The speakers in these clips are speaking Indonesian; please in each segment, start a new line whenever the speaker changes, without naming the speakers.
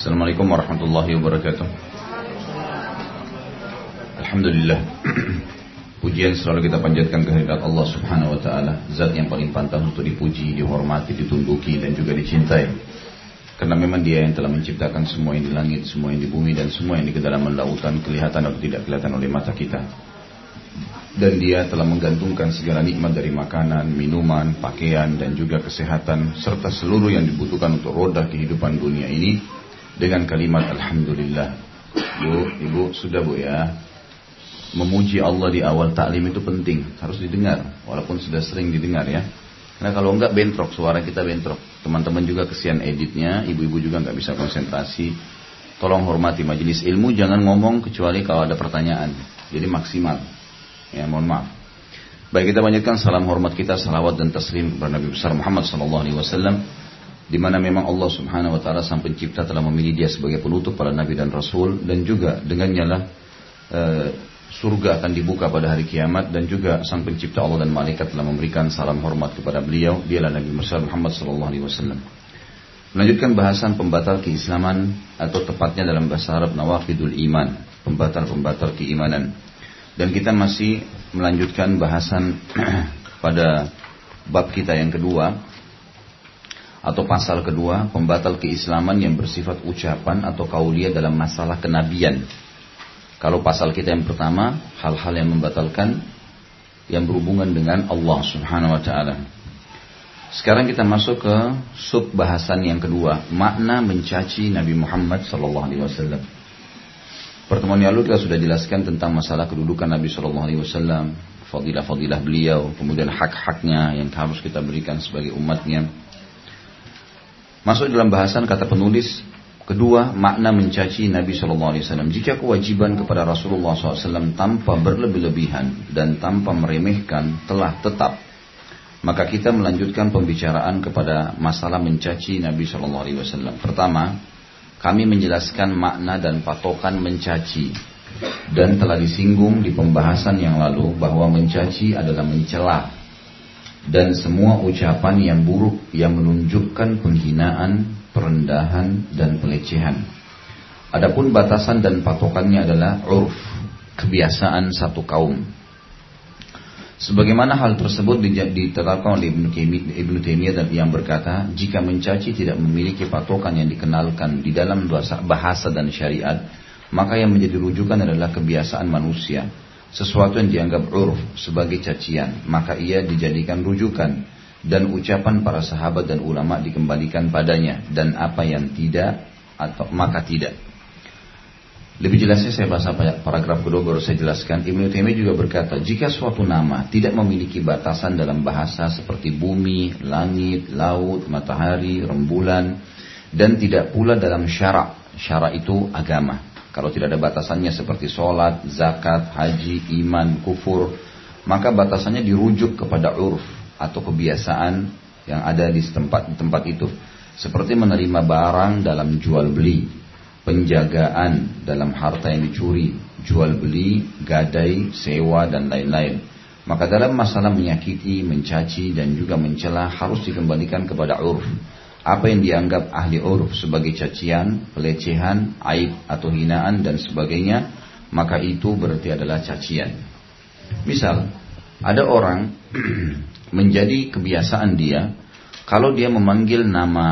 Assalamualaikum warahmatullahi wabarakatuh. Alhamdulillah. Pujian selalu kita panjatkan kehadirat Allah Subhanahu wa taala, zat yang paling pantas untuk dipuji, dihormati, ditunduki dan juga dicintai. Karena memang Dia yang telah menciptakan semua yang di langit, semua yang di bumi dan semua yang di kedalaman lautan, kelihatan atau tidak kelihatan oleh mata kita. Dan Dia telah menggantungkan segala nikmat dari makanan, minuman, pakaian dan juga kesehatan serta seluruh yang dibutuhkan untuk roda kehidupan dunia ini dengan kalimat Alhamdulillah. Bu, Ibu sudah Bu ya. Memuji Allah di awal taklim itu penting, harus didengar walaupun sudah sering didengar ya. Karena kalau enggak bentrok, suara kita bentrok. Teman-teman juga kesian editnya, ibu-ibu juga enggak bisa konsentrasi. Tolong hormati majelis ilmu, jangan ngomong kecuali kalau ada pertanyaan. Jadi maksimal. Ya, mohon maaf. Baik, kita panjatkan salam hormat kita, salawat dan taslim kepada Nabi besar Muhammad SAW, di mana memang Allah Subhanahu wa taala sang pencipta telah memilih dia sebagai penutup para nabi dan rasul, dan juga dengannya lah surga akan dibuka pada hari kiamat, dan juga sang pencipta Allah dan malaikat telah memberikan salam hormat kepada beliau. Dialah Nabi besar Muhammad SAW. Melanjutkan bahasan pembatal keislaman, atau tepatnya dalam bahasa Arab nawaqidul iman, pembatal-pembatal keimanan. Dan kita masih melanjutkan bahasan pada bab kita yang kedua, atau pasal kedua, pembatal keislaman yang bersifat ucapan atau qauliyah dalam masalah kenabian. Kalau pasal kita yang pertama, hal-hal yang membatalkan yang berhubungan dengan Allah Subhanahu wa taala. Sekarang kita masuk ke sub bahasan yang kedua, makna mencaci Nabi Muhammad sallallahu alaihi wasallam. Pertemuan yang lalu kita sudah jelaskan tentang masalah kedudukan Nabi sallallahu alaihi wasallam, fadilah-fadilah beliau, kemudian hak-haknya yang harus kita berikan sebagai umatnya. Masuk dalam bahasan kata penulis kedua, makna mencaci Nabi SAW. Jika kewajiban kepada Rasulullah SAW tanpa berlebih-lebihan dan tanpa meremehkan telah tetap, maka kita melanjutkan pembicaraan kepada masalah mencaci Nabi SAW. Pertama, kami menjelaskan makna dan patokan mencaci, dan telah disinggung di pembahasan yang lalu bahwa mencaci adalah mencela dan semua ucapan yang buruk yang menunjukkan penghinaan, perendahan dan pelecehan. Adapun batasan dan patokannya adalah urf, kebiasaan satu kaum. Sebagaimana hal tersebut ditetapkan oleh Ibnu Taimiyah yang berkata, jika mencaci tidak memiliki patokan yang dikenalkan di dalam bahasa dan syariat, maka yang menjadi rujukan adalah kebiasaan manusia. Sesuatu yang dianggap urf sebagai cacian, maka ia dijadikan rujukan, dan ucapan para sahabat dan ulama dikembalikan padanya, dan apa yang tidak atau maka tidak. Lebih jelasnya saya bahas paragraf kedua baru saya jelaskan. Ibnu Taimiyah juga berkata, jika suatu nama tidak memiliki batasan dalam bahasa seperti bumi, langit, laut, matahari, rembulan, dan tidak pula dalam syara itu agama. Kalau tidak ada batasannya seperti sholat, zakat, haji, iman, kufur, maka batasannya dirujuk kepada urf atau kebiasaan yang ada di tempat itu. Seperti menerima barang dalam jual beli, penjagaan dalam harta yang dicuri, jual beli, gadai, sewa dan lain-lain. Maka dalam masalah menyakiti, mencaci dan juga mencela harus dikembalikan kepada urf. Apa yang dianggap ahli urf sebagai cacian, pelecehan, aib atau hinaan dan sebagainya, maka itu berarti adalah cacian. Misal, ada orang menjadi kebiasaan dia, kalau dia memanggil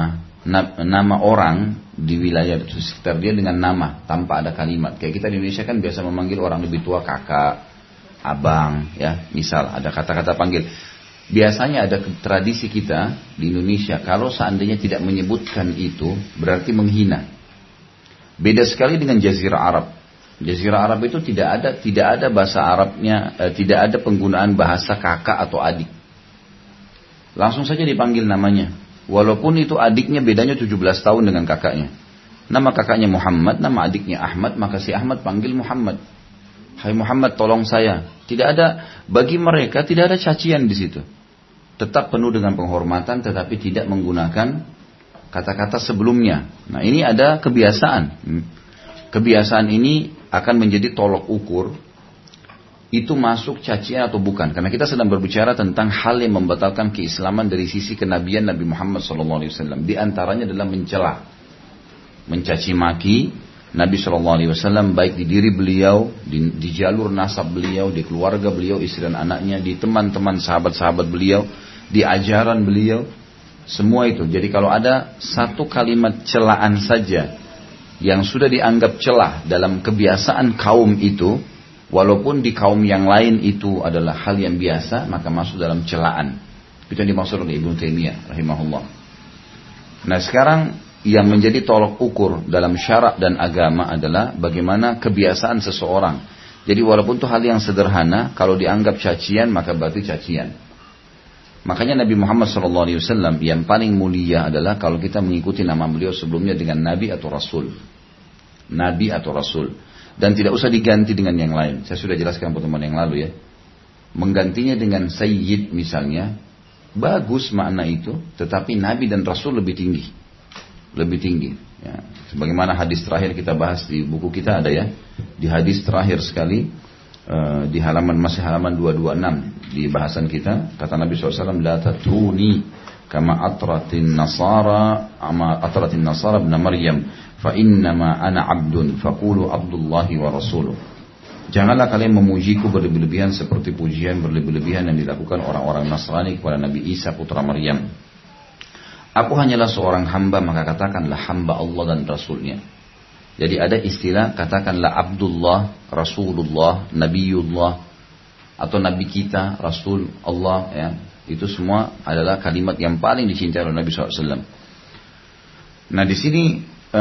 nama orang di wilayah sekitar dia dengan nama tanpa ada kalimat. Kayak kita di Indonesia kan biasa memanggil orang lebih tua kakak, abang, ya. Misal ada kata-kata panggil. Biasanya ada tradisi kita di Indonesia, kalau seandainya tidak menyebutkan itu berarti menghina. Beda sekali dengan Jazirah Arab. Jazirah Arab itu tidak ada bahasa Arabnya, tidak ada penggunaan bahasa kakak atau adik. Langsung saja dipanggil namanya. Walaupun itu adiknya bedanya 17 tahun dengan kakaknya. Nama kakaknya Muhammad, nama adiknya Ahmad, maka si Ahmad panggil Muhammad. Hai Muhammad, tolong saya. Tidak ada, bagi mereka tidak ada cacian di situ. Tetap penuh dengan penghormatan, tetapi tidak menggunakan kata-kata sebelumnya. Nah, ini ada kebiasaan. Kebiasaan ini akan menjadi tolok ukur itu masuk cacian atau bukan. Karena kita sedang berbicara tentang hal yang membatalkan keislaman dari sisi kenabian Nabi Muhammad SAW. Di antaranya adalah mencela. mencaci maki Nabi SAW, baik di diri beliau, di jalur nasab beliau, di keluarga beliau, istri dan anaknya, di teman-teman sahabat-sahabat beliau, di ajaran beliau, semua itu. Jadi kalau ada satu kalimat celaan saja yang sudah dianggap celah dalam kebiasaan kaum itu, walaupun di kaum yang lain itu adalah hal yang biasa, maka masuk dalam celaan. Itu yang dimaksud oleh Ibnu Taimiyah rahimahullah. Nah sekarang yang menjadi tolok ukur dalam syarak dan agama adalah bagaimana kebiasaan seseorang. Jadi walaupun itu hal yang sederhana, kalau dianggap cacian maka berarti cacian. Makanya Nabi Muhammad SAW yang paling mulia adalah kalau kita mengikuti nama beliau sebelumnya dengan Nabi atau Rasul. Nabi atau Rasul. Dan tidak usah diganti dengan yang lain. Saya sudah jelaskan pertemuan yang lalu ya. Menggantinya dengan Sayyid misalnya, bagus makna itu, tetapi Nabi dan Rasul lebih tinggi. Lebih tinggi. Ya. Sebagaimana hadis terakhir kita bahas di buku kita ada ya. Di hadis terakhir sekali, di masih halaman 226 di bahasan kita, kata Nabi SAW, la tatruni kama atratin nasara ibn Maryam fa innama ana abdun faqulu abdullahi wa rasuluh. Janganlah kalian memujiku berlebih-lebihan seperti pujian berlebih-lebihan yang dilakukan orang-orang Nasrani kepada Nabi Isa putra Maryam. Aku hanyalah seorang hamba, maka katakanlah hamba Allah dan Rasulnya. Jadi ada istilah katakanlah Abdullah, Rasulullah, Nabiullah, atau Nabi kita, Rasul Allah ya. Itu semua adalah kalimat yang paling dicintai oleh Nabi SAW. Nah di sini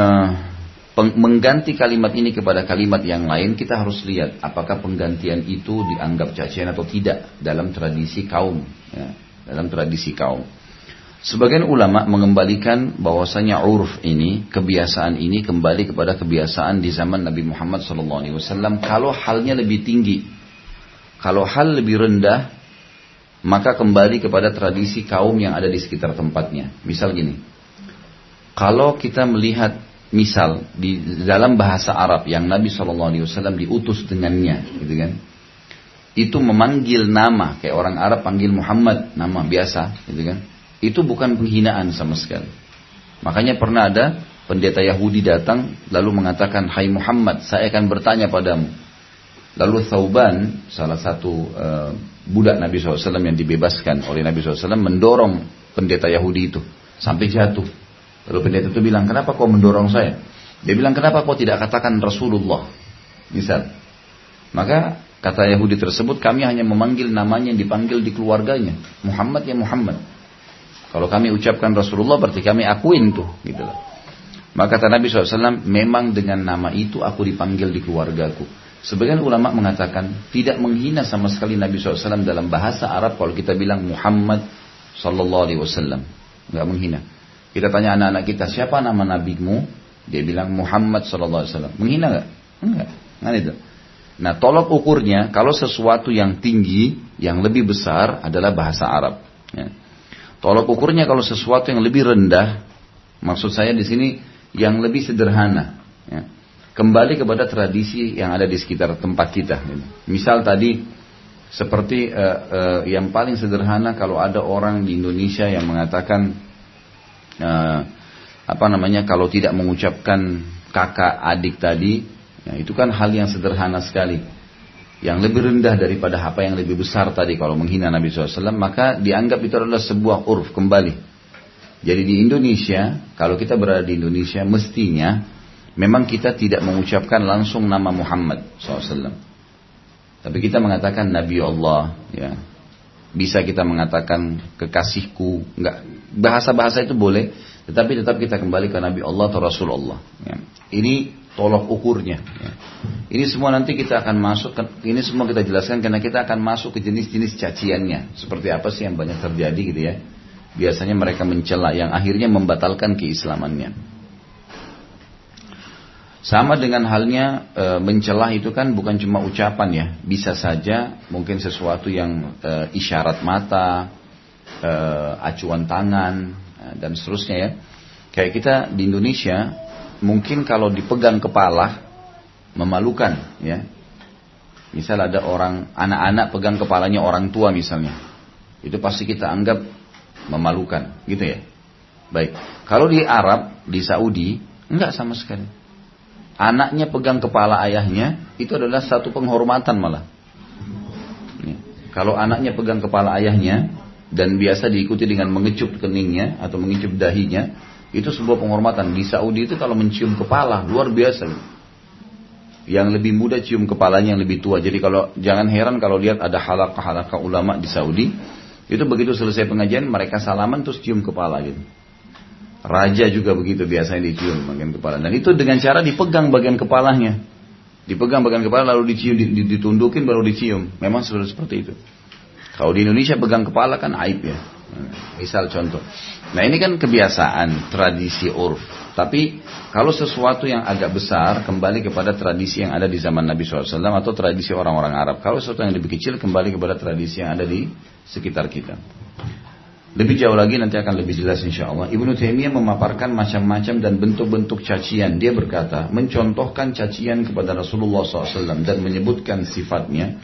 mengganti kalimat ini kepada kalimat yang lain, kita harus lihat apakah penggantian itu dianggap cacian atau tidak dalam tradisi kaum ya, dalam tradisi kaum. Sebagian ulama mengembalikan bahwasanya urf ini, kebiasaan ini kembali kepada kebiasaan di zaman Nabi Muhammad SAW. Kalau halnya lebih tinggi, kalau hal lebih rendah, maka kembali kepada tradisi kaum yang ada di sekitar tempatnya. Misal gini, kalau kita melihat misal di dalam bahasa Arab yang Nabi SAW diutus dengannya, gitu kan? Itu memanggil nama kayak orang Arab panggil Muhammad, nama biasa, gitu kan? Itu bukan penghinaan sama sekali. Makanya pernah ada pendeta Yahudi datang lalu mengatakan, "Hai Muhammad, saya akan bertanya padamu." Lalu Thauban, salah satu budak Nabi SAW yang dibebaskan oleh Nabi SAW, mendorong pendeta Yahudi itu sampai jatuh. Lalu pendeta itu bilang, "Kenapa kau mendorong saya?" Dia bilang, "Kenapa kau tidak katakan Rasulullah?" Misal. Maka kata Yahudi tersebut, "Kami hanya memanggil namanya yang dipanggil di keluarganya. Muhammad ya Muhammad. Kalau kami ucapkan Rasulullah berarti kami akuin tuh." Gitu loh. Maka kata Nabi SAW, "Memang dengan nama itu aku dipanggil di keluargaku." Sebagian ulama mengatakan tidak menghina sama sekali Nabi SAW dalam bahasa Arab kalau kita bilang Muhammad SAW. Nggak menghina. Kita tanya anak-anak kita, siapa nama nabimu? Dia bilang Muhammad SAW. Menghina nggak? Enggak. Nggak itu. Nah tolok ukurnya kalau sesuatu yang tinggi, yang lebih besar adalah bahasa Arab. Ya. Tolok ukurnya kalau sesuatu yang lebih rendah, maksud saya di sini yang lebih sederhana. Ya. Kembali kepada tradisi yang ada di sekitar tempat kita. Misal tadi seperti yang paling sederhana kalau ada orang di Indonesia yang mengatakan kalau tidak mengucapkan kakak adik tadi, ya, itu kan hal yang sederhana sekali. Yang lebih rendah daripada apa yang lebih besar tadi kalau menghina Nabi SAW, maka dianggap itu adalah sebuah urf kembali. Jadi di Indonesia, kalau kita berada di Indonesia, mestinya memang kita tidak mengucapkan langsung nama Muhammad SAW. Tapi kita mengatakan Nabi Allah, ya. Bisa kita mengatakan kekasihku, enggak, bahasa-bahasa itu boleh, tetapi tetap kita kembali ke Nabi Allah atau Rasulullah. Ya. Ini tolok ukurnya. Ya. Ini semua nanti kita akan masuk, ini semua kita jelaskan karena kita akan masuk ke jenis-jenis caciannya. Seperti apa sih yang banyak terjadi gitu ya. Biasanya mereka mencela yang akhirnya membatalkan keislamannya. Sama dengan halnya mencela itu kan bukan cuma ucapan ya. Bisa saja mungkin sesuatu yang isyarat mata, acuan tangan, dan seterusnya ya. Kayak kita di Indonesia, mungkin kalau dipegang kepala memalukan ya. Misal ada orang anak-anak pegang kepalanya orang tua misalnya, itu pasti kita anggap memalukan gitu ya. Baik, kalau di Arab, di Saudi Enggak sama sekali. Anaknya pegang kepala ayahnya, itu adalah satu penghormatan malah. Kalau anaknya pegang kepala ayahnya, dan biasa diikuti dengan mengecup keningnya, atau mengecup dahinya, itu sebuah penghormatan. Di Saudi itu kalau mencium kepala, luar biasa. Yang lebih muda cium kepalanya yang lebih tua. Jadi jangan heran kalau lihat ada halaqah-halaqah ulama di Saudi, itu begitu selesai pengajian, mereka salaman terus cium kepala gitu. Raja juga begitu biasanya dicium bagian kepala. Dan itu dengan cara dipegang bagian kepalanya. Dipegang bagian kepala lalu dicium, ditundukin baru dicium. Memang sudah seperti itu. Kalau di Indonesia pegang kepala kan aib ya. Misal contoh. Nah ini kan kebiasaan, tradisi urf. Tapi kalau sesuatu yang agak besar kembali kepada tradisi yang ada di zaman Nabi SAW atau tradisi orang-orang Arab. Kalau sesuatu yang lebih kecil kembali kepada tradisi yang ada di sekitar kita. Lebih jauh lagi nanti akan lebih jelas insya Allah. Ibnu Taimiyah memaparkan macam-macam dan bentuk-bentuk cacian. Dia berkata, mencontohkan cacian kepada Rasulullah SAW dan menyebutkan sifatnya,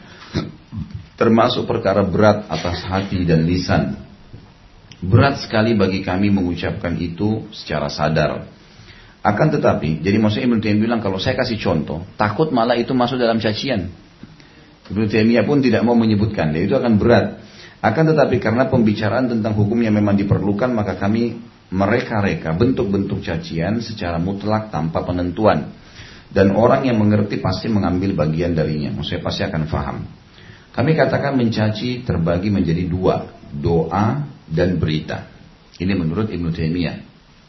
termasuk perkara berat atas hati dan lisan. Berat sekali bagi kami mengucapkan itu secara sadar. Akan tetapi, jadi maksudnya Ibnu Taimiyah bilang kalau saya kasih contoh, takut malah itu masuk dalam cacian. Ibnu Taimiyah pun tidak mau menyebutkan, itu akan berat. Akan tetapi karena pembicaraan tentang hukum yang memang diperlukan, maka kami mereka-reka bentuk-bentuk cacian secara mutlak tanpa penentuan. Dan orang yang mengerti pasti mengambil bagian darinya, maksudnya pasti akan faham. Kami katakan mencaci terbagi menjadi dua, doa dan berita. Ini menurut Ibnu Taimiyah.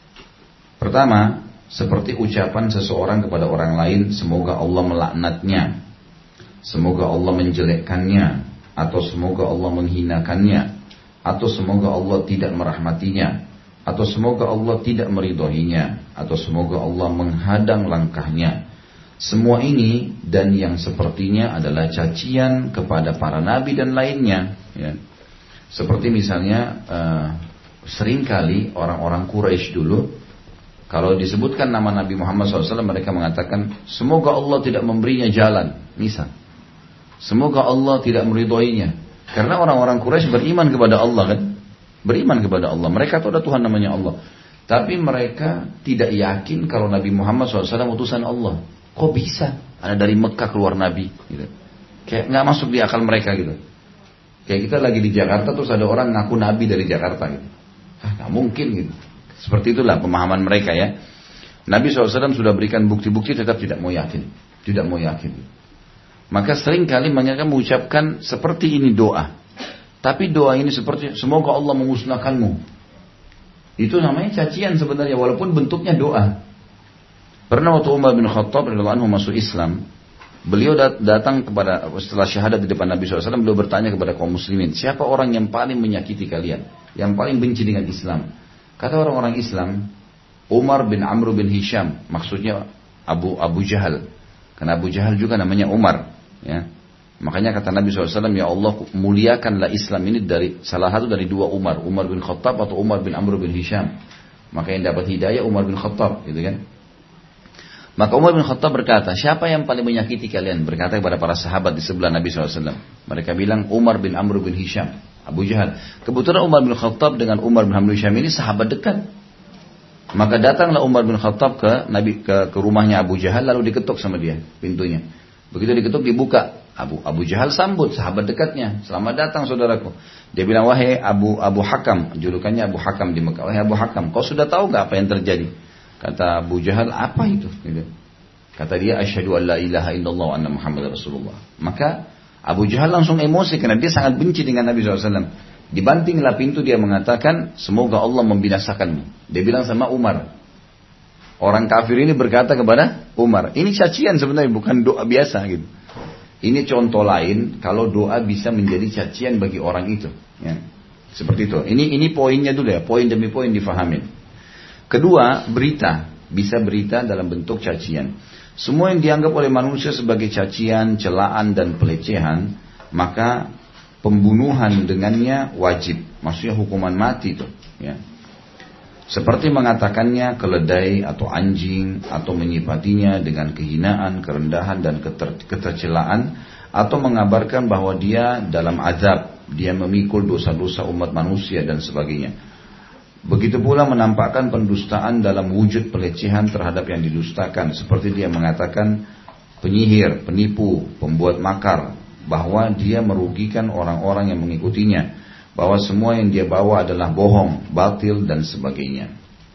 Pertama, seperti ucapan seseorang kepada orang lain, semoga Allah melaknatnya, semoga Allah menjelekkannya, atau semoga Allah menghinakannya, atau semoga Allah tidak merahmatinya, atau semoga Allah tidak meridhoinya, atau semoga Allah menghadang langkahnya. Semua ini dan yang sepertinya adalah cacian kepada para nabi dan lainnya ya. Seperti misalnya seringkali orang-orang Quraisy dulu kalau disebutkan nama Nabi Muhammad SAW mereka mengatakan semoga Allah tidak memberinya jalan, misal semoga Allah tidak meridhoinya. Karena orang-orang Quraisy beriman kepada Allah kan. Beriman kepada Allah. Mereka tahu ada Tuhan namanya Allah. Tapi mereka tidak yakin kalau Nabi Muhammad SAW utusan Allah. Kok bisa? Ada dari Mekah keluar Nabi. Gitu. Kayak nggak masuk di akal mereka gitu. Kayak kita lagi di Jakarta terus ada orang ngaku Nabi dari Jakarta gitu. Nggak mungkin gitu. Seperti itulah pemahaman mereka ya. Nabi SAW sudah berikan bukti-bukti tetap tidak mau yakin. Tidak mau yakin. Maka sering kali mereka mengucapkan seperti ini doa. Tapi doa ini seperti semoga Allah memusnahkanmu. Itu namanya cacian sebenarnya walaupun bentuknya doa. Pernah waktu Umar bin Khattab radhiyallahu anhu masuk Islam, beliau datang kepada setelah syahadat di depan Nabi SAW, beliau bertanya kepada kaum muslimin, siapa orang yang paling menyakiti kalian, yang paling benci dengan Islam? Kata orang-orang Islam, Umar bin Amr bin Hisham, maksudnya Abu Jahal. Karena Abu Jahal juga namanya Umar. Ya, makanya kata Nabi SAW, ya Allah muliakanlah Islam ini dari salah satu dari dua Umar bin Khattab atau Umar bin Amr bin Hisham. Maka yang dapat hidayah Umar bin Khattab, gitu kan? Maka Umar bin Khattab berkata, siapa yang paling menyakiti kalian? Berkata kepada para sahabat di sebelah Nabi SAW. Mereka bilang Umar bin Amr bin Hisham, Abu Jahal. Kebetulan Umar bin Khattab dengan Umar bin Amr bin Hisham ini sahabat dekat. Maka datanglah Umar bin Khattab ke rumahnya Abu Jahal lalu diketuk sama dia pintunya. Begitu diketuk dibuka. Abu Jahal sambut sahabat dekatnya. Selamat datang saudaraku. Dia bilang wahai Abu Hakam, julukannya Abu Hakam di Mekah. Wahai Abu Hakam, kau sudah tahu enggak apa yang terjadi? Kata Abu Jahal, apa itu? Gitu. Kata dia asyhadu an la ilaha illallah wa anna Muhammadar Rasulullah. Maka Abu Jahal langsung emosi karena dia sangat benci dengan Nabi SAW. Dibantinglah pintu, dia mengatakan semoga Allah membinasakanmu. Dia bilang sama Umar. Orang kafir ini berkata kepada Umar. Ini cacian sebenarnya, bukan doa biasa gitu. Ini contoh lain kalau doa bisa menjadi cacian bagi orang itu. Ya. Seperti itu. Ini poinnya dulu ya, poin demi poin difahamin. Kedua, berita. Bisa berita dalam bentuk cacian. Semua yang dianggap oleh manusia sebagai cacian, celaan dan pelecehan, maka pembunuhan dengannya wajib. Maksudnya hukuman mati itu. Ya. Seperti mengatakannya keledai atau anjing, atau menyifatinya dengan kehinaan, kerendahan dan ketercelaan, atau mengabarkan bahwa dia dalam azab, dia memikul dosa-dosa umat manusia dan sebagainya. Begitu pula menampakkan pendustaan dalam wujud pelecehan terhadap yang didustakan, seperti dia mengatakan penyihir, penipu, pembuat makar, bahwa dia merugikan orang-orang yang mengikutinya, bahwa semua yang dia bawa adalah bohong, batil dan sebagainya.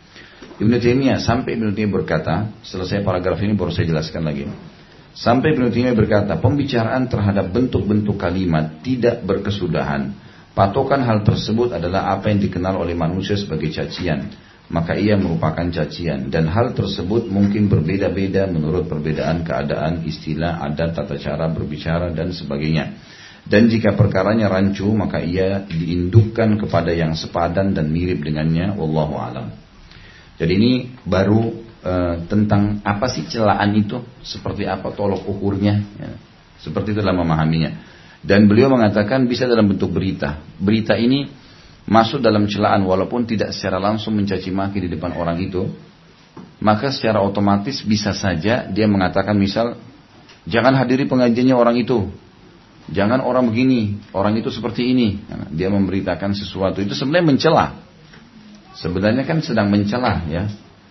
Ibnu Taimiyah, sampai Ibnu Taimiyah berkata, selesai paragraf ini baru saya jelaskan lagi. Sampai Ibnu Taimiyah berkata, pembicaraan terhadap bentuk-bentuk kalimat tidak berkesudahan. Patokan hal tersebut adalah apa yang dikenal oleh manusia sebagai cacian, maka ia merupakan cacian, dan hal tersebut mungkin berbeda-beda menurut perbedaan keadaan, istilah, adat, tata cara berbicara dan sebagainya. Dan jika perkaranya rancu, maka ia diindukkan kepada yang sepadan dan mirip dengannya. Wallahu a'lam. Jadi ini baru tentang apa sih celaan itu, seperti apa tolok ukurnya, ya. Seperti itu dalam memahaminya. Dan beliau mengatakan bisa dalam bentuk berita. Berita ini masuk dalam celaan walaupun tidak secara langsung mencaci maki di depan orang itu. Maka secara otomatis bisa saja dia mengatakan misal, jangan hadiri pengajiannya orang itu. Jangan orang begini, orang itu seperti ini. Dia memberitakan sesuatu, itu sebenarnya mencela. Sebenarnya kan sedang mencela, ya.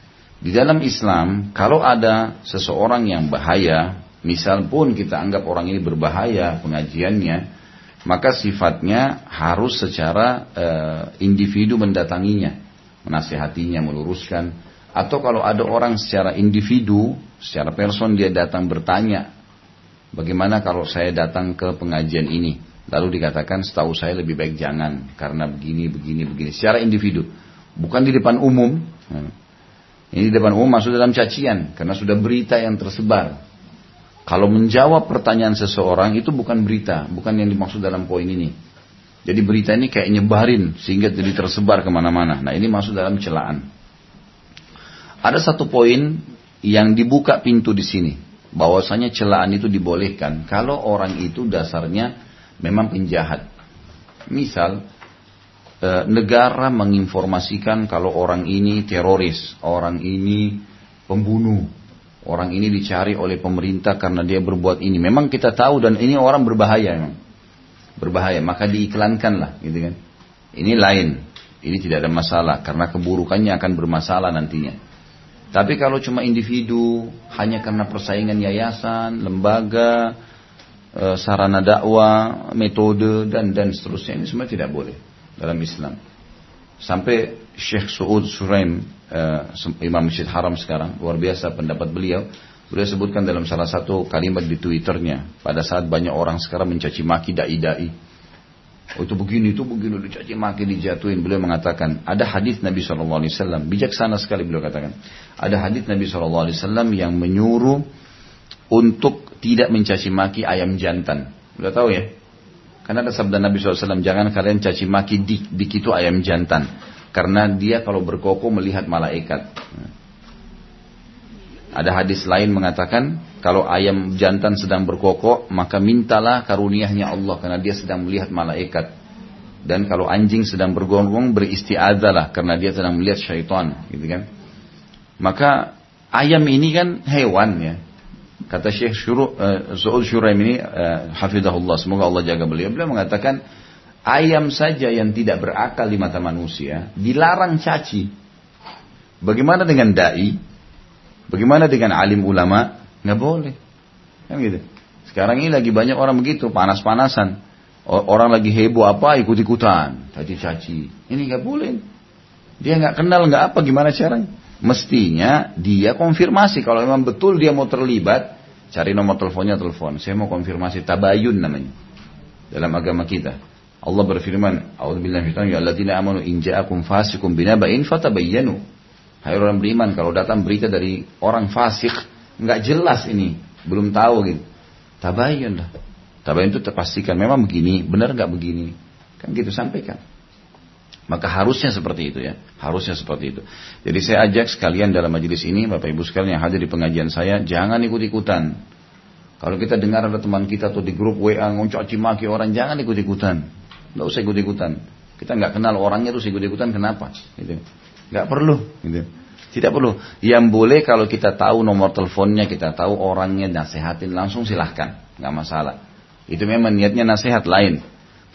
Di dalam Islam, kalau ada seseorang yang bahaya, misal pun kita anggap orang ini berbahaya pengajiannya, maka sifatnya harus secara individu mendatanginya, menasihatinya, meluruskan. Atau kalau ada orang secara individu, secara person dia datang bertanya, bagaimana kalau saya datang ke pengajian ini? Lalu dikatakan setahu saya lebih baik jangan, karena begini, secara individu. Bukan di depan umum. Ini di depan umum masuk dalam cacian, karena sudah berita yang tersebar. Kalau menjawab pertanyaan seseorang itu bukan berita, bukan yang dimaksud dalam poin ini. Jadi berita ini kayak nyebarin sehingga jadi tersebar kemana-mana. Nah ini masuk dalam celaan. Ada satu poin yang dibuka pintu di sini, bahwasanya celaan itu dibolehkan kalau orang itu dasarnya memang penjahat. Misal negara menginformasikan kalau orang ini teroris, orang ini pembunuh. Orang ini dicari oleh pemerintah karena dia berbuat ini. Memang kita tahu dan ini orang berbahaya memang. Berbahaya, maka diiklankanlah, gitu kan. Ini lain. Ini tidak ada masalah karena keburukannya akan bermasalah nantinya. Tapi kalau cuma individu, hanya karena persaingan yayasan, lembaga, sarana dakwah, metode dan seterusnya, ini semua tidak boleh dalam Islam. Sampai Syekh Su'ud Suraim, Imam Masjid Haram sekarang, luar biasa pendapat beliau. Beliau sebutkan dalam salah satu kalimat di Twitternya, pada saat banyak orang sekarang mencaci maki dai-dai. Oh, itu begini, dicaci maki, dijatuhin. Beliau mengatakan, ada hadis Nabi SAW, bijaksana sekali beliau katakan. Ada hadis Nabi SAW yang menyuruh untuk tidak mencaci maki ayam jantan. Beliau tahu ya? Karena ada sabda Nabi SAW, jangan kalian caci maki dik itu ayam jantan. Karena dia kalau berkokok melihat malaikat. Ada hadis lain mengatakan, kalau ayam jantan sedang berkokok, maka mintalah karuniahnya Allah, karena dia sedang melihat malaikat. Dan kalau anjing sedang bergonggong, beristiadzalah, karena dia sedang melihat syaitan. Gitu kan? Maka ayam ini kan hewan ya. Kata Syekh Su'ud Syuraim ini, hafizahullah, semoga Allah jaga beliau. Beliau mengatakan, ayam saja yang tidak berakal di mata manusia dilarang caci. Bagaimana dengan dai? Bagaimana dengan alim ulama? Nggak boleh. Kan gitu. Sekarang ini lagi banyak orang begitu, panas-panasan. Orang lagi heboh apa, ikut-ikutan, caci-caci. Ini nggak boleh. Dia nggak kenal, nggak apa, gimana caranya? Mestinya dia konfirmasi. Kalau memang betul dia mau terlibat, cari nomor teleponnya, telepon. Saya mau konfirmasi, tabayun namanya dalam agama kita. Allah berfirman, a'udzubillahi minasyaitonir rajim, alladzina amanu in ja'akum fasiqun binaba'in fatabayyanu. Hai orang beriman, kalau datang berita dari orang fasik, nggak jelas ini, belum tahu gitu. Tabayyun lah. Tabayyun itu terpastikan memang begini, benar nggak begini. Kan gitu sampaikan. Maka harusnya seperti itu ya, harusnya seperti itu. Jadi saya ajak sekalian dalam majelis ini, Bapak Ibu sekalian yang hadir di pengajian saya, jangan ikut-ikutan. Kalau kita dengar ada teman kita atau di grup WA ngoncaci maki orang, jangan ikut-ikutan. Nggak usah ikut-ikutan. Kita nggak kenal orangnya terus ikut-ikutan, kenapa? Gitu. Nggak perlu. Gitu. Tidak perlu. Yang boleh kalau kita tahu nomor teleponnya, kita tahu orangnya, nasihatin langsung silahkan, nggak masalah. Itu memang niatnya nasihat lain.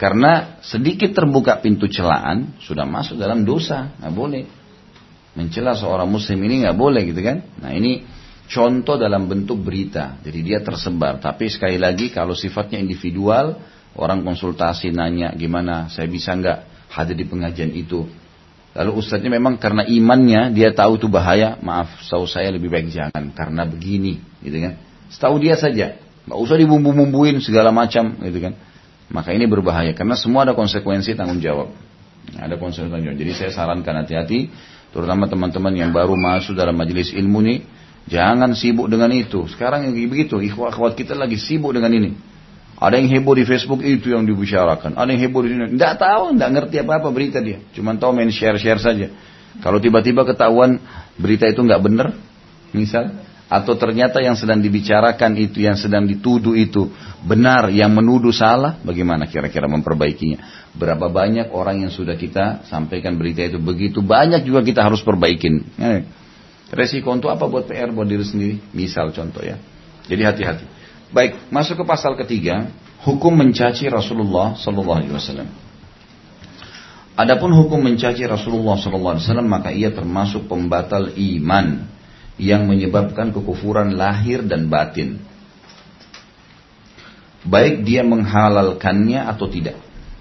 Karena sedikit terbuka pintu celaan, sudah masuk dalam dosa, nggak boleh. Mencela seorang muslim ini nggak boleh gitu kan. Nah ini contoh dalam bentuk berita, jadi dia tersebar. Tapi sekali lagi kalau sifatnya individual, orang konsultasi nanya gimana, saya bisa nggak hadir di pengajian itu. Lalu ustadznya memang karena imannya dia tahu itu bahaya, maaf, setahu saya lebih baik jangan karena begini, gitu kan. Setahu dia saja, nggak usah dibumbu-bumbuin segala macam, gitu kan. Maka ini berbahaya karena semua ada konsekuensi tanggung jawab. Ada konsekuensi tanggung jawab. Jadi saya sarankan hati-hati, terutama teman-teman yang baru masuk dalam majelis ilmu nih, jangan sibuk dengan itu. Sekarang yang begitu, ikhwat kita lagi sibuk dengan ini. Ada yang heboh di Facebook itu yang dibicarakan, ada yang heboh di sini. Tidak tahu, tidak ngerti apa-apa berita dia. Cuma tahu main share-share saja. Kalau tiba-tiba ketahuan berita itu nggak benar, misal. Atau ternyata yang sedang dibicarakan itu, yang sedang dituduh itu benar, yang menuduh salah, bagaimana kira-kira memperbaikinya? Berapa banyak orang yang sudah kita sampaikan berita itu, begitu banyak juga kita harus perbaikin. Resiko untuk apa buat PR, buat diri sendiri? Misal contoh ya. Jadi hati-hati. Baik, masuk ke pasal ketiga, hukum mencaci Rasulullah Sallallahu Alaihi Wasallam. Adapun hukum mencaci Rasulullah Sallallahu Alaihi Wasallam, maka ia termasuk pembatal iman yang menyebabkan kekufuran lahir dan batin, baik dia menghalalkannya atau tidak.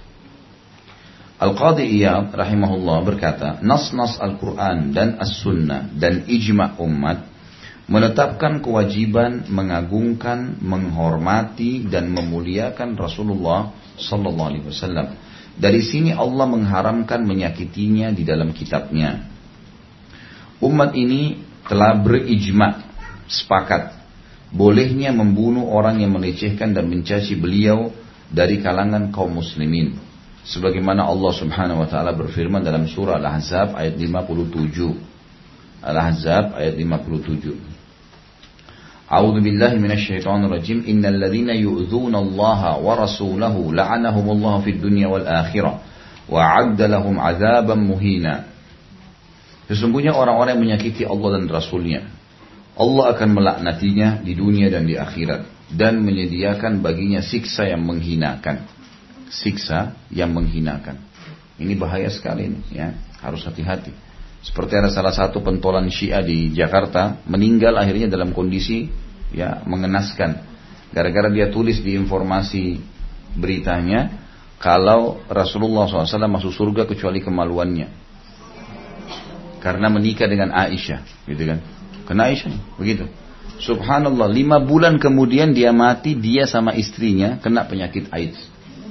Al-Qadhi Iyad rahimahullah berkata, nas-nas Al-Quran dan As-Sunnah dan ijma' umat menetapkan kewajiban mengagungkan, menghormati dan memuliakan Rasulullah Sallallahu Alaihi Wasallam. Dari sini Allah mengharamkan menyakitinya di dalam kitabnya. Umat ini telah berijma', sepakat bolehnya membunuh orang yang melecehkan dan mencaci beliau dari kalangan kaum muslimin, sebagaimana Allah Subhanahu wa taala berfirman dalam surah Al-Ahzab ayat 57. Al-Ahzab ayat 57. A'udzu billahi minasyaitonir rajim. Innal ladzina yu'dzuna Allah wa rasulahu la'anahumullahu fid dunya wal akhirah wa 'adda lahum 'adzaban muhina. Sesungguhnya orang-orang yang menyakiti Allah dan Rasulnya, Allah akan melaknatinya di dunia dan di akhirat, dan menyediakan baginya siksa yang menghinakan. Siksa yang menghinakan. Ini bahaya sekali ini, ya. Harus hati-hati. Seperti ada salah satu pentolan Syiah di Jakarta, meninggal akhirnya dalam kondisi ya mengenaskan. Gara-gara dia tulis di informasi beritanya, kalau Rasulullah SAW masuk surga kecuali kemaluannya. Karena menikah dengan Aisyah, gitu kan? Kena Aisyah, begitu. Subhanallah, 5 bulan kemudian dia mati, dia sama istrinya kena penyakit AIDS.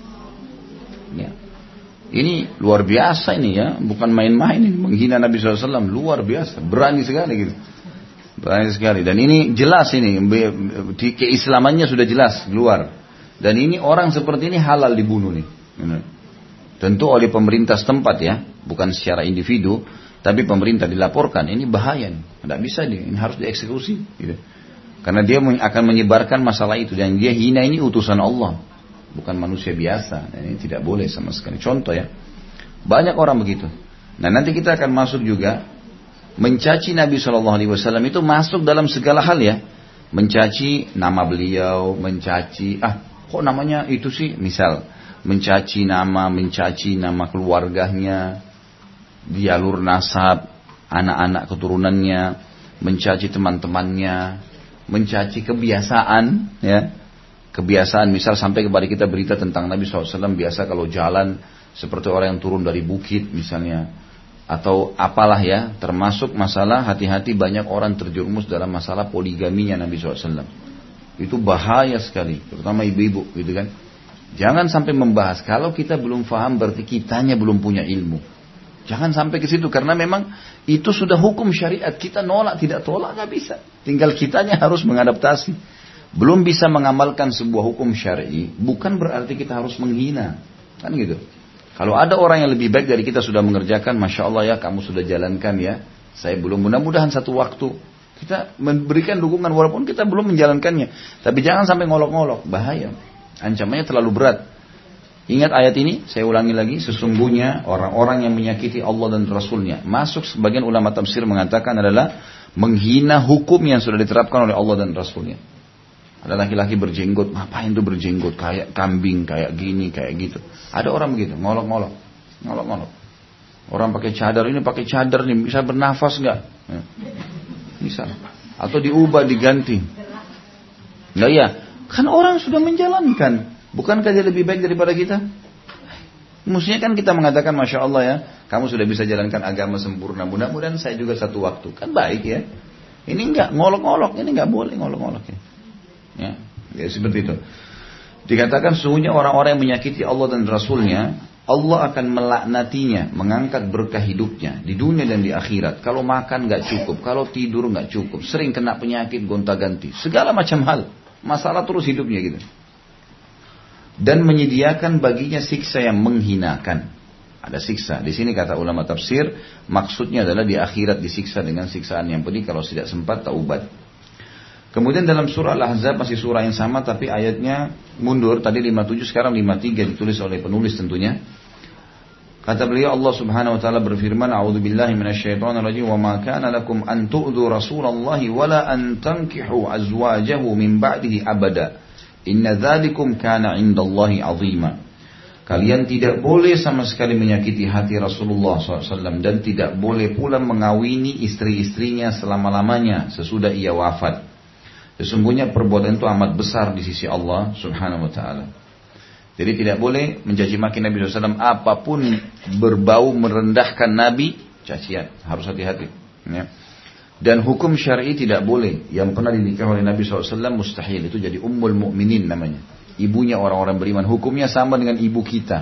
Ya. Ini luar biasa ini ya, bukan main-main ini, menghina Nabi SAW, luar biasa, berani sekali gitu. Berani sekali, dan ini jelas ini, keislamannya sudah jelas, keluar. Dan ini orang seperti ini halal dibunuh nih. Tentu oleh pemerintah setempat ya, bukan secara individu. Tapi pemerintah dilaporkan, ini bahaya nih. Tidak bisa dia, ini harus dieksekusi gitu. Karena dia akan menyebarkan masalah itu. Dan dia hina ini utusan Allah, bukan manusia biasa. Dan ini tidak boleh sama sekali. Contoh ya, banyak orang begitu. Nah nanti kita akan masuk juga, mencaci Nabi SAW itu masuk dalam segala hal ya. Mencaci nama beliau, mencaci, kok namanya itu sih. Misal, mencaci nama keluarganya, jalur nasab, anak-anak keturunannya, mencaci teman-temannya, mencaci kebiasaan, ya, kebiasaan misal sampai kepada kita berita tentang Nabi SAW biasa kalau jalan seperti orang yang turun dari bukit misalnya, atau apalah ya, termasuk masalah hati-hati banyak orang terjerumus dalam masalah poligaminya Nabi SAW. Itu bahaya sekali, terutama ibu-ibu, gitu kan. Jangan sampai membahas kalau kita belum paham berarti kitanya belum punya ilmu. Jangan sampai ke situ karena memang itu sudah hukum syariat. Kita nolak tidak tolak nggak bisa. Tinggal kitanya harus mengadaptasi. Belum bisa mengamalkan sebuah hukum syar'i bukan berarti kita harus menghina. Kan gitu. Kalau ada orang yang lebih baik dari kita sudah mengerjakan, masya Allah ya kamu sudah jalankan ya. Saya belum, mudah-mudahan satu waktu kita memberikan dukungan walaupun kita belum menjalankannya. Tapi jangan sampai ngolok-ngolok, bahaya. Ancamannya terlalu berat. Ingat ayat ini, saya ulangi lagi, sesungguhnya orang-orang yang menyakiti Allah dan Rasulnya, masuk sebagian ulama tafsir mengatakan adalah menghina hukum yang sudah diterapkan oleh Allah dan Rasulnya. Ada laki-laki berjenggot, ngapain tuh berjenggot, kayak kambing, kayak gini, kayak gitu. Ada orang begitu, ngolok-ngolok. Orang pakai cadar, ini pakai cadar nih, bisa bernafas nggak? Ya. Bisa. Atau diubah, diganti. Nggak ya? Kan orang sudah menjalankan. Bukankah dia lebih baik daripada kita? Mestinya kan kita mengatakan, Masya Allah ya, kamu sudah bisa jalankan agama sempurna. Mudah-mudahan saya juga satu waktu. Kan baik ya. Ini enggak, ngolok-ngolok. Ini enggak boleh ngolok-ngolok ya. Ya seperti itu. Dikatakan sesungguhnya orang-orang yang menyakiti Allah dan Rasulnya, Allah akan melaknatinya, mengangkat berkah hidupnya di dunia dan di akhirat. Kalau makan nggak cukup, kalau tidur nggak cukup, sering kena penyakit gonta-ganti, segala macam hal, masalah terus hidupnya gitu. Dan menyediakan baginya siksa yang menghinakan. Ada siksa. Di sini kata ulama tafsir, maksudnya adalah di akhirat disiksa dengan siksaan yang pedih kalau tidak sempat taubat. Kemudian dalam surah Al-Ahzab masih surah yang sama tapi ayatnya mundur, tadi 57 sekarang 53 ditulis oleh penulis tentunya. Kata beliau Allah Subhanahu wa taala berfirman, A'udzubillahi minasyaitonir rajim, wa ma kana lakum an tu'dhu rasulallahi wala an tankihu azwajahu min ba'dihi abada. Inna dzalikum kana 'indallahi 'azima. Kalian tidak boleh sama sekali menyakiti hati Rasulullah SAW dan tidak boleh pula mengawini istri-istrinya selama-lamanya sesudah ia wafat. Sesungguhnya perbuatan itu amat besar di sisi Allah Subhanahu wa taala. Jadi tidak boleh mencaci maki Nabi SAW apapun berbau merendahkan Nabi, cacian, harus hati-hati. Ya. Dan hukum syar'i tidak boleh. Yang pernah dinikah oleh Nabi SAW mustahil, itu jadi ummul mu'minin namanya. Ibunya orang-orang beriman, hukumnya sama dengan ibu kita.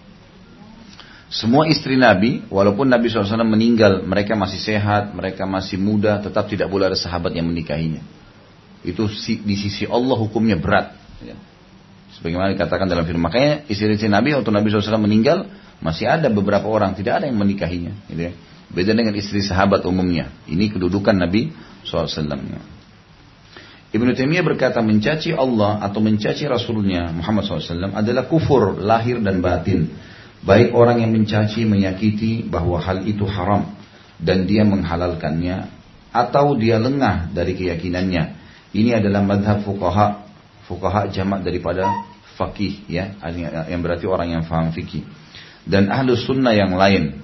Semua istri Nabi, walaupun Nabi SAW meninggal, mereka masih sehat, mereka masih muda, tetap tidak boleh ada sahabat yang menikahinya. Itu di sisi Allah hukumnya berat. Ya. Sebagaimana dikatakan dalam firman, makanya istri-istri Nabi waktu Nabi SAW meninggal masih ada beberapa orang, tidak ada yang menikahinya. Gitu ya. Beda dengan istri sahabat umumnya. Ini kedudukan Nabi SAW. Ya. Ibnu Taimiyah berkata mencaci Allah atau mencaci Rasulnya Muhammad SAW adalah kufur lahir dan batin. Baik orang yang mencaci, menyakiti bahwa hal itu haram dan dia menghalalkannya, atau dia lengah dari keyakinannya. Ini adalah madhab fuqaha jamak daripada faqih ya, yang berarti orang yang faham fikih. Dan ahlus sunnah yang lain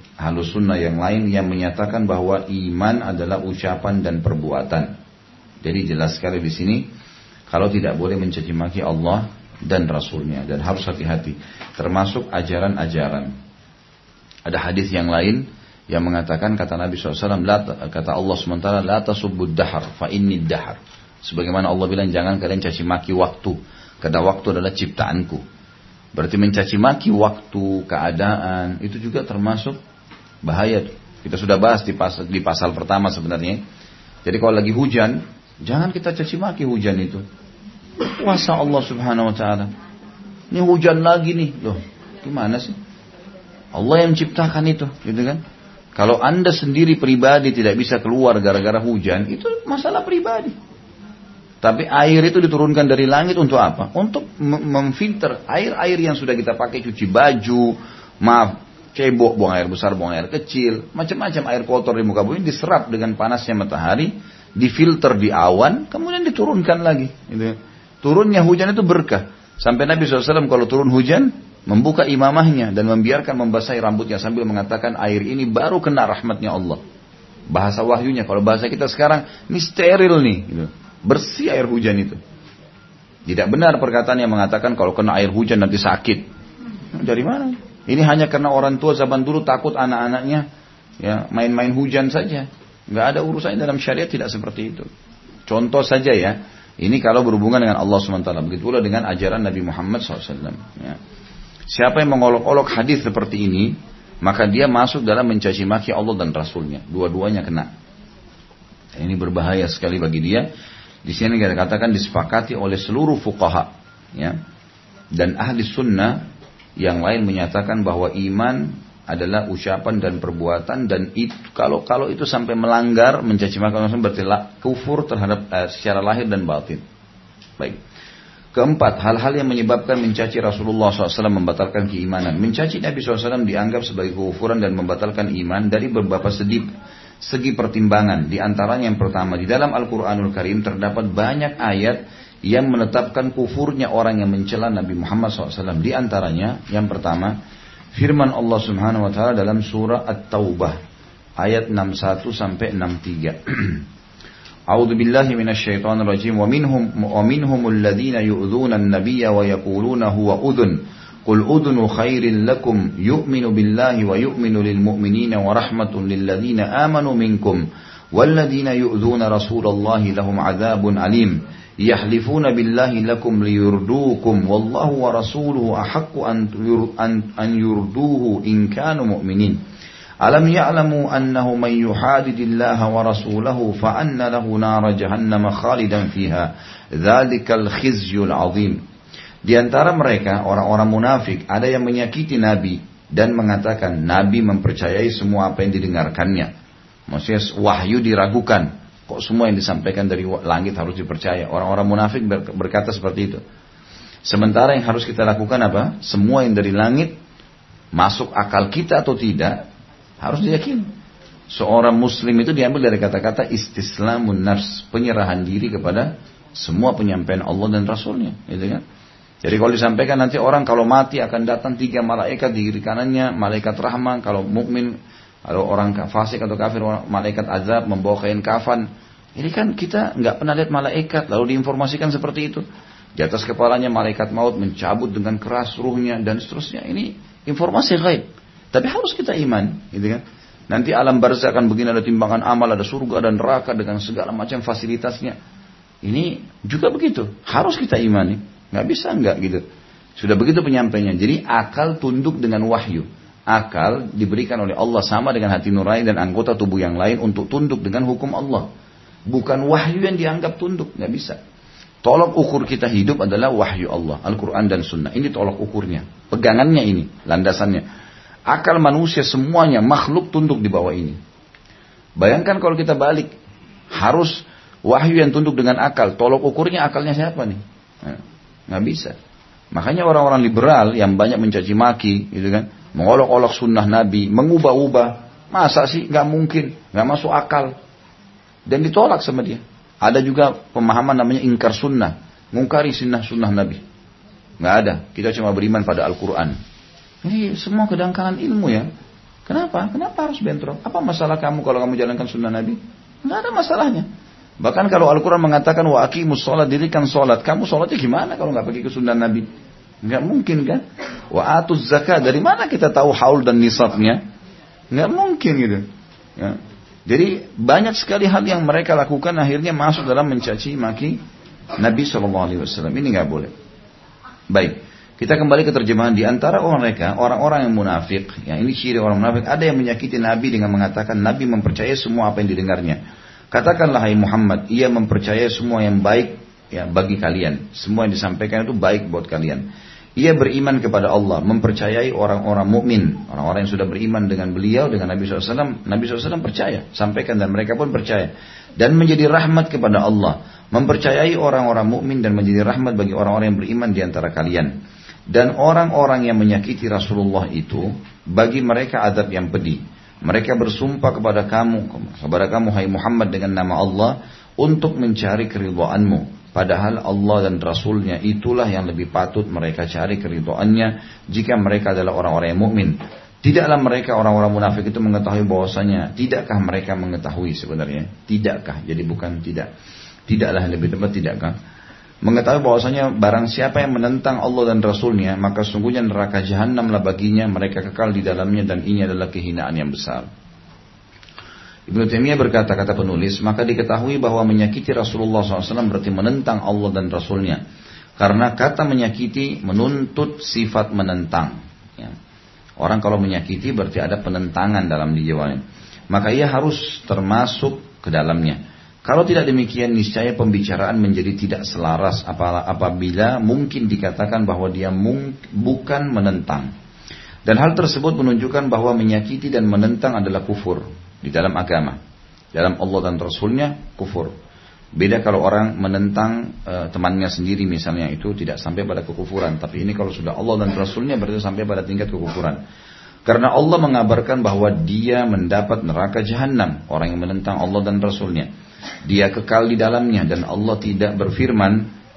yang menyatakan bahwa iman adalah ucapan dan perbuatan. Jadi jelas sekali di sini kalau tidak boleh mencaci maki Allah dan Rasulnya, dan harus hati-hati termasuk ajaran-ajaran. Ada hadis yang lain yang mengatakan kata Nabi SAW, kata Allah SWT, la tasubbud dahar fa inni dahar. Sebagaimana Allah bilang jangan kalian caci maki waktu, karena waktu adalah ciptaanku. Berarti mencaci maki waktu, keadaan, itu juga termasuk bahaya. Kita sudah bahas di pasal pertama sebenarnya. Jadi kalau lagi hujan, jangan kita caci maki hujan itu. Kuasa Allah Subhanahu wa taala. Ini hujan lagi nih. Loh, gimana sih? Allah yang menciptakan itu, gitu kan? Kalau Anda sendiri pribadi tidak bisa keluar gara-gara hujan, itu masalah pribadi. Tapi air itu diturunkan dari langit untuk apa? Untuk memfilter air-air yang sudah kita pakai cuci baju, cebok, buang air besar, buang air kecil, macam-macam air kotor di muka bumi diserap dengan panasnya matahari, difilter di awan, kemudian diturunkan lagi. Gitu. Turunnya hujan itu berkah. Sampai Nabi SAW kalau turun hujan, membuka imamahnya dan membiarkan membasahi rambutnya sambil mengatakan air ini baru kena rahmatnya Allah. Bahasa wahyunya, kalau bahasa kita sekarang, ini steril nih. Gitu. Bersih air hujan itu. Tidak benar perkataan yang mengatakan kalau kena air hujan nanti sakit. Dari mana? Ini hanya karena orang tua zaman dulu takut anak-anaknya ya main-main hujan saja. Nggak ada urusannya dalam syariat, tidak seperti itu. Contoh saja ya. Ini kalau berhubungan dengan Allah SWT. Begitu pula dengan ajaran Nabi Muhammad SAW. Ya. Siapa yang mengolok-olok hadis seperti ini, maka dia masuk dalam mencaci maki Allah dan Rasulnya. Dua-duanya kena. Ini berbahaya sekali bagi dia. Di sini kita katakan disepakati oleh seluruh fuqaha, ya. Dan ahli sunnah yang lain menyatakan bahwa iman adalah ucapan dan perbuatan, dan itu kalau itu sampai melanggar mencaci maki Allah berarti kufur terhadap secara lahir dan batin. Baik. Keempat, hal-hal yang menyebabkan mencaci Rasulullah SAW membatalkan keimanan. Mencaci Nabi SAW dianggap sebagai kekufuran dan membatalkan iman dari beberapa segi pertimbangan. Di antaranya yang pertama, di dalam Al-Quranul Karim terdapat banyak ayat yang menetapkan kufurnya orang yang mencela Nabi Muhammad SAW. Di antaranya, yang pertama, firman Allah Subhanahu Wa Taala dalam surah At-Taubah ayat 61 sampai 63. A'udzu billahi minasyaitonir rajim. Wa minhumul ladzina yu'dzuna an-nabiyya wa yaquluna huwa udhun. Qul udhunu khairin lakum yu'minu billahi wa yu'minu lil mu'minina wa rahmatun lil ladzina amanu minkum. والذين يؤذون رسول الله لهم عذاب أليم يحلفون بالله لكم ليردوكم والله ورسوله أحق أن يردوه إن كانوا مؤمنين ألم يعلموا أنه من يحادد الله ورسوله فأن له نار جهنم خالدا فيها ذلك الخزي العظيم. Di antara mereka orang-orang munafik ada yang menyakiti Nabi dan mengatakan Nabi mempercayai semua apa yang didengarkannya. Maksudnya wahyu diragukan. Kok semua yang disampaikan dari langit harus dipercaya? Orang-orang munafik berkata seperti itu. Sementara yang harus kita lakukan apa? Semua yang dari langit, masuk akal kita atau tidak, harus diyakini. Seorang muslim itu diambil dari kata-kata istislamun nafs, penyerahan diri kepada semua penyampaian Allah dan Rasulnya, gitu kan? Jadi kalau disampaikan nanti orang kalau mati akan datang 3 malaikat di kiri kanannya, malaikat rahman. Kalau mukmin, kalau orang fasik atau kafir, malaikat azab membawa kain kafan. Ini kan kita nggak pernah lihat malaikat, lalu diinformasikan seperti itu. Di atas kepalanya malaikat maut mencabut dengan keras ruhnya dan seterusnya. Ini informasi gaib. Tapi harus kita iman, gitu kan? Nanti alam barzakh akan begini, ada timbangan amal, ada surga dan neraka dengan segala macam fasilitasnya. Ini juga begitu, harus kita imani. Nggak bisa nggak gitu. Sudah begitu penyampainya. Jadi akal tunduk dengan wahyu. Akal diberikan oleh Allah sama dengan hati nurani dan anggota tubuh yang lain untuk tunduk dengan hukum Allah. Bukan wahyu yang dianggap tunduk, nggak bisa. Tolok ukur kita hidup adalah wahyu Allah, Al-Quran dan Sunnah. Ini tolok ukurnya, pegangannya ini, landasannya. Akal manusia semuanya makhluk tunduk di bawah ini. Bayangkan kalau kita balik, harus wahyu yang tunduk dengan akal. Tolok ukurnya akalnya siapa nih? Nggak bisa. Makanya orang-orang liberal yang banyak mencaci maki, gitu kan? Mengolok-olok sunnah Nabi, mengubah-ubah. Masa sih? Gak mungkin. Gak masuk akal. Dan ditolak sama dia. Ada juga pemahaman namanya ingkar sunnah. Mengingkari sunnah Nabi. Gak ada. Kita cuma beriman pada Al-Quran. Ini semua kedangkalan ilmu ya. Kenapa? Kenapa harus bentrok? Apa masalah kamu kalau kamu jalankan sunnah Nabi? Gak ada masalahnya. Bahkan kalau Al-Quran mengatakan wa aqimus sholat, dirikan sholat. Kamu sholatnya gimana kalau gak pergi ke sunnah Nabi? Nggak mungkin kan? Wa atuz zakat, dari mana kita tahu haul dan nisabnya? Nggak mungkin gitu. Ya. Jadi banyak sekali hal yang mereka lakukan akhirnya masuk dalam mencaci maki Nabi SAW. Ini nggak boleh. Baik, kita kembali ke terjemahan. Di antara mereka orang-orang yang munafik, yang ini ciri orang munafik, ada yang menyakiti Nabi dengan mengatakan Nabi mempercayai semua apa yang didengarnya. Katakanlah hai Muhammad, ia mempercayai semua yang baik ya bagi kalian. Semua yang disampaikan itu baik buat kalian. Ia beriman kepada Allah, mempercayai orang-orang mukmin, orang-orang yang sudah beriman dengan beliau, dengan Nabi SAW. Nabi SAW percaya, sampaikan dan mereka pun percaya. Dan menjadi rahmat kepada Allah, mempercayai orang-orang mukmin dan menjadi rahmat bagi orang-orang yang beriman di antara kalian. Dan orang-orang yang menyakiti Rasulullah itu, bagi mereka azab yang pedih. Mereka bersumpah kepada kamu hai Muhammad dengan nama Allah, untuk mencari keridhaanmu. Padahal Allah dan Rasulnya itulah yang lebih patut mereka cari keridhaannya jika mereka adalah orang-orang yang mukmin. Tidaklah mereka orang-orang munafik itu mengetahui bahwasanya, tidakkah mereka mengetahui sebenarnya? Tidakkah? Jadi bukan tidak. Tidaklah, lebih tepat tidakkah? Mengetahui bahwasanya barang siapa yang menentang Allah dan Rasulnya, maka sungguhnya neraka jahanamlah baginya, mereka kekal di dalamnya dan ini adalah kehinaan yang besar. Ibnu Taimiyah berkata, kata penulis, maka diketahui bahwa menyakiti Rasulullah SAW berarti menentang Allah dan Rasulnya. Karena kata menyakiti menuntut sifat menentang. Ya. Orang kalau menyakiti berarti ada penentangan dalam jiwanya. Maka ia harus termasuk ke dalamnya. Kalau tidak demikian, niscaya pembicaraan menjadi tidak selaras apabila mungkin dikatakan bahwa dia bukan menentang. Dan hal tersebut menunjukkan bahwa menyakiti dan menentang adalah kufur di dalam agama. Dalam Allah dan Rasulnya kufur. Beda kalau orang menentang temannya sendiri misalnya, itu tidak sampai pada kekufuran. Tapi ini kalau sudah Allah dan Rasulnya berarti sampai pada tingkat kekufuran. Karena Allah mengabarkan bahwa dia mendapat neraka jahanam, orang yang menentang Allah dan Rasulnya. Dia kekal di dalamnya dan Allah tidak berfirman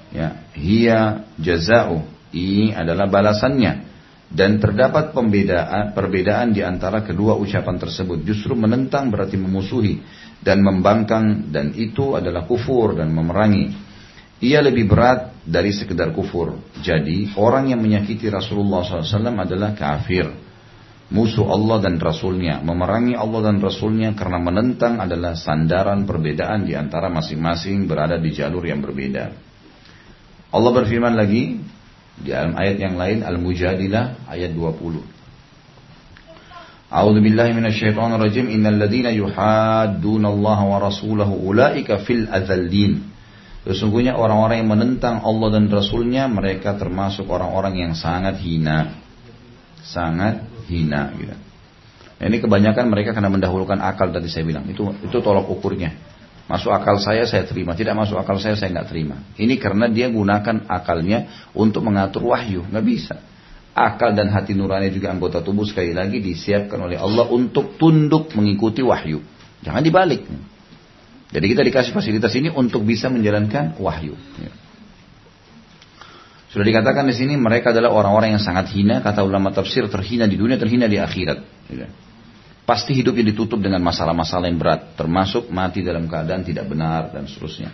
Ya, hiya jaza'u, ini adalah balasannya. Dan terdapat perbedaan di antara kedua ucapan tersebut. Justru menentang berarti memusuhi dan membangkang, dan itu adalah kufur dan memerangi. Ia lebih berat dari sekedar kufur. Jadi orang yang menyakiti Rasulullah SAW adalah kafir, musuh Allah dan Rasulnya. Memerangi Allah dan Rasulnya karena menentang adalah sandaran perbedaan di antara masing-masing berada di jalur yang berbeda. Allah berfirman lagi di dalam ayat yang lain, Al-Mujadilah ayat 20. A'udzu billahi minasyaitonir rajim. Innal ladzina yuhaddunallaha wa rasulahu ulaika fil adzallin. Sesungguhnya orang-orang yang menentang Allah dan Rasulnya, mereka termasuk orang-orang yang sangat hina. Sangat hina gitu. Nah, ini kebanyakan mereka karena mendahulukan akal, tadi saya bilang. Itu tolak ukurnya. Masuk akal saya terima, tidak masuk akal saya nggak terima. Ini karena dia gunakan akalnya untuk mengatur wahyu, nggak bisa. Akal dan hati nurani juga anggota tubuh, sekali lagi disiapkan oleh Allah untuk tunduk mengikuti wahyu. Jangan dibalik. Jadi kita dikasih fasilitas ini untuk bisa menjalankan wahyu. Sudah dikatakan di sini mereka adalah orang-orang yang sangat hina. Kata ulama tafsir, terhina di dunia, terhina di akhirat. Pasti hidupnya ditutup dengan masalah-masalah yang berat, termasuk mati dalam keadaan tidak benar dan seterusnya.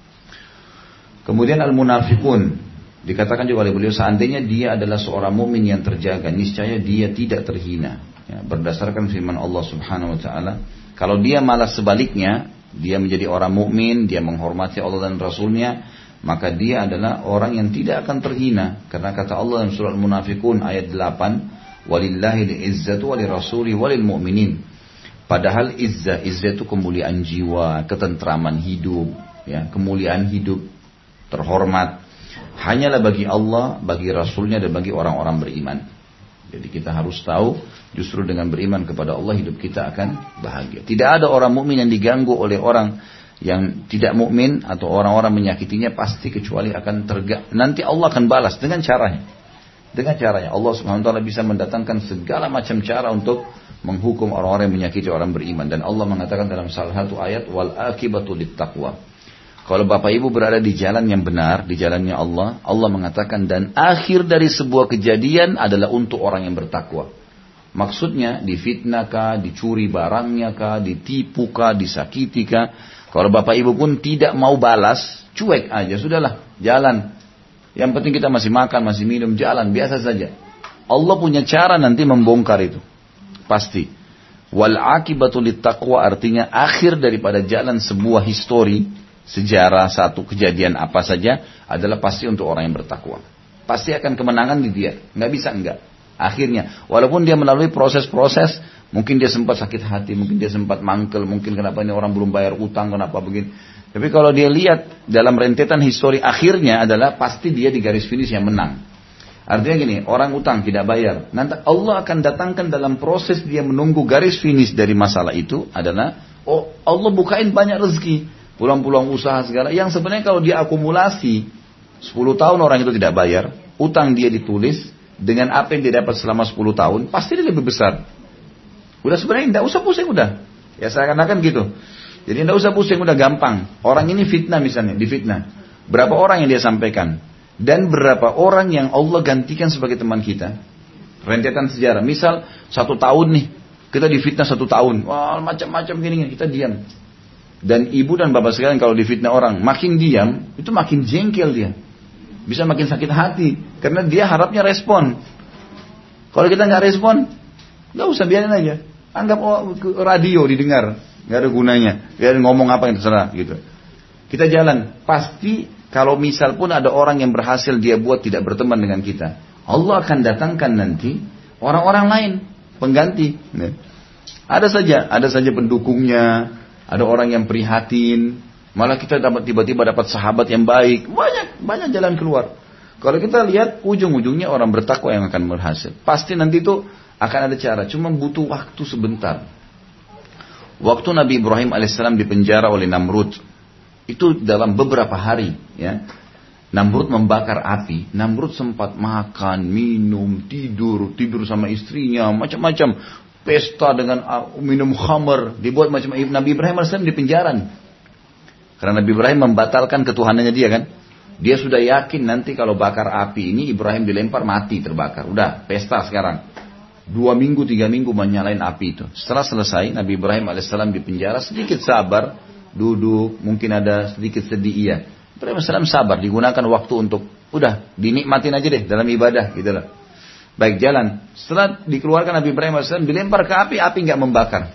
Kemudian al-munafiqun, dikatakan juga oleh beliau, seandainya dia adalah seorang mukmin yang terjaga, niscaya dia tidak terhina. Ya, berdasarkan firman Allah Subhanahu Wa Taala, kalau dia malah sebaliknya, dia menjadi orang mukmin, dia menghormati Allah dan Rasulnya, maka dia adalah orang yang tidak akan terhina. Karena kata Allah dalam surah Al-Munafiqun ayat 8. Walillahil izzatu walirrasuli walil mu'minin. Padahal izzah itu kemuliaan jiwa, ketentraman hidup, ya, kemuliaan hidup, terhormat hanyalah bagi Allah, bagi Rasulnya, dan bagi orang-orang beriman. Jadi kita harus tahu, justru dengan beriman kepada Allah hidup kita akan bahagia. Tidak ada orang mukmin yang diganggu oleh orang yang tidak mukmin atau orang-orang menyakitinya, pasti kecuali akan nanti Allah akan balas dengan caranya. Dengan caranya Allah Subhanahu wa taala bisa mendatangkan segala macam cara untuk menghukum orang-orang yang menyakiti orang beriman. Dan Allah mengatakan dalam salah satu ayat, wal akibatu littaqwa. Kalau Bapak Ibu berada di jalan yang benar, di jalannya Allah, Allah mengatakan dan akhir dari sebuah kejadian adalah untuk orang yang bertakwa. Maksudnya difitnah kah, dicuri barangnya kah, ditipu kah, disakiti kah. Kalau Bapak Ibu pun tidak mau balas, cuek aja, sudahlah, jalan. Yang penting kita masih makan, masih minum, jalan, biasa saja. Allah punya cara nanti membongkar itu. Pasti. Wal akibatu littaqwa, artinya akhir daripada jalan sebuah histori, sejarah, satu kejadian apa saja, adalah pasti untuk orang yang bertakwa. Pasti akan kemenangan di dia. Nggak bisa enggak. Akhirnya, walaupun dia melalui proses-proses, mungkin dia sempat sakit hati, mungkin dia sempat mangkel, mungkin kenapa ini orang belum bayar utang, kenapa begini. Tapi kalau dia lihat dalam rentetan histori, akhirnya adalah pasti dia di garis finish yang menang. Artinya gini, orang utang tidak bayar, nanti Allah akan datangkan dalam proses dia menunggu garis finish dari masalah itu adalah, oh Allah bukain banyak rezeki, pulang-pulang usaha segala, yang sebenarnya kalau dia akumulasi 10 tahun orang itu tidak bayar, utang dia ditulis, dengan apa yang dia dapat selama 10 tahun, pasti dia lebih besar. Udah sebenarnya tidak usah pusing udah. Ya seakan-akan gitu. Jadi tidak usah pusing, udah gampang. Orang ini fitnah misalnya, difitnah. Berapa orang yang dia sampaikan? Dan berapa orang yang Allah gantikan sebagai teman kita? Rentetan sejarah. Misal 1 tahun nih, kita difitnah 1 tahun. Wah macam-macam gini, kita diam. Dan ibu dan bapak sekalian kalau difitnah orang, makin diam, itu makin jengkel dia. Bisa makin sakit hati. Karena dia harapnya respon. Kalau kita nggak respon, nggak usah, biarin aja. Anggap radio didengar. Gak ada gunanya, dia ngomong apa yang terserah gitu. Kita jalan, pasti kalau misal pun ada orang yang berhasil dia buat tidak berteman dengan kita, Allah akan datangkan nanti orang-orang lain pengganti. Ada saja pendukungnya, ada orang yang prihatin, malah kita tiba-tiba dapat sahabat yang baik, banyak jalan keluar. Kalau kita lihat ujung-ujungnya orang bertakwa yang akan berhasil. Pasti nanti itu akan ada cara, cuma butuh waktu sebentar. Waktu Nabi Ibrahim alaihissalam dipenjara oleh Namrud, itu dalam beberapa hari, ya, Namrud membakar api. Namrud sempat makan, minum, tidur sama istrinya, macam-macam, pesta dengan minum khamr, dibuat macam. Nabi Ibrahim alaihissalam dipenjara, karena Nabi Ibrahim membatalkan ketuhanannya dia kan. Dia sudah yakin nanti kalau bakar api ini Ibrahim dilempar mati terbakar. Udah pesta sekarang. 2 minggu 3 minggu menyalain api itu. Setelah selesai Nabi Ibrahim alaihissalam di penjara, sedikit sabar, duduk, mungkin ada sedikit sedih iya. Ibrahim alaihissalam sabar, digunakan waktu untuk udah dinikmatin aja deh dalam ibadah gitu loh. Baik jalan. Setelah dikeluarkan Nabi Ibrahim alaihissalam dilempar ke api nggak membakar.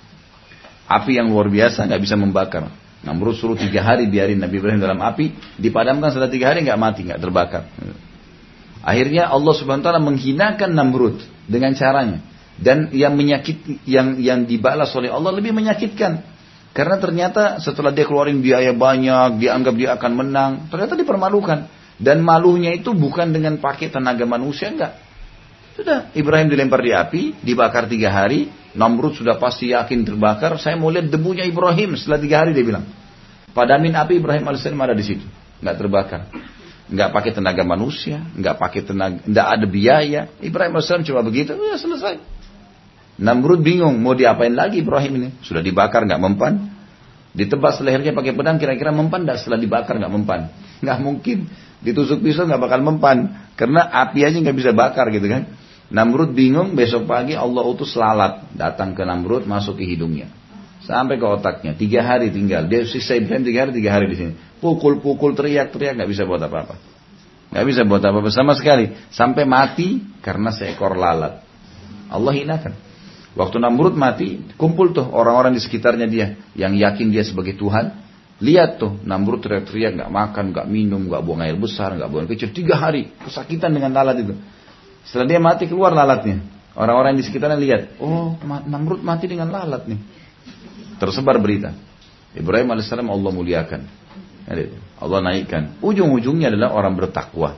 Api yang luar biasa nggak bisa membakar. Namrud suruh 3 hari biarin Nabi Ibrahim dalam api, dipadamkan setelah 3 hari nggak mati, nggak terbakar. Akhirnya Allah Subhanahu Wa Taala menghinakan Namrud dengan caranya, dan yang menyakit, yang dibalas oleh Allah lebih menyakitkan, karena ternyata setelah dia keluarin biaya banyak, dia anggap dia akan menang, ternyata dipermalukan, dan malunya itu bukan dengan pakai tenaga manusia, enggak. Sudah Ibrahim dilempar di api, dibakar 3 hari. Namrud sudah pasti yakin terbakar. Saya mau lihat debunya Ibrahim setelah 3 hari dia bilang. Padamin api Ibrahim alaihissalam ada di situ, nggak terbakar, nggak pakai tenaga manusia, nggak pakai tenaga, nggak ada biaya. Ibrahim alaihissalam cuma begitu, ya selesai. Namrud bingung mau diapain lagi Ibrahim ini, sudah dibakar nggak mempan, ditebas lehernya pakai pedang kira-kira mempan nggak? Setelah dibakar nggak mempan, nggak mungkin. Ditusuk pisau nggak bakal mempan, karena api aja nggak bisa bakar gitu kan. Namrud bingung, besok pagi Allah utus lalat datang ke Namrud, masuk ke hidungnya sampai ke otaknya. 3 hari tinggal, dia siksa Ibrahim 3 hari di sini, pukul teriak nggak bisa buat apa-apa, nggak bisa buat apa-apa sama sekali, sampai mati karena seekor lalat. Allah hinakan. Waktu Namrud mati, kumpul tuh orang-orang di sekitarnya dia yang yakin dia sebagai Tuhan. Lihat tuh Namrud teriak-teriak, nggak makan, nggak minum, nggak buang air besar, nggak buang air kecil, 3 hari kesakitan dengan lalat itu. Setelah dia mati keluar lalatnya. Orang-orang di sekitarnya lihat, oh Namrud mati dengan lalat nih. Tersebar berita. Ibrahim alaihissalam Allah muliakan, Allah naikkan. Ujung-ujungnya adalah orang bertakwa.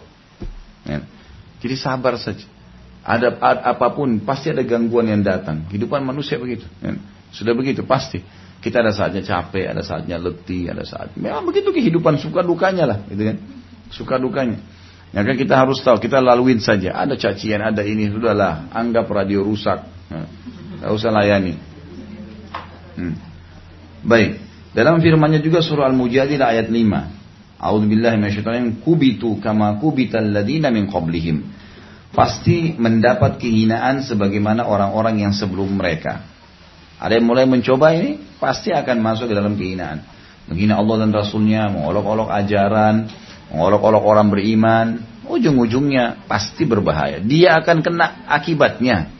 Jadi sabar saja. Ada apapun pasti ada gangguan yang datang. Kehidupan manusia begitu. Sudah begitu pasti. Kita ada saatnya capek, ada saatnya letih, ada saat. Memang begitu kehidupan, suka dukanya lah, gitu kan. Suka dukanya. Maka kita harus tahu, kita laluin saja. Ada cacian, ada ini, sudahlah. Anggap radio rusak. Tidak usah layani. Baik. Dalam firman-Nya juga surah Al-Mujadilah ayat 5. A'udzubillahi minasyaitonir kubitu kama kubital ladina min qablihim. Pasti mendapat kehinaan sebagaimana orang-orang yang sebelum mereka. Ada yang mulai mencoba ini, pasti akan masuk ke dalam kehinaan. Menghina Allah dan Rasulnya, mengolok-olok ajaran, mengolok-olok orang beriman, ujung-ujungnya pasti berbahaya. Dia akan kena akibatnya.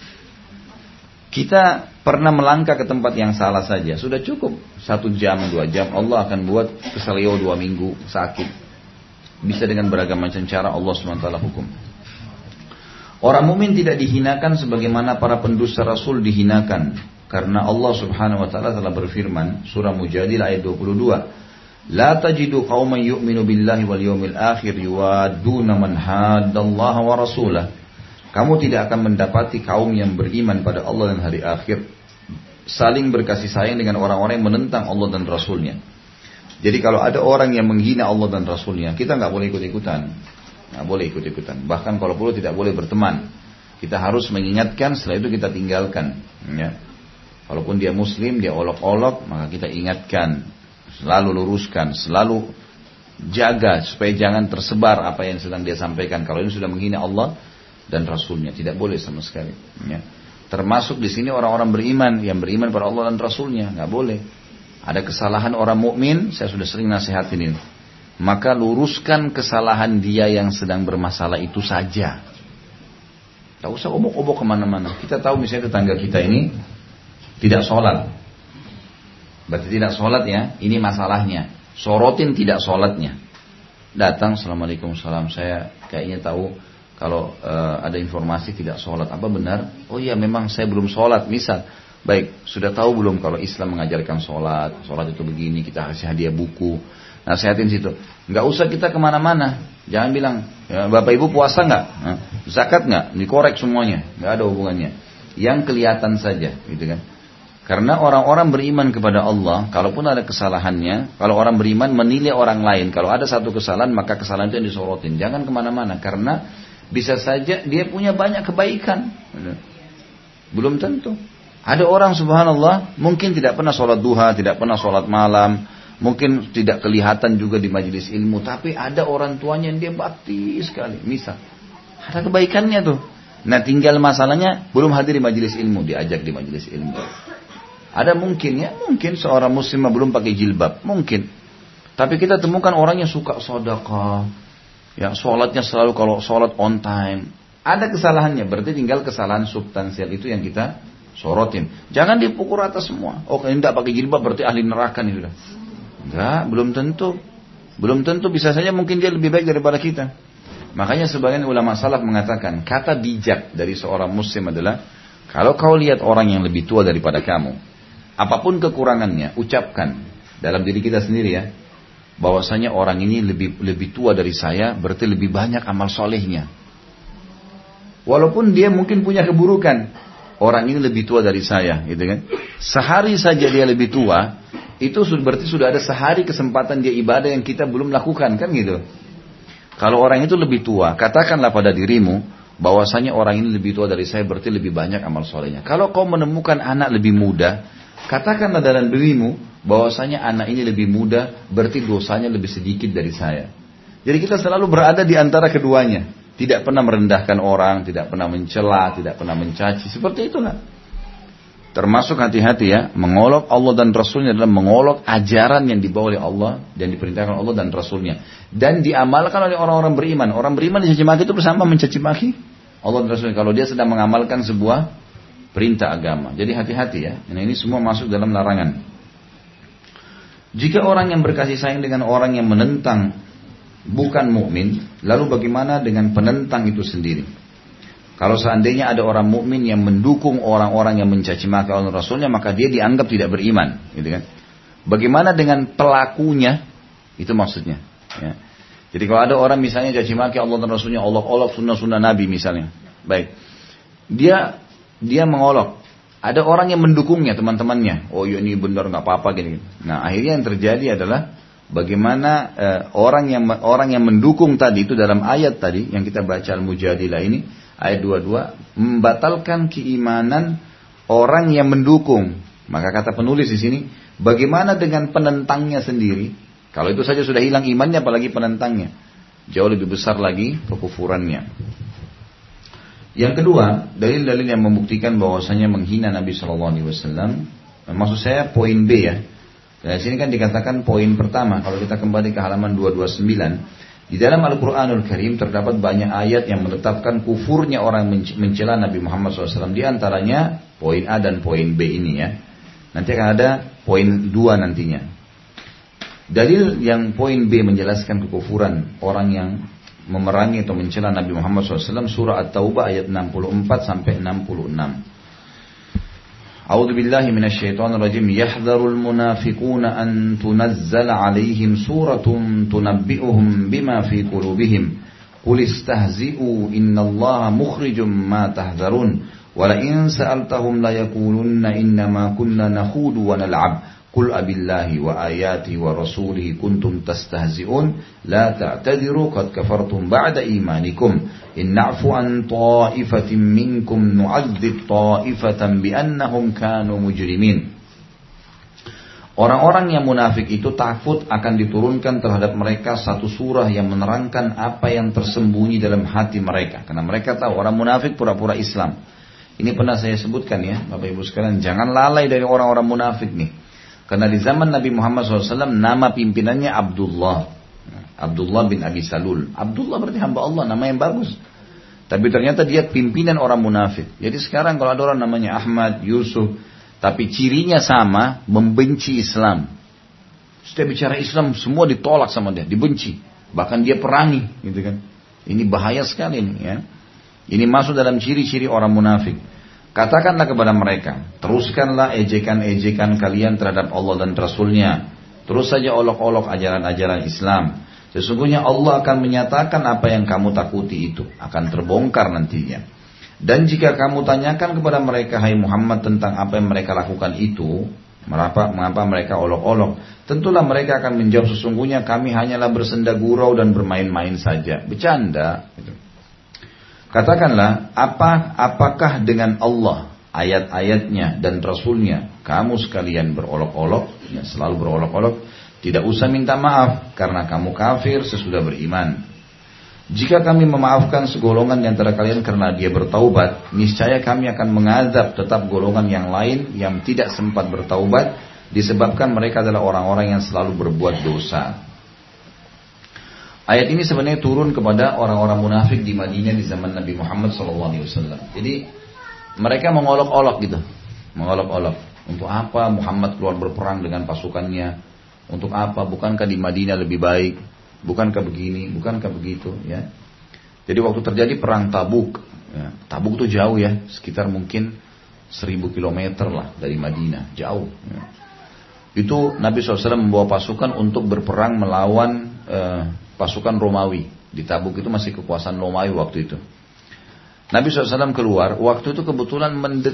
Kita pernah melangkah ke tempat yang salah saja, sudah cukup 1 jam, 2 jam, Allah akan buat keselio 2 minggu, sakit. Bisa dengan beragam macam cara Allah SWT hukum. Orang mukmin tidak dihinakan sebagaimana para pendusta Rasul dihinakan. Karena Allah Subhanahu wa taala telah berfirman, surah Mujadilah ayat 22. La tajidu qauman yu'minu billahi wal yawmil akhir yuwadduna man haddallaha wa rasulah. Kamu tidak akan mendapati kaum yang beriman pada Allah dan hari akhir saling berkasih sayang dengan orang-orang yang menentang Allah dan Rasulnya. Jadi kalau ada orang yang menghina Allah dan Rasulnya, kita nggak boleh ikut-ikutan. Nggak boleh ikut-ikutan. Bahkan kalau perlu tidak boleh berteman. Kita harus mengingatkan, setelah itu kita tinggalkan. Ya. Walaupun dia muslim, dia olok-olok, maka kita ingatkan. Selalu luruskan, selalu jaga supaya jangan tersebar apa yang sedang dia sampaikan. Kalau ini sudah menghina Allah dan Rasulnya, tidak boleh sama sekali. Ya. Termasuk di sini orang-orang beriman, yang beriman pada Allah dan Rasulnya, nggak boleh. Ada kesalahan orang mukmin, saya sudah sering nasihatin ini. Maka luruskan kesalahan dia yang sedang bermasalah itu saja. Tak usah obok-obok kemana-mana. Kita tahu misalnya tetangga kita ini tidak sholat. Berarti tidak sholat ya, ini masalahnya. Sorotin tidak sholatnya. Datang, assalamualaikum salam, saya kayaknya tahu kalau ada informasi tidak sholat. Apa benar? Oh iya memang saya belum sholat. Misal, baik, sudah tahu belum kalau Islam mengajarkan sholat? Sholat itu begini, kita kasih hadiah buku. Nasihatin situ. Nggak usah kita kemana-mana. Jangan bilang, ya, Bapak Ibu puasa nggak? Zakat nggak? Dikorek semuanya. Nggak ada hubungannya. Yang kelihatan saja, gitu kan? Karena orang-orang beriman kepada Allah, kalaupun ada kesalahannya, kalau orang beriman menilai orang lain, kalau ada satu kesalahan, maka kesalahan itu yang disorotin. Jangan kemana-mana, karena bisa saja dia punya banyak kebaikan. Belum tentu. Ada orang subhanallah, mungkin tidak pernah sholat duha, tidak pernah sholat malam, mungkin tidak kelihatan juga di majelis ilmu, tapi ada orang tuanya yang dia bakti sekali, misal ada kebaikannya tuh. Nah tinggal masalahnya belum hadir di majelis ilmu, diajak di majelis ilmu. Ada mungkin seorang muslimah belum pakai jilbab, mungkin. Tapi kita temukan orang yang suka sedekah, ya sholatnya selalu kalau sholat on time. Ada kesalahannya, berarti tinggal kesalahan substansial itu yang kita sorotin. Jangan dipukul rata semua. Oh kalau tidak pakai jilbab berarti ahli neraka nih sudah. Enggak, belum tentu bisa saja mungkin dia lebih baik daripada kita. Makanya sebagian ulama salaf mengatakan kata bijak dari seorang muslim adalah kalau kau lihat orang yang lebih tua daripada kamu, apapun kekurangannya, ucapkan dalam diri kita sendiri ya, bahwasanya orang ini lebih tua dari saya, berarti lebih banyak amal solehnya. Walaupun dia mungkin punya keburukan, orang ini lebih tua dari saya, gitu kan? Sehari saja dia lebih tua, itu berarti sudah ada sehari kesempatan dia ibadah yang kita belum lakukan, kan gitu. Kalau orang itu lebih tua, katakanlah pada dirimu, bahwasanya orang ini lebih tua dari saya, berarti lebih banyak amal solehnya. Kalau kau menemukan anak lebih muda, katakanlah dalam dirimu, bahwasanya anak ini lebih muda, berarti dosanya lebih sedikit dari saya. Jadi kita selalu berada di antara keduanya. Tidak pernah merendahkan orang, tidak pernah mencela, tidak pernah mencaci. Seperti itulah. Termasuk hati-hati ya, mengolok Allah dan Rasulnya adalah mengolok ajaran yang dibawa oleh Allah dan diperintahkan Allah dan Rasulnya. Dan diamalkan oleh orang-orang beriman. Orang beriman dicaci maki itu bersama mencaci maki Allah dan Rasulnya. Kalau dia sedang mengamalkan sebuah perintah agama. Jadi hati-hati ya. Nah, ini semua masuk dalam larangan. Jika orang yang berkasih sayang dengan orang yang menentang bukan mukmin, lalu bagaimana dengan penentang itu sendiri? Kalau seandainya ada orang mukmin yang mendukung orang-orang yang mencaci maki Allah dan Rasulnya, maka dia dianggap tidak beriman, gitu kan? Bagaimana dengan pelakunya? Itu maksudnya. Ya. Jadi kalau ada orang misalnya caci maki Allah dan Rasulnya, olok-olok sunnah-sunnah Nabi misalnya, baik, dia mengolok. Ada orang yang mendukungnya, teman-temannya. Oh ya ini benar nggak apa-apa gini. Nah akhirnya yang terjadi adalah bagaimana orang yang mendukung tadi itu dalam ayat tadi yang kita baca Al-Mujadilah ini ayat 22 membatalkan keimanan orang yang mendukung. Maka kata penulis di sini, bagaimana dengan penentangnya sendiri? Kalau itu saja sudah hilang imannya, apalagi penentangnya. Jauh lebih besar lagi kekufurannya. Yang kedua, dalil-dalil yang membuktikan bahwasanya menghina Nabi SAW. Maksud saya poin B ya. Di sini kan dikatakan poin pertama. Kalau kita kembali ke halaman 229, di dalam Al-Quranul Karim terdapat banyak ayat yang menetapkan kufurnya orang mencela Nabi Muhammad SAW. Di antaranya poin A dan poin B ini ya. Nanti akan ada poin 2 nantinya. Dalil yang poin B menjelaskan kekufuran orang yang memerangi atau mencela Nabi Muhammad SAW, surah At-Taubah ayat 64 sampai 66. A'udzu billahi minasyaitonir rajim. Yahdharul munafiquna an tunazzala 'alaihim suratun tunabbi'uhum bima fi qulubihim. Qul istahzi'u innallaha mukhrijum ma tahdharun. Wa la in sa'altahum la yaqulunna innama kunna nakhudu wa nal'ab. Qul abillahi wa ayati wa rasulihi kuntum tastahzi'un la ta'tadiru qad kafartum ba'da imanikum in na'fu an ta'ifatin minkum nu'adzib ta'ifatan bi'annahum kanu mujrimin. Orang-orang yang munafik itu takut akan diturunkan terhadap mereka satu surah yang menerangkan apa yang tersembunyi dalam hati mereka, karena mereka tahu orang munafik pura-pura Islam. Ini pernah saya sebutkan ya Bapak Ibu sekalian, jangan lalai dari orang-orang munafik nih. Karena di zaman Nabi Muhammad SAW nama pimpinannya Abdullah bin Abi Salul. Abdullah berarti hamba Allah, nama yang bagus. Tapi ternyata dia pimpinan orang munafik. Jadi sekarang kalau ada orang namanya Ahmad, Yusuf, tapi cirinya sama, membenci Islam. Setiap bicara Islam semua ditolak sama dia, dibenci. Bahkan dia perangi, gitu kan. Ini bahaya sekali ini ya. Ini masuk dalam ciri-ciri orang munafik. Katakanlah kepada mereka, teruskanlah ejekan-ejekan kalian terhadap Allah dan Rasulnya. Terus saja olok-olok ajaran-ajaran Islam. Sesungguhnya Allah akan menyatakan apa yang kamu takuti itu akan terbongkar nantinya. Dan jika kamu tanyakan kepada mereka, hai Muhammad, tentang apa yang mereka lakukan itu, mengapa mereka olok-olok, tentulah mereka akan menjawab, sesungguhnya kami hanyalah bersenda gurau dan bermain-main saja, bercanda. Katakanlah, apakah dengan Allah, ayat-ayatnya dan Rasulnya, kamu sekalian berolok-olok, ya, selalu berolok-olok. Tidak usah minta maaf karena kamu kafir sesudah beriman. Jika kami memaafkan segolongan di antara kalian karena dia bertaubat, niscaya kami akan mengadab tetap golongan yang lain yang tidak sempat bertaubat disebabkan mereka adalah orang-orang yang selalu berbuat dosa. Ayat ini sebenarnya turun kepada orang-orang munafik di Madinah di zaman Nabi Muhammad SAW. Jadi mereka mengolok-olok gitu, mengolok-olok. Untuk apa Muhammad keluar berperang dengan pasukannya? Untuk apa? Bukankah di Madinah lebih baik? Bukankah begini? Bukankah begitu? Ya. Jadi waktu terjadi perang Tabuk, ya, Tabuk itu jauh ya, sekitar mungkin 1000 kilometer lah dari Madinah, jauh. Ya. Itu Nabi SAW membawa pasukan untuk berperang melawan pasukan Romawi. Di Tabuk itu masih kekuasaan Romawi waktu itu. Nabi SAW keluar, waktu itu kebetulan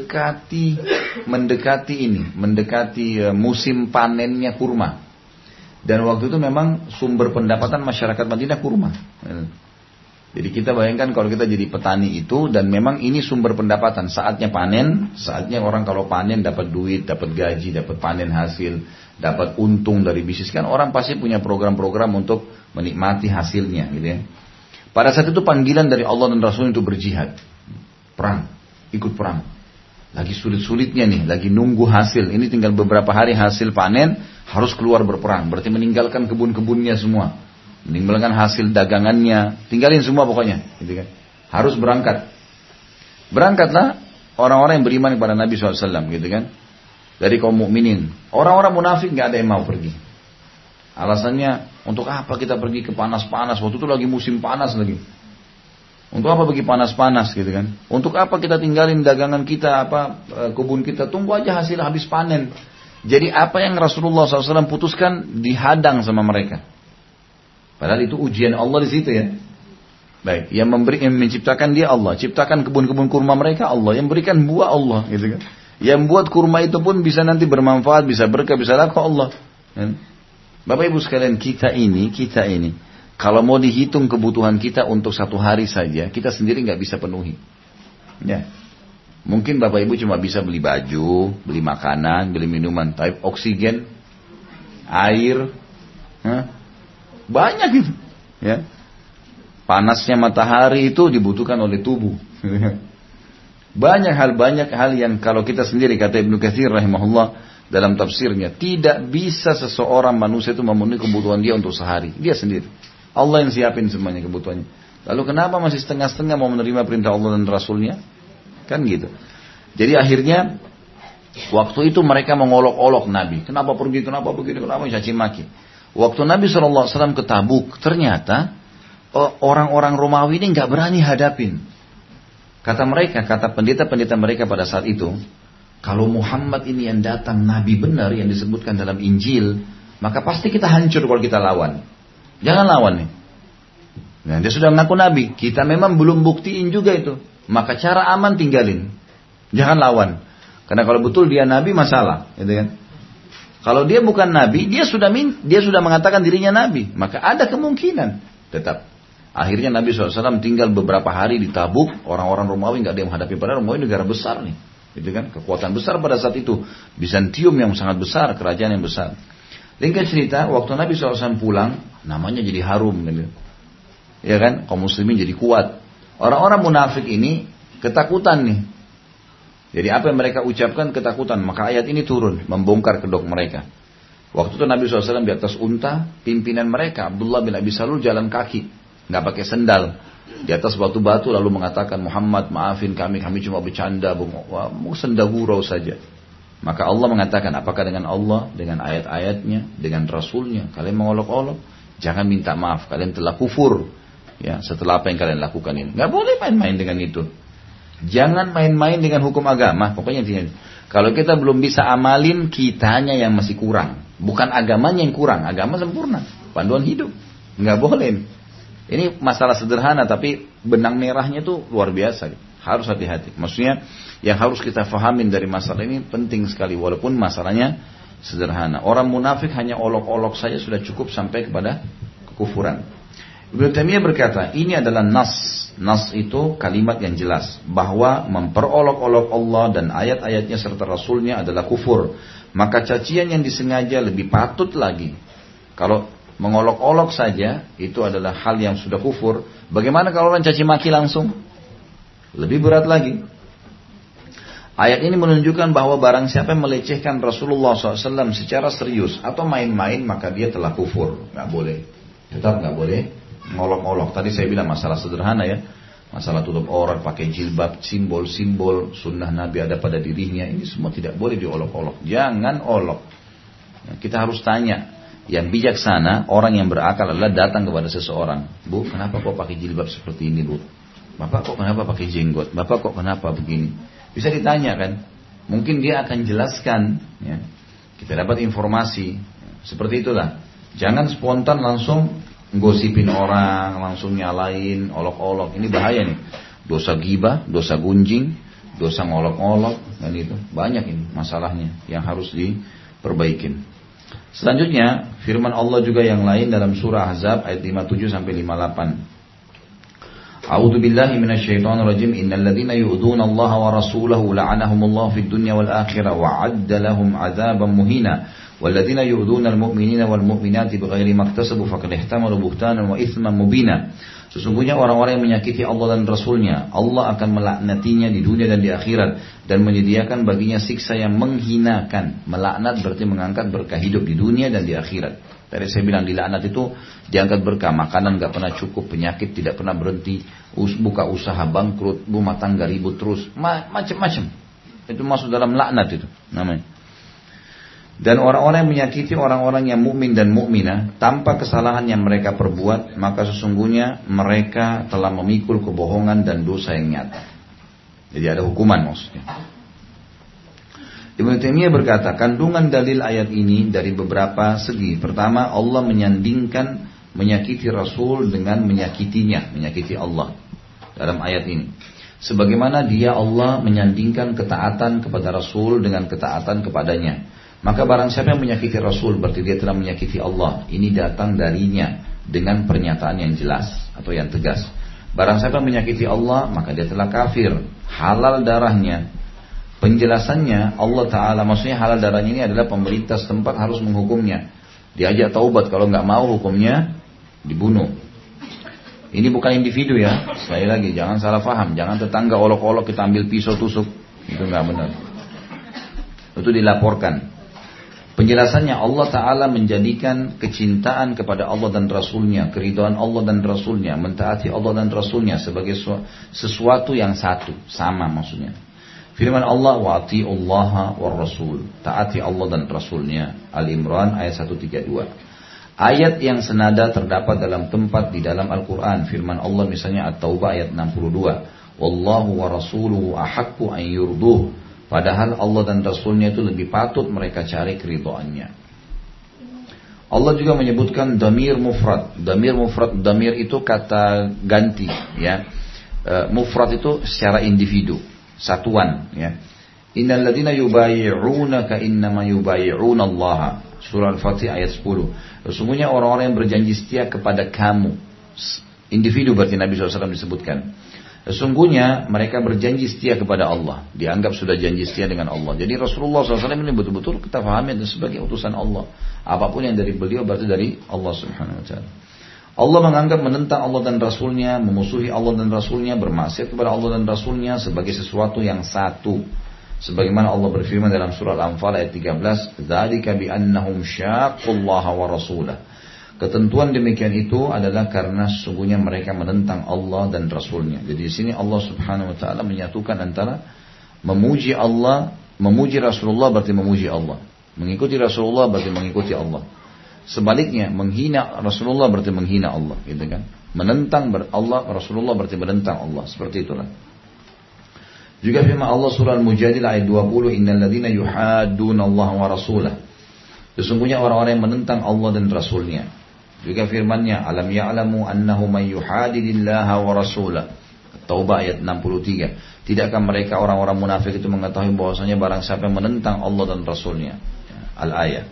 mendekati musim panennya kurma. Dan waktu itu memang sumber pendapatan masyarakat Madinah kurma. Jadi kita bayangkan kalau kita jadi petani itu dan memang ini sumber pendapatan. Saatnya panen, saatnya orang kalau panen dapat duit, dapat gaji, dapat panen hasil, dapat untung dari bisnis. Kan orang pasti punya program-program untuk menikmati hasilnya gitu ya. Pada saat itu panggilan dari Allah dan Rasul untuk berjihad. Perang, ikut perang. Lagi sulit-sulitnya nih, lagi nunggu hasil. Ini tinggal beberapa hari hasil panen, harus keluar berperang. Berarti meninggalkan kebun-kebunnya semua. Meninggalkan hasil dagangannya. Tinggalin semua pokoknya. Gitu kan. Harus berangkat. Berangkatlah orang-orang yang beriman kepada Nabi SAW. Gitu kan. Dari kaum mukminin. Orang-orang munafik gak ada yang mau pergi. Alasannya, untuk apa kita pergi ke panas-panas? Waktu itu lagi musim panas lagi. Untuk apa pergi panas-panas gitu kan? Untuk apa kita tinggalin dagangan kita, kebun kita? Tunggu aja hasil habis panen. Jadi apa yang Rasulullah SAW putuskan dihadang sama mereka. Padahal itu ujian Allah di situ ya. Baik, yang menciptakan dia Allah, ciptakan kebun-kebun kurma mereka Allah, yang berikan buah Allah, gitu kan? Yang buat kurma itu pun bisa nanti bermanfaat, bisa berkah, bisa laku Allah. Bapak Ibu sekalian, kita ini. Kalau mau dihitung kebutuhan kita untuk satu hari saja, kita sendiri nggak bisa penuhi. Ya, mungkin Bapak Ibu cuma bisa beli baju, beli makanan, beli minuman, tapi oksigen, air, banyak gitu. Ya, panasnya matahari itu dibutuhkan oleh tubuh. Banyak hal yang kalau kita sendiri, kata Ibnu Katsir rahimahullah dalam tafsirnya, tidak bisa seseorang manusia itu memenuhi kebutuhan dia untuk sehari, dia sendiri. Allah yang siapin semuanya kebutuhannya. Lalu kenapa masih setengah-setengah mau menerima perintah Allah dan Rasulnya? Kan gitu. Jadi akhirnya waktu itu mereka mengolok-olok Nabi. Kenapa pergi, kenapa begini, kenapa caci maki. Waktu Nabi SAW ke Tabuk, ternyata orang-orang Romawi ini gak berani hadapin. Kata pendeta-pendeta mereka pada saat itu, kalau Muhammad ini yang datang Nabi benar yang disebutkan dalam Injil, maka pasti kita hancur kalau kita lawan. Jangan lawan nih. Nah, dia sudah mengaku Nabi. Kita memang belum buktiin juga itu. Maka cara aman tinggalin. Jangan lawan. Karena kalau betul dia Nabi masalah, gitu kan? Kalau dia bukan Nabi, dia sudah mengatakan dirinya Nabi. Maka ada kemungkinan tetap. Akhirnya Nabi SAW tinggal beberapa hari di Tabuk. Orang-orang Romawi nggak ada yang menghadapi. Padahal Romawi negara besar nih, gitu kan? Kekuatan besar pada saat itu. Bizantium yang sangat besar, kerajaan yang besar. Ringkas cerita, waktu Nabi SAW pulang, namanya jadi harum, gitu. Ya kan? Kaum muslimin jadi kuat. Orang-orang munafik ini ketakutan nih. Jadi apa yang mereka ucapkan ketakutan. Maka ayat ini turun, membongkar kedok mereka. Waktu itu Nabi SAW di atas unta, pimpinan mereka Abdullah bin Abi Salul jalan kaki, nggak pakai sendal, di atas batu-batu lalu mengatakan, Muhammad maafin kami cuma bercanda, mau sendagurau saja. Maka Allah mengatakan, apakah dengan Allah, dengan ayat-ayatnya, dengan Rasulnya kalian mengolok-olok? Jangan minta maaf, kalian telah kufur. Ya, setelah apa yang kalian lakukan ini, nggak boleh main-main dengan itu. Jangan main-main dengan hukum agama. Pokoknya kalau kita belum bisa amalin, kitanya yang masih kurang. Bukan agamanya yang kurang, agama sempurna, panduan hidup. Nggak boleh. Ini masalah sederhana, tapi benang merahnya tuh luar biasa. Harus hati-hati. Maksudnya yang harus kita fahamin dari masalah ini penting sekali, walaupun masalahnya sederhana. Orang munafik hanya olok-olok saja sudah cukup sampai kepada kekufuran. Ibnu Taimiyah berkata, ini adalah nas. Nas itu kalimat yang jelas bahwa memperolok-olok Allah dan ayat-ayatnya serta Rasulnya adalah kufur. Maka cacian yang disengaja lebih patut lagi Kalau mengolok-olok saja itu adalah hal yang sudah kufur. Bagaimana kalau orang caci maki langsung? Lebih berat lagi. Ayat ini menunjukkan bahwa barang siapa yang melecehkan Rasulullah SAW secara serius atau main-main, maka dia telah kufur. Nggak boleh. Tetap nggak boleh ngolok-olok. Tadi saya bilang masalah sederhana ya. Masalah tutup aurat, pakai jilbab, simbol-simbol sunnah Nabi ada pada dirinya. Ini semua tidak boleh diolok-olok. Jangan olok. Kita harus tanya. Yang bijaksana, orang yang berakal adalah datang kepada seseorang. Bu, kenapa kok pakai jilbab seperti ini, Bu? Bapak kok kenapa pakai jenggot? Bapak kok kenapa begini? Bisa ditanya kan? Mungkin dia akan jelaskan. Ya. Kita dapat informasi. Seperti itulah. Jangan spontan langsung gosipin orang, langsung nyalain, olok-olok. Ini bahaya nih. Dosa ghibah, dosa gunjing, dosa ngolok-olok, dan itu banyak ini masalahnya yang harus diperbaikin. Selanjutnya firman Allah juga yang lain dalam surah Ahzab ayat 57 sampai 58. A'udzu billahi minasyaitonir rajim. Innal ladzina yu'dzuna Allah wa rasulahu la'anahumullahu fid dunya wal akhirah wa 'adda lahum 'adzaban muhina. Walladzina yu'dzuna al-mu'minina wal mu'minati bighairi maktasabu faqad ihtamalu buhtanan wa itsman mubina. Sesungguhnya orang-orang yang menyakiti Allah dan Rasulnya, Allah akan melaknatinya di dunia dan di akhirat dan menyediakan baginya siksa yang menghinakan. Melaknat berarti mengangkat berkah hidup di dunia dan di akhirat. Tadi saya bilang dilaknat itu diangkat berkah, makanan gak pernah cukup, penyakit tidak pernah berhenti, buka usaha bangkrut, rumah tangga ribut terus, macam-macam. Itu masuk dalam laknat itu namanya. Dan orang-orang yang menyakiti orang-orang yang mukmin dan mukminah tanpa kesalahan yang mereka perbuat, maka sesungguhnya mereka telah memikul kebohongan dan dosa yang nyata. Jadi ada hukuman maksudnya. Ibnu Taimiyah berkata, kandungan dalil ayat ini dari beberapa segi. Pertama, Allah menyandingkan menyakiti Rasul dengan menyakitinya, menyakiti Allah dalam ayat ini. Sebagaimana dia Allah menyandingkan ketaatan kepada Rasul dengan ketaatan kepadanya. Maka barang siapa yang menyakiti Rasul berarti dia telah menyakiti Allah. Ini datang darinya dengan pernyataan yang jelas atau yang tegas. Barang siapa yang menyakiti Allah maka dia telah kafir. Halal darahnya. Penjelasannya Allah Ta'ala, maksudnya halal darahnya ini adalah pemerintah setempat harus menghukumnya. Diajak taubat, kalau nggak mau hukumnya dibunuh. Ini bukan individu ya. Sekali lagi jangan salah paham. Jangan tetangga olok-olok kita ambil pisau tusuk. Itu nggak benar. Itu dilaporkan. Penjelasannya Allah Ta'ala menjadikan kecintaan kepada Allah dan Rasulnya, keridhaan Allah dan Rasulnya, mentaati Allah dan Rasulnya sebagai sesuatu yang satu, sama maksudnya. Firman Allah, wa'ati'ullaha war rasul, taati Allah dan Rasulnya. Al-Imran ayat 132. Ayat yang senada terdapat dalam tempat di dalam Al-Quran. Firman Allah misalnya At-Taubah ayat 62. Wallahu wa rasuluhu ahaqqu an yurduh. Padahal Allah dan Rasulnya itu lebih patut mereka cari keridhaannya. Allah juga menyebutkan damir mufrad. Damir itu kata ganti, ya. Mufrad itu secara individu, satuan, ya. Innal ladzina yubayyi'unaka innama yubayyi'una Allah. Surah Al-Fatih ayat 10. Sesungguhnya orang-orang yang berjanji setia kepada kamu, individu berarti Nabi SAW disebutkan. Sesungguhnya mereka berjanji setia kepada Allah. Dianggap sudah janji setia dengan Allah. Jadi Rasulullah SAW ini betul-betul kita pahami sebagai utusan Allah. Apapun yang dari beliau berarti dari Allah Subhanahu Wa Taala. Allah menganggap menentang Allah dan Rasulnya, memusuhi Allah dan Rasulnya, bermaksiat kepada Allah dan Rasulnya sebagai sesuatu yang satu. Sebagaimana Allah berfirman dalam surah Al-Anfal ayat 13, "Dzalika bi annahum syaqqullaha wa rasulahu." Ketentuan demikian itu adalah karena sesungguhnya mereka menentang Allah dan Rasulnya. Jadi di sini Allah Subhanahu Wa Taala menyatukan antara memuji Allah, memuji Rasulullah berarti memuji Allah, mengikuti Rasulullah berarti mengikuti Allah. Sebaliknya menghina Rasulullah berarti menghina Allah, gitu kan? Menentang Allah Rasulullah berarti menentang Allah. Seperti itulah. Juga firman Allah surah Al-Mujadilah ayat 20, "Innal ladzina yuhadduna Allah wa rasulahu." Sesungguhnya orang-orang yang menentang Allah dan Rasulnya. Juga firman-Nya, "Alam ya'lamu annahu man yuhadidillaha wa rasulahu." Taubah ayat 63. Tidakkah mereka orang-orang munafik itu mengetahui bahwasanya barang siapa yang menentang Allah dan Rasulnya? Al-ayat.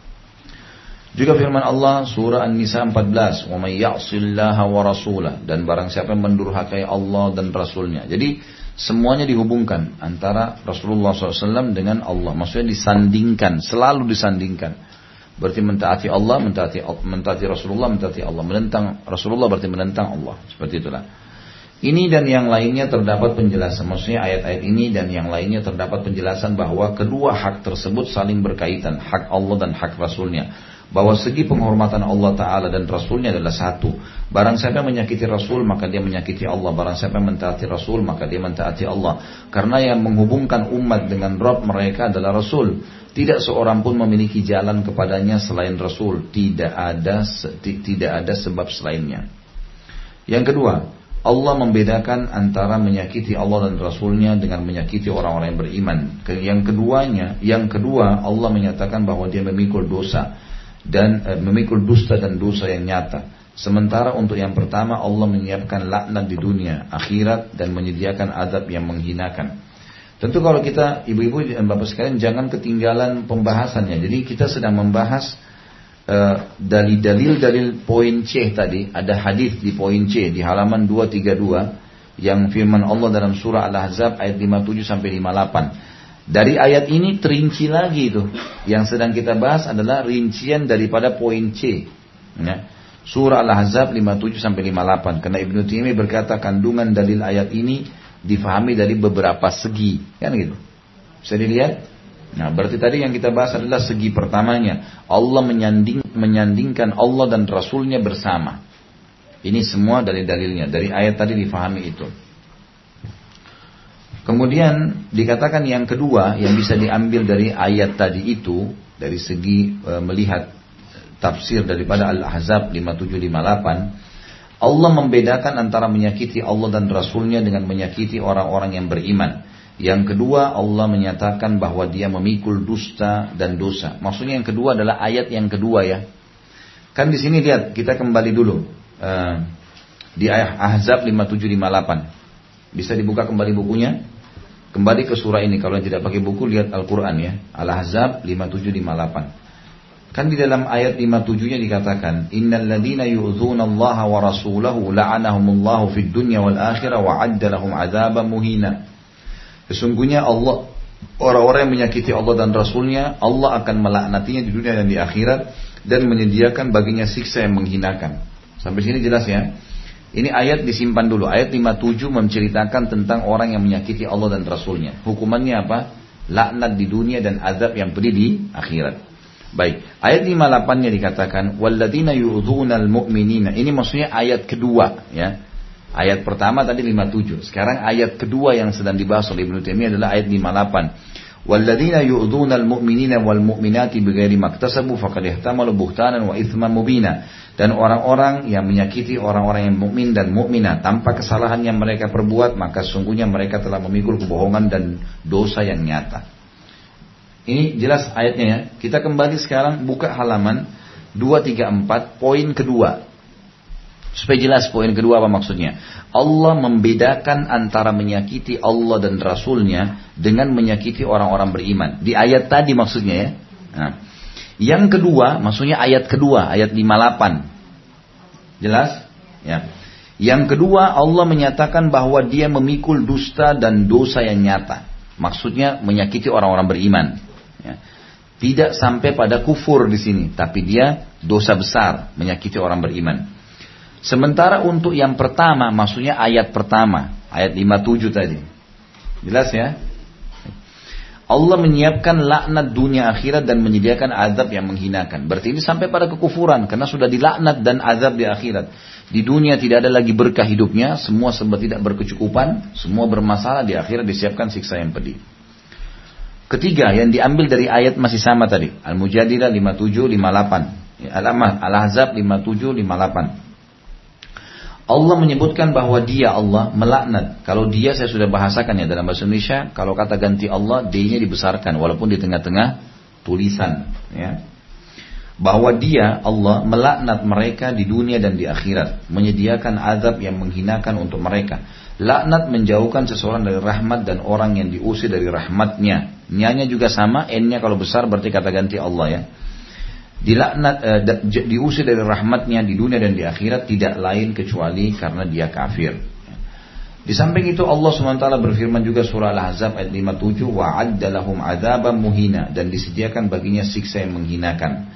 Juga firman Allah surah An-Nisa 14, "Wa may ya'sillaha wa rasulahu." Dan barang siapa yang mendurhakai Allah dan Rasulnya. Jadi semuanya dihubungkan antara Rasulullah SAW dengan Allah. Maksudnya disandingkan, selalu disandingkan. berarti mentaati Allah, mentaati Rasulullah, mentaati Allah. Menentang Rasulullah berarti menentang Allah. Seperti itulah. Ini dan yang lainnya terdapat penjelasan. Maksudnya ayat-ayat ini dan yang lainnya terdapat penjelasan bahwa kedua hak tersebut saling berkaitan. Hak Allah dan hak Rasulnya. Bahwa segi penghormatan Allah Ta'ala dan Rasulnya adalah satu. Barang siapa yang menyakiti Rasul maka dia menyakiti Allah. Barang siapa yang mentaati Rasul maka dia mentaati Allah. Karena yang menghubungkan umat dengan Rabb mereka adalah Rasul. Tidak seorang pun memiliki jalan kepadanya selain Rasul. Tidak ada sebab selainnya. Yang kedua, Allah membedakan antara menyakiti Allah dan Rasulnya dengan menyakiti orang-orang yang beriman. Yang kedua, Allah menyatakan bahwa dia memikul dosa dan memikul dusta dan dosa yang nyata. Sementara untuk yang pertama, Allah menyiapkan laknat di dunia, akhirat dan menyediakan azab yang menghinakan. Tentu kalau kita, ibu-ibu dan bapak sekalian, jangan ketinggalan pembahasannya. Jadi kita sedang membahas dalil poin C tadi. Ada hadis di poin C di halaman 232 yang firman Allah dalam surah Al-Ahzab ayat 57 sampai 58. Dari ayat ini terinci lagi itu. Yang sedang kita bahas adalah rincian daripada poin C. Ya. Surah Al-Ahzab 57 sampai 58. Karena Ibnu Taimiyah berkata kandungan dalil ayat ini difahami dari beberapa segi, kan gitu. Bisa dilihat? Nah, berarti tadi yang kita bahas adalah segi pertamanya. Allah menyandingkan Allah dan Rasulnya bersama. Ini semua dalil-dalilnya. Dari ayat tadi difahami itu. Kemudian dikatakan yang kedua yang bisa diambil dari ayat tadi itu. Dari segi melihat tafsir daripada Al-Ahzab 57-58. Allah membedakan antara menyakiti Allah dan Rasulnya dengan menyakiti orang-orang yang beriman. Yang kedua, Allah menyatakan bahwa dia memikul dusta dan dosa. Maksudnya yang kedua adalah ayat yang kedua ya. Kan di sini lihat, kita kembali dulu di ayat Ahzab 5758. Bisa dibuka kembali bukunya? Kembali ke surah ini. Kalau tidak pakai buku, lihat Al-Quran ya. Al-Ahzab 5758. Kan di dalam ayat 57-nya dikatakan, Innal ladhina yu'dhuna Allah wa rasulahu la'anahumullahu fid dunya wal akhirah wa 'adda lahum 'adzaban muhina. Sesungguhnya Allah, orang-orang yang menyakiti Allah dan Rasulnya, Allah akan melaknatinya di dunia dan di akhirat dan menyediakan baginya siksa yang menghinakan. Sampai sini jelas ya. Ini ayat disimpan dulu. Ayat 57 menceritakan tentang orang yang menyakiti Allah dan Rasulnya. Hukumannya apa? Laknat di dunia dan azab yang pedih di akhirat. Baik. Ayat 58-nya dikatakan walladzina yu'dzunal mu'minina. Ini maksudnya ayat kedua ya. Ayat pertama tadi 57. Sekarang ayat kedua yang sedang dibahas oleh Ibnu Taimiyah adalah ayat 58. Walladzina yu'dzunal mu'minina wal mu'minati bighairi maktasabu faqad ihtamalu buhtanan wa itsman mubina. Dan orang-orang yang menyakiti orang-orang yang mukmin dan mukminah tanpa kesalahan yang mereka perbuat, maka sesungguhnya mereka telah memikul kebohongan dan dosa yang nyata. Ini jelas ayatnya ya. Kita kembali sekarang buka halaman 234 poin kedua. Supaya jelas poin kedua apa maksudnya. Allah membedakan antara menyakiti Allah dan Rasulnya dengan menyakiti orang-orang beriman. Di ayat tadi maksudnya ya. Nah, yang kedua maksudnya ayat kedua, ayat 58. Jelas? Ya. Yang kedua Allah menyatakan bahwa dia memikul dusta dan dosa yang nyata. Maksudnya menyakiti orang-orang beriman. Ya. Tidak sampai pada kufur di sini, tapi dia dosa besar menyakiti orang beriman. Sementara untuk yang pertama, maksudnya ayat pertama, ayat 57 tadi. Jelas ya? Allah menyiapkan laknat dunia akhirat dan menyediakan azab yang menghinakan. Berarti ini sampai pada kekufuran, karena sudah dilaknat dan azab di akhirat. Di dunia tidak ada lagi berkah hidupnya, semua serba tidak berkecukupan, semua bermasalah, di akhirat disiapkan siksa yang pedih. Ketiga, yang diambil dari ayat masih sama tadi. Al-Mujadilah 57-58. Al-Ahzab 57-58. Allah menyebutkan bahwa dia Allah melaknat. Kalau dia saya sudah bahasakan ya dalam bahasa Indonesia. Kalau kata ganti Allah, D-nya dibesarkan walaupun di tengah-tengah tulisan. Ya. Bahwa dia Allah melaknat mereka di dunia dan di akhirat. Menyediakan azab yang menghinakan untuk mereka. Laknat menjauhkan seseorang dari rahmat dan orang yang diusir dari rahmatnya. Nya juga sama, N-nya kalau besar berarti kata ganti Allah ya. Dilaknat, diusir dari rahmatnya di dunia dan di akhirat tidak lain kecuali karena dia kafir. Di samping itu Allah SWT berfirman juga surah Al-Ahzab ayat 57 wa'adda lahum 'adzaban muhina, dan disediakan baginya siksa yang menghinakan.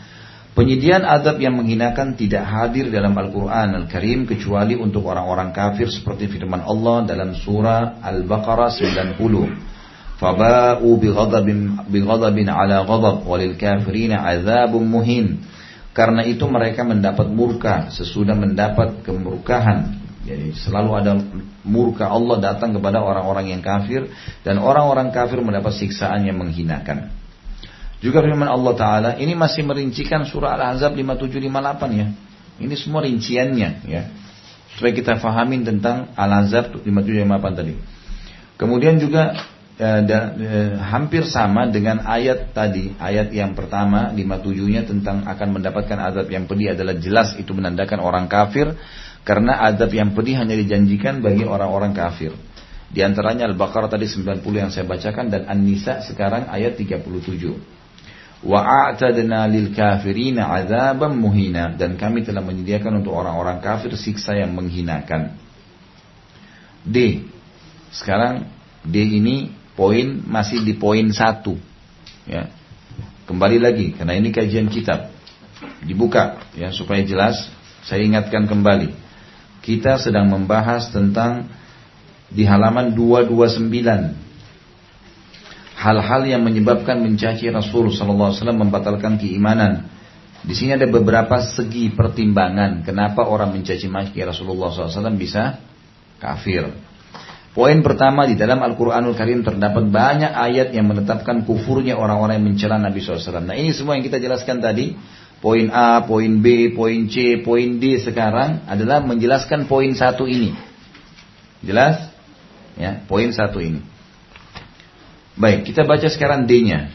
Penyediaan azab yang menghinakan tidak hadir dalam Al-Quran Al-Karim kecuali untuk orang-orang kafir seperti firman Allah dalam surah Al-Baqarah 90. Faba'u bighadabin ala ghadab walil kafirina azabun muhin. Karena itu mereka mendapat murka sesudah mendapat kemurkaan. Jadi selalu ada murka Allah datang kepada orang-orang yang kafir dan orang-orang kafir mendapat siksaan yang menghinakan. Juga firman Allah Ta'ala, ini masih merincikan surah Al-Ahzab 57-58 ya. Ini semua rinciannya ya. Supaya kita fahamin tentang Al-Ahzab 57-58 tadi. Kemudian juga hampir sama dengan ayat tadi. Ayat yang pertama 57-nya tentang akan mendapatkan azab yang pedih adalah jelas itu menandakan orang kafir. Karena azab yang pedih hanya dijanjikan bagi orang-orang kafir. Di antaranya Al-Baqarah tadi 90 yang saya bacakan dan An-Nisa sekarang ayat 37. Wa'atadna lil kafirina azaban muhina, dan kami telah menyediakan untuk orang-orang kafir siksa yang menghinakan. D. Sekarang D ini poin masih di poin 1. Ya. Kembali lagi karena ini kajian kitab. Dibuka ya supaya jelas. Saya ingatkan kembali. Kita sedang membahas tentang di halaman 229. Hal-hal yang menyebabkan mencaci Rasul Sallallahu Alaihi Wasallam membatalkan keimanan. Di sini ada beberapa segi pertimbangan kenapa orang mencaci maki Rasulullah SAW bisa kafir. Poin pertama, di dalam Al-Quranul Karim terdapat banyak ayat yang menetapkan kufurnya orang-orang yang mencela Nabi SAW. Nah ini semua yang kita jelaskan tadi, poin A, poin B, poin C, poin D sekarang adalah menjelaskan poin 1 ini. Jelas? Ya, poin 1 ini. Baik, kita baca sekarang D-nya.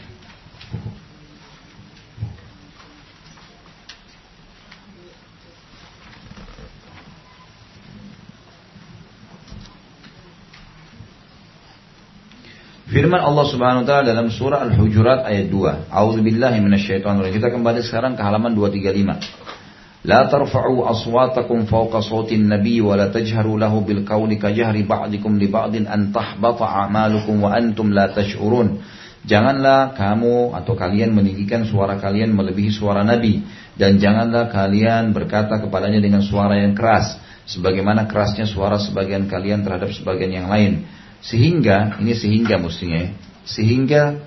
Firman Allah Subhanahu wa taala dalam surah Al-Hujurat ayat 2. A'udzubillahi minasyaitonir rajim. Kita kembali sekarang ke halaman 235. La tarfa'u aswatakum fawqa sautin nabi wa la tajharu lahu bil qawli kajahri ba'dikum li ba'din an tahbata a'malukum wa antum la tash'urun. Janganlah kamu atau kalian meninggikan suara kalian melebihi suara Nabi, dan janganlah kalian berkata kepadanya dengan suara yang keras sebagaimana kerasnya suara sebagian kalian terhadap sebagian yang lain. Sehingga ini sehingga mestinya sehingga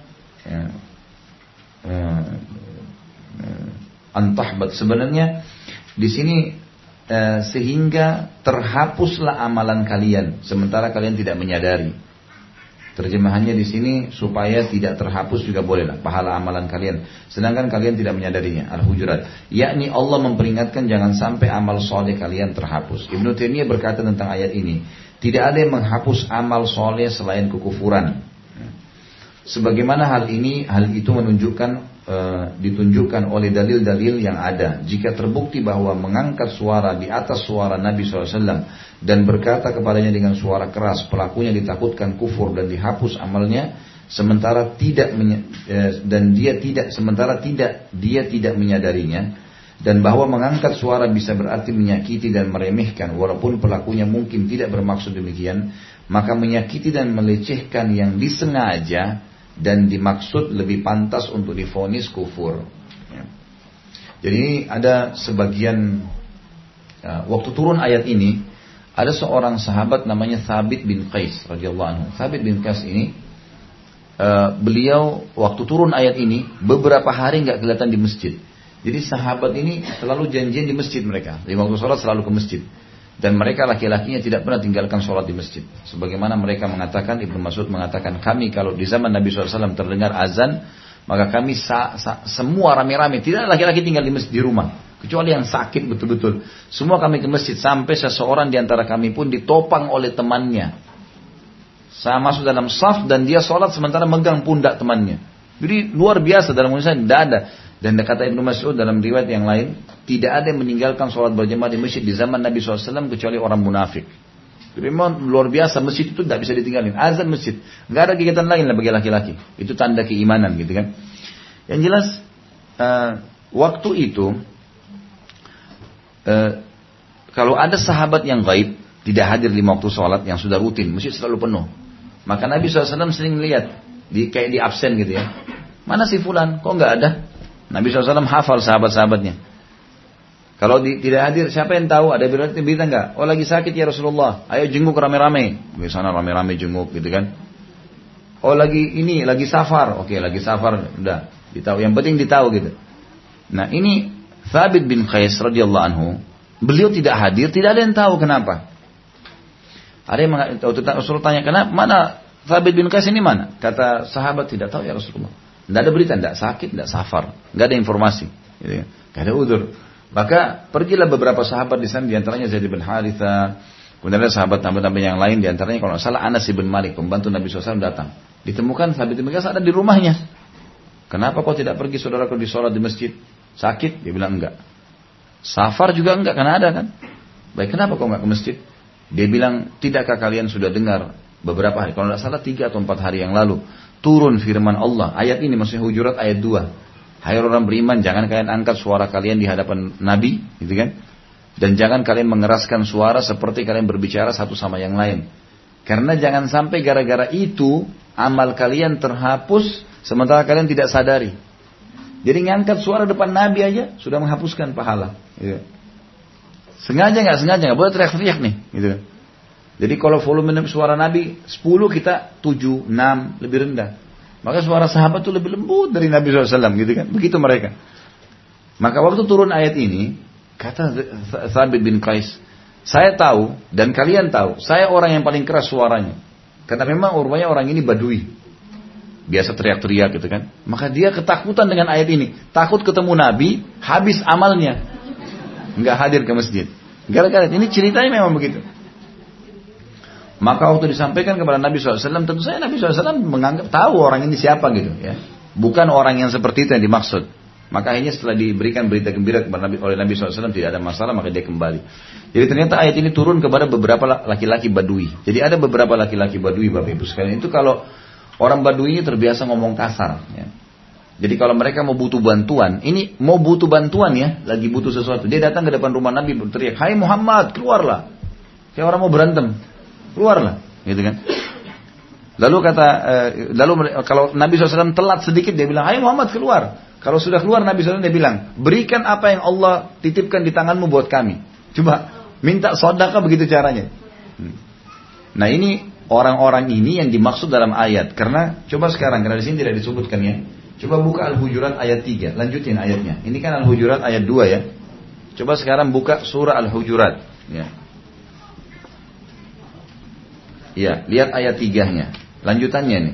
antahbat sebenarnya di sini sehingga terhapuslah amalan kalian sementara kalian tidak menyadari. Terjemahannya di sini supaya tidak terhapus juga bolehlah pahala amalan kalian sedangkan kalian tidak menyadarinya. Al-Hujurat, yakni Allah memperingatkan jangan sampai amal soleh kalian terhapus. Ibnu Taimiyah berkata tentang ayat ini, tidak ada yang menghapus amal soleh selain kekufuran. Sebagaimana hal itu ditunjukkan oleh dalil-dalil yang ada. Jika terbukti bahwa mengangkat suara di atas suara Nabi SAW dan berkata kepadanya dengan suara keras, pelakunya ditakutkan kufur dan dihapus amalnya, sementara dia tidak menyadarinya, dan bahwa mengangkat suara bisa berarti menyakiti dan meremehkan walaupun pelakunya mungkin tidak bermaksud demikian, maka menyakiti dan melecehkan yang disengaja dan dimaksud lebih pantas untuk divonis kufur. Ya. Jadi ada sebagian waktu turun ayat ini ada seorang sahabat namanya Thabit bin Qais radhiyallahu anhu. Thabit bin Qais ini beliau waktu turun ayat ini beberapa hari nggak kelihatan di masjid. Jadi sahabat ini selalu janjian di masjid mereka. Di waktu sholat selalu ke masjid. Dan mereka laki-lakinya tidak pernah tinggalkan sholat di masjid. Sebagaimana mereka mengatakan, Ibnu Mas'ud mengatakan, kami kalau di zaman Nabi SAW terdengar azan, maka kami semua rame-rame, tidak ada laki-laki tinggal di masjid di rumah. Kecuali yang sakit betul-betul. Semua kami ke masjid, sampai seseorang di antara kami pun ditopang oleh temannya. Saya masuk dalam saf dan dia sholat sementara megang pundak temannya. Jadi luar biasa dalam Indonesia, tidak ada. Dan kata Ibnu Mas'ud dalam riwayat yang lain, tidak ada yang meninggalkan sholat berjamaah di masjid di zaman Nabi SAW kecuali orang munafik. Jadi memang luar biasa, masjid itu tidak bisa ditinggalin. Azan masjid, nggak ada kegiatan lain lah bagi laki-laki. Itu tanda keimanan gitu kan. Yang jelas waktu itu kalau ada sahabat yang gaib tidak hadir di waktu sholat yang sudah rutin, masjid selalu penuh. Maka Nabi SAW sering melihat kayak di absen gitu ya. Mana si fulan? Kok nggak ada? Nabi SAW hafal sahabat-sahabatnya. Kalau tidak hadir, siapa yang tahu? Ada berita enggak? Oh lagi sakit ya Rasulullah, ayo jenguk rame-rame. Di sana rame-rame jenguk gitu kan. Oh lagi safar. Oke, lagi safar, udah ditahu. Yang penting ditahu gitu. Nah ini Thabit bin Qais radhiyallahu anhu, beliau tidak hadir, tidak ada yang tahu kenapa. Ada yang Rasulullah tanya, kenapa? Mana Thabit bin Qais ini mana? Kata sahabat, tidak tahu ya Rasulullah. Tidak ada berita, tidak sakit, tidak safar, nggak ada informasi, gitu. Nggak ada udzur. Maka pergilah beberapa sahabat di sana, diantaranya Zaid bin Haritha, kemudian ada sahabat-sahabat yang lain, diantaranya kalau nggak salah Anas bin Malik, pembantu Nabi SAW datang. Ditemukan Thabit bin Qais ada di rumahnya. Kenapa kau tidak pergi saudaraku di sholat di masjid? Sakit? Dia bilang enggak. Safar juga enggak, karena ada kan. Baik, kenapa kau enggak ke masjid? Dia bilang, tidakkah kalian sudah dengar beberapa hari, kalau tidak salah 3 atau 4 hari yang lalu, turun firman Allah, ayat ini maksudnya Hujurat ayat 2. Hai orang beriman, jangan kalian angkat suara kalian di hadapan Nabi, gitu kan? Dan jangan kalian mengeraskan suara seperti kalian berbicara satu sama yang lain. Karena jangan sampai gara-gara itu amal kalian terhapus sementara kalian tidak sadari. Jadi ngangkat suara depan Nabi aja sudah menghapuskan pahala. Gitu. Sengaja nggak boleh teriak-teriak nih. Gitu. Jadi kalau volume suara Nabi 10, kita 7, 6 lebih rendah. Maka suara sahabat itu lebih lembut dari Nabi SAW, gitu kan? Begitu mereka. Maka waktu turun ayat ini, kata Thabit bin Qais, saya tahu dan kalian tahu, saya orang yang paling keras suaranya. Karena memang rupanya orang ini badui. Biasa teriak-teriak gitu kan. Maka dia ketakutan dengan ayat ini. Takut ketemu Nabi, habis amalnya. Enggak hadir ke masjid. Gara-gara ini ceritanya memang begitu. Maka waktu disampaikan kepada Nabi SAW, tentu saja Nabi SAW menganggap tahu orang ini siapa gitu ya. Bukan orang yang seperti itu yang dimaksud. Maka akhirnya setelah diberikan berita gembira kepada oleh Nabi SAW tidak ada masalah, maka dia kembali. Jadi ternyata ayat ini turun kepada beberapa laki-laki badui. Jadi ada beberapa laki-laki badui Bapak Ibu sekalian. Itu kalau orang badui ini terbiasa ngomong kasar ya. Jadi kalau mereka mau butuh bantuan, ini mau butuh bantuan ya, lagi butuh sesuatu. Dia datang ke depan rumah Nabi berteriak, "Hai Muhammad, keluarlah." Kayak orang mau berantem. Keluarlah, gitu kan. Lalu kalau Nabi SAW telat sedikit, dia bilang, "Hai Muhammad, keluar." Kalau sudah keluar Nabi SAW dia bilang, "Berikan apa yang Allah titipkan di tanganmu buat kami." Coba minta sedekah, begitu caranya. Nah ini orang-orang ini yang dimaksud dalam ayat. Karena coba sekarang, karena di sini tidak disebutkan ya. Coba buka Al-Hujurat ayat 3, lanjutin ayatnya. Ini kan Al-Hujurat ayat 2 ya. Coba sekarang buka surah Al-Hujurat ya. Ya, lihat ayat 3-nya. Lanjutannya nih.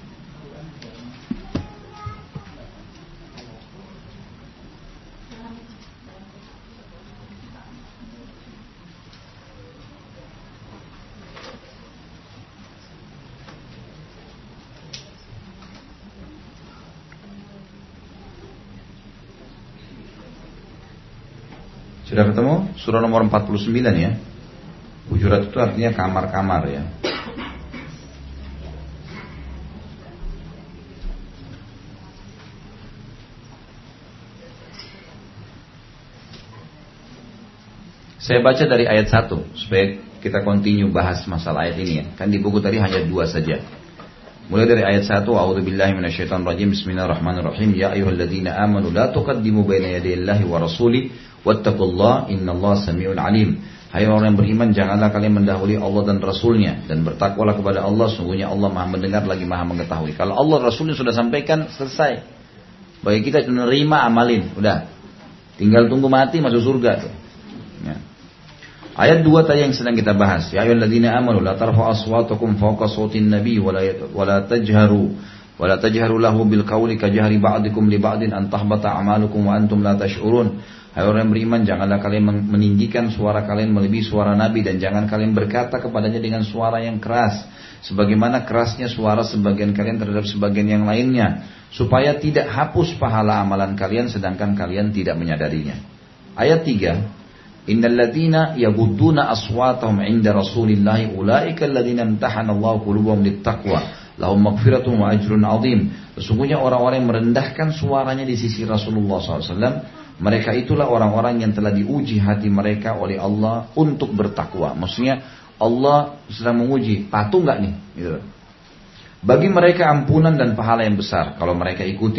Sudah ketemu? Surah nomor 49 ya. Hujurat itu artinya kamar-kamar ya. Saya baca dari ayat 1 supaya kita continue bahas masalah ayat ini ya. Kan di buku tadi hanya 2 saja. Mulai dari ayat 1, A'udzubillahi minasyaitonirrajim. Bismillahirrahmanirrahim. Ya ayyuhalladzina amanu la tuqaddimu baina yadayillahi wa rasuli wattaqullaha innallaha samii'un 'alim. Hai orang yang beriman, janganlah kalian mendahului Allah dan Rasulnya, dan bertakwalah kepada Allah, sungguhnya Allah Maha mendengar lagi Maha mengetahui. Kalau Allah Rasulnya sudah sampaikan, selesai. Bagi kita menerima, amalin, udah. Tinggal tunggu mati masuk surga tuh. Ya. Ayat 2 tadi yang sedang kita bahas. Ya ayyuhalladzina amanu la tarfa'u aswatakum fawqa sawtin nabiy wa la tajharu lahu bil qawli kajahri ba'dikum li ba'din an tahbata a'malukum wa antum la tash'urun. Hai orang yang beriman, janganlah kalian meninggikan suara kalian melebihi suara Nabi, dan jangan kalian berkata kepadanya dengan suara yang keras sebagaimana kerasnya suara sebagian kalian terhadap sebagian yang lainnya, supaya tidak hapus pahala amalan kalian sedangkan kalian tidak menyadarinya. Ayat 3, Innal ladzina yaghudduna aswatahum 'inda Rasulillahi ulaika alladzina imtahana Allahu qulubahum littaqwa lahum maghfiratun wa ajrun 'adzim. Sesungguhnya orang-orang yang merendahkan suaranya di sisi Rasulullah SAW, mereka itulah orang-orang yang telah diuji hati mereka oleh Allah untuk bertakwa. Maksudnya Allah sedang menguji, patuh nggak nih? Gitu. Bagi mereka ampunan dan pahala yang besar kalau mereka ikutin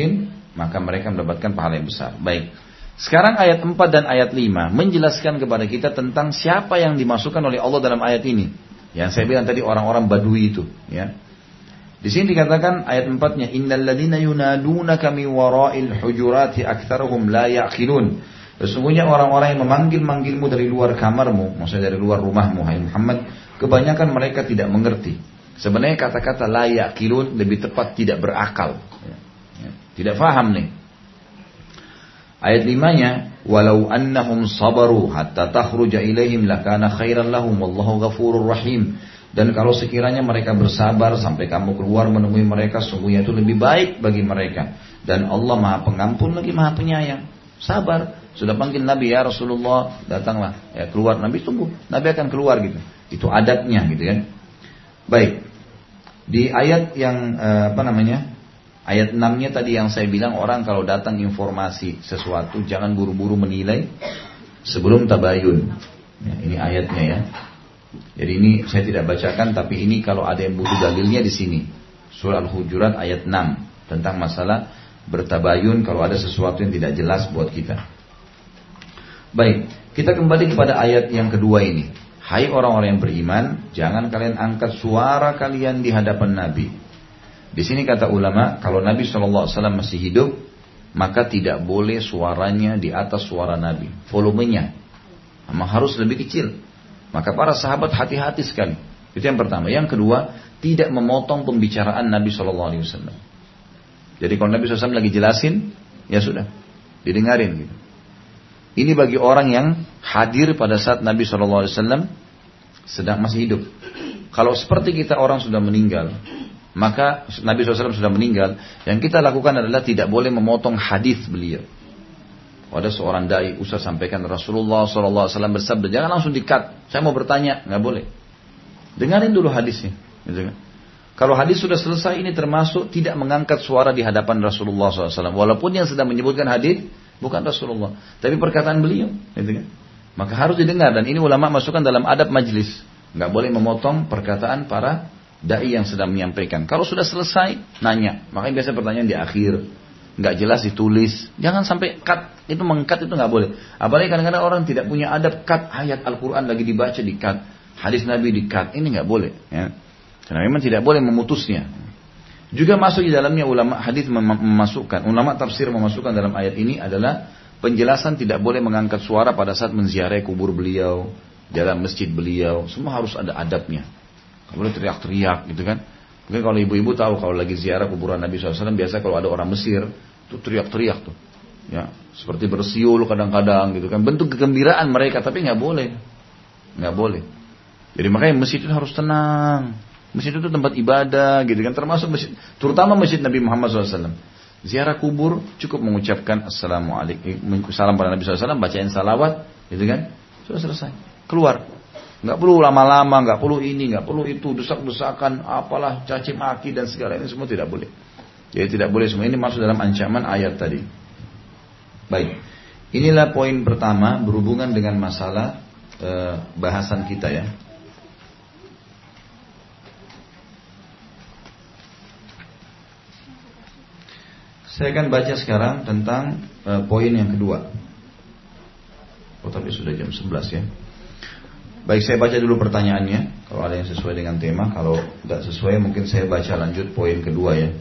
maka mereka mendapatkan pahala yang besar. Baik. Sekarang ayat 4 dan ayat 5 menjelaskan kepada kita tentang siapa yang dimasukkan oleh Allah dalam ayat ini. Yang saya bilang tadi orang-orang Badui itu, ya. Di sini dikatakan ayat 4-nya, innal ladzina yunadunaka min wara'il hujurati aktsaruhum la ya'qilun. Sesungguhnya orang-orang yang memanggil-manggilmu dari luar kamarmu, maksudnya dari luar rumahmu, hai Muhammad, kebanyakan mereka tidak mengerti. Sebenarnya kata-kata la ya'qilun lebih tepat tidak berakal. Tidak faham nih. Ayat 5-nya, walau annahum sabaru hatta takhruja ilaihim lakana khairan lahum wallahu ghafurur rahim. Dan kalau sekiranya mereka bersabar sampai kamu keluar menemui mereka, sungguhnya itu lebih baik bagi mereka. Dan Allah Maha Pengampun lagi Maha Penyayang. Sabar. Sudah panggil Nabi, ya Rasulullah, datanglah. Ya keluar, Nabi tunggu. Nabi akan keluar gitu. Itu adabnya gitu kan. Baik. Di ayat yang ayat 6-nya tadi yang saya bilang, orang kalau datang informasi sesuatu jangan buru-buru menilai sebelum tabayun. Ya, ini ayatnya ya. Jadi ini saya tidak bacakan, tapi ini kalau ada yang butuh dalilnya di sini. Surah Al-Hujurat ayat 6 tentang masalah bertabayun kalau ada sesuatu yang tidak jelas buat kita. Baik, kita kembali kepada ayat yang kedua ini. Hai orang-orang yang beriman, jangan kalian angkat suara kalian di hadapan Nabi. Di sini kata ulama, kalau Nabi SAW masih hidup, maka tidak boleh suaranya di atas suara Nabi. Volumenya memang harus lebih kecil. Maka para sahabat hati-hati sekali. Itu yang pertama. Yang kedua, tidak memotong pembicaraan Nabi SAW. Jadi kalau Nabi SAW lagi jelasin, ya sudah, didengarin gitu. Ini bagi orang yang hadir pada saat Nabi SAW sedang masih hidup. Kalau seperti kita orang sudah meninggal, maka Nabi SAW sudah meninggal, yang kita lakukan adalah tidak boleh memotong hadis beliau. Ada seorang dai Ustaz sampaikan Rasulullah SAW bersabda, jangan langsung di-cut. Saya mau bertanya, nggak boleh. Dengarin dulu hadisnya. Gitu kan? Kalau hadis sudah selesai, ini termasuk tidak mengangkat suara di hadapan Rasulullah SAW. Walaupun yang sedang menyebutkan hadis bukan Rasulullah, tapi perkataan beliau. Gitu kan? Maka harus didengar, dan ini ulama masukkan dalam adab majlis. Nggak boleh memotong perkataan para dai yang sedang menyampaikan. Kalau sudah selesai, nanya. Makanya biasa pertanyaan di akhir. Nggak jelas ditulis, jangan sampai cut. Itu meng-cut itu nggak boleh. Apalagi kadang-kadang orang tidak punya adab, cut ayat Al-Quran lagi dibaca di cut, hadis Nabi di cut, ini nggak boleh. Ya. Karena memang tidak boleh memutusnya. Juga masuk di dalamnya ulama hadis memasukkan, ulama tafsir memasukkan dalam ayat ini adalah penjelasan tidak boleh mengangkat suara pada saat menziarahi kubur beliau, dalam masjid beliau, semua harus ada adabnya. Nggak boleh teriak-teriak gitu kan. Mungkin kalau ibu-ibu tahu kalau lagi ziarah kuburan Nabi SAW, biasa kalau ada orang Mesir itu teriak-teriak tuh, ya seperti bersiul kadang-kadang gitu kan, bentuk kegembiraan mereka, tapi nggak boleh, nggak boleh. Jadi makanya masjid itu harus tenang. Masjid itu tempat ibadah gitu kan, termasuk masjid, terutama masjid Nabi Muhammad SAW. Ziarah kubur cukup mengucapkan assalamualaikum, salam pada Nabi SAW, bacain salawat, gitu kan, sudah selesai, keluar. Nggak perlu lama-lama, nggak perlu ini, nggak perlu itu, desak-desakan, apalah, caci maki dan segala ini semua tidak boleh. Jadi tidak boleh semua ini masuk dalam ancaman ayat tadi. Baik, inilah poin pertama berhubungan dengan masalah bahasan kita ya. Saya akan baca sekarang tentang poin yang kedua. Oh tapi sudah jam 11 ya. Baik, saya baca dulu pertanyaannya. Kalau ada yang sesuai dengan tema, kalau tidak sesuai mungkin saya baca lanjut poin kedua ya.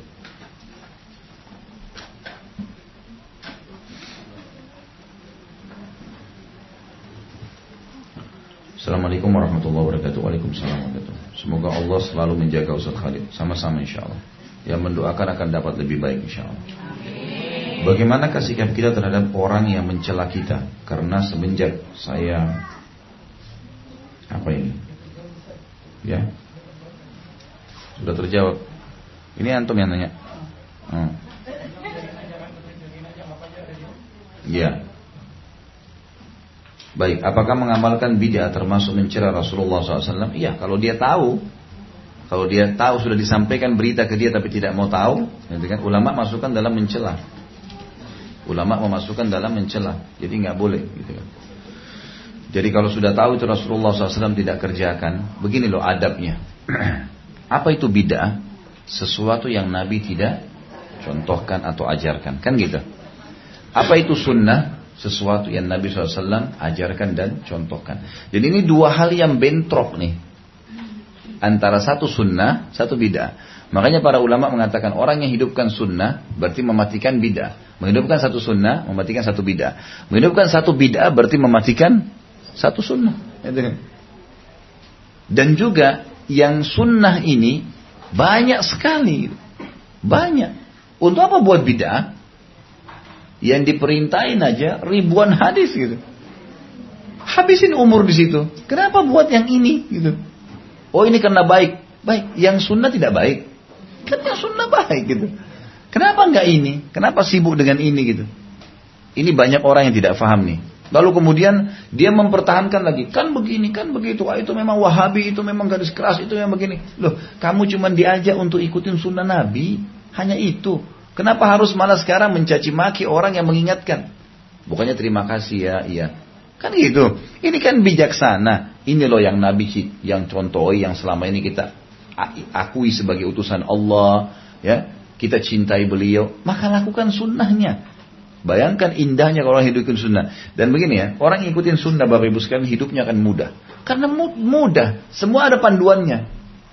Assalamualaikum warahmatullahi wabarakatuh. Waalaikumsalam warahmatullahi wabarakatuh. Semoga Allah selalu menjaga Ustaz Khalid. Sama-sama insyaAllah. Yang mendoakan akan dapat lebih baik insyaAllah. Bagaimanakah sikap kita terhadap orang yang mencela kita? Karena semenjak saya apa ini? Ya, sudah terjawab. Ini antum yang nanya. Ya. Baik, apakah mengamalkan bid'ah termasuk mencela Rasulullah SAW? Iya, kalau dia tahu. Kalau dia tahu sudah disampaikan berita ke dia tapi tidak mau tahu, gitu kan? Ulama masukkan dalam mencela. Ulama memasukkan dalam mencela. Jadi nggak boleh, gitu kan? Jadi kalau sudah tahu itu Rasulullah SAW tidak kerjakan, begini loh adabnya. Apa itu bid'ah? Sesuatu yang Nabi tidak contohkan atau ajarkan. Kan gitu. Apa itu sunnah? Sesuatu yang Nabi SAW ajarkan dan contohkan. Jadi ini dua hal yang bentrok nih. Antara satu sunnah, satu bid'ah. Makanya para ulama mengatakan orang yang hidupkan sunnah berarti mematikan bid'ah. Menghidupkan satu sunnah, mematikan satu bid'ah. Menghidupkan satu bid'ah berarti mematikan satu sunnah. Dan juga yang sunnah ini banyak sekali. Banyak. Untuk apa buat bid'ah? Yang diperintahin aja ribuan hadis gitu. Habisin umur di situ. Kenapa buat yang ini gitu? Oh ini karena baik. Baik. Yang sunnah tidak baik. Kan yang sunnah baik gitu. Kenapa enggak ini? Kenapa sibuk dengan ini gitu? Ini banyak orang yang tidak paham nih. Lalu kemudian dia mempertahankan lagi. Kan begini, kan begitu. Wah, itu memang wahabi, itu memang garis keras, itu memang begini. Loh, kamu cuma diajak untuk ikutin sunnah Nabi. Hanya itu. Kenapa harus malah sekarang mencaci maki orang yang mengingatkan? Bukannya terima kasih ya, iya. Kan gitu. Ini kan bijaksana. Ini loh yang Nabi yang contohi, yang selama ini kita akui sebagai utusan Allah. Ya, kita cintai beliau. Maka lakukan sunnahnya. Bayangkan indahnya kalau orang hidupin sunnah. Dan begini ya, orang ikutin sunnah Bapak Ibu sekalian hidupnya akan mudah. Karena mudah. Semua ada panduannya.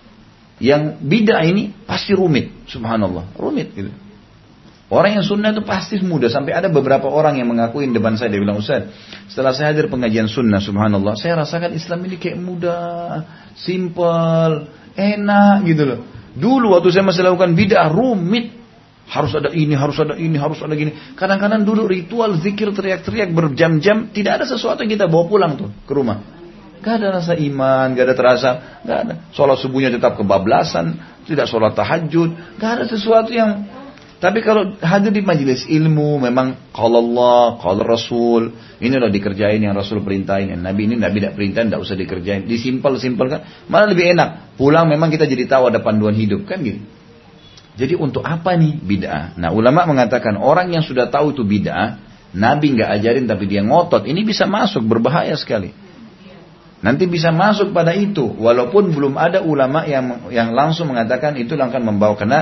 Yang bid'ah ini pasti rumit. Subhanallah. Rumit gitu. Orang yang sunnah itu pasti mudah. Sampai ada beberapa orang yang mengakuin depan saya. Dia bilang, Ustaz, setelah saya hadir pengajian sunnah, subhanallah, saya rasakan Islam ini kayak mudah, simple, enak gitu loh. Dulu waktu saya masih lakukan bid'ah, rumit. Harus ada ini, harus ada ini, harus ada gini. Kadang-kadang dulu ritual zikir teriak-teriak berjam-jam. Tidak ada sesuatu yang kita bawa pulang tuh ke rumah. Gak ada rasa iman, gak ada terasa, gak ada. Sholat subuhnya tetap kebablasan, tidak sholat tahajud. Gak ada sesuatu yang... Tapi kalau hadir di majelis ilmu, memang qala Allah, qala Rasul, ini udah dikerjain yang Rasul perintahin, yang Nabi ini Nabi tidak perintahin, tidak usah dikerjain, disimpel-simpelkan, malah lebih enak. Pulang memang kita jadi tahu ada panduan hidup, kan gitu. Jadi untuk apa nih bid'ah? Nah ulama mengatakan orang yang sudah tahu itu bid'ah, Nabi nggak ajarin tapi dia ngotot, ini bisa masuk, berbahaya sekali. Nanti bisa masuk pada itu, walaupun belum ada ulama yang langsung mengatakan itu akan membawa, karena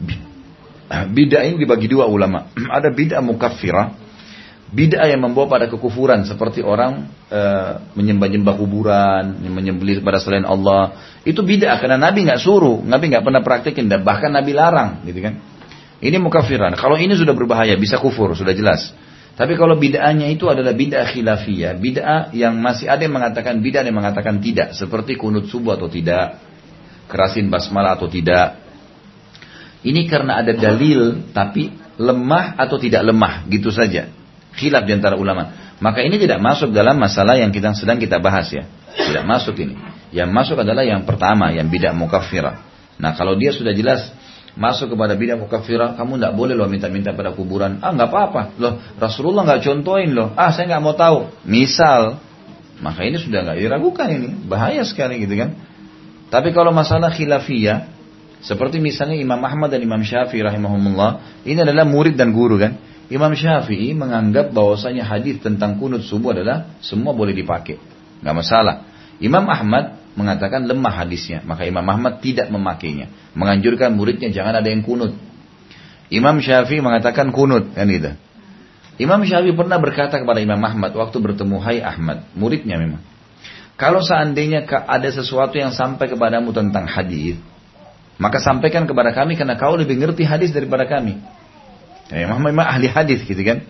bid'ah ini dibagi dua ulama. Ada bid'ah mukaffirah, bid'ah yang membawa pada kekufuran, seperti orang menyembah-nyembah kuburan, menyembelih pada selain Allah. Itu bid'ah karena Nabi nggak suruh, Nabi nggak pernah praktekin, dan bahkan Nabi larang, gitu kan? Ini mukaffiran. Kalau ini sudah berbahaya, bisa kufur, sudah jelas. Tapi kalau bid'ahnya itu adalah bid'ah khilafiyah, bid'ah yang masih ada yang mengatakan bid'ah, ada yang mengatakan tidak, seperti kunut subuh atau tidak, kerasin basmalah atau tidak. Ini karena ada dalil, tapi lemah atau tidak lemah, gitu saja. Khilaf di antara ulama. Maka ini tidak masuk dalam masalah yang sedang kita bahas ya. Tidak masuk ini. Yang masuk adalah yang pertama, yang bid'ah mukaffirah. Nah kalau dia sudah jelas masuk kepada bid'ah mukaffirah, kamu tidak boleh loh minta-minta pada kuburan. Ah nggak apa-apa. Loh Rasulullah nggak contohin loh. Ah saya nggak mau tahu. Misal, maka ini sudah nggak diragukan ini. Bahaya sekali gitu kan. Tapi kalau masalah khilafiyah, seperti misalnya Imam Ahmad dan Imam Syafi'i rahimahumullah, ini adalah murid dan guru kan. Imam Syafi'i menganggap bahwasanya hadis tentang kunut subuh adalah semua boleh dipakai, nggak masalah. Imam Ahmad mengatakan lemah hadisnya, maka Imam Ahmad tidak memakainya, menganjurkan muridnya jangan ada yang kunut. Imam Syafi'i mengatakan kunut kan gitu. Imam Syafi'i pernah berkata kepada Imam Ahmad waktu bertemu, hai Ahmad, muridnya memang, kalau seandainya ada sesuatu yang sampai kepadamu tentang hadis, maka sampaikan kepada kami karena kau lebih ngerti hadis daripada kami. Imam Ahmad ahli hadis gitu kan.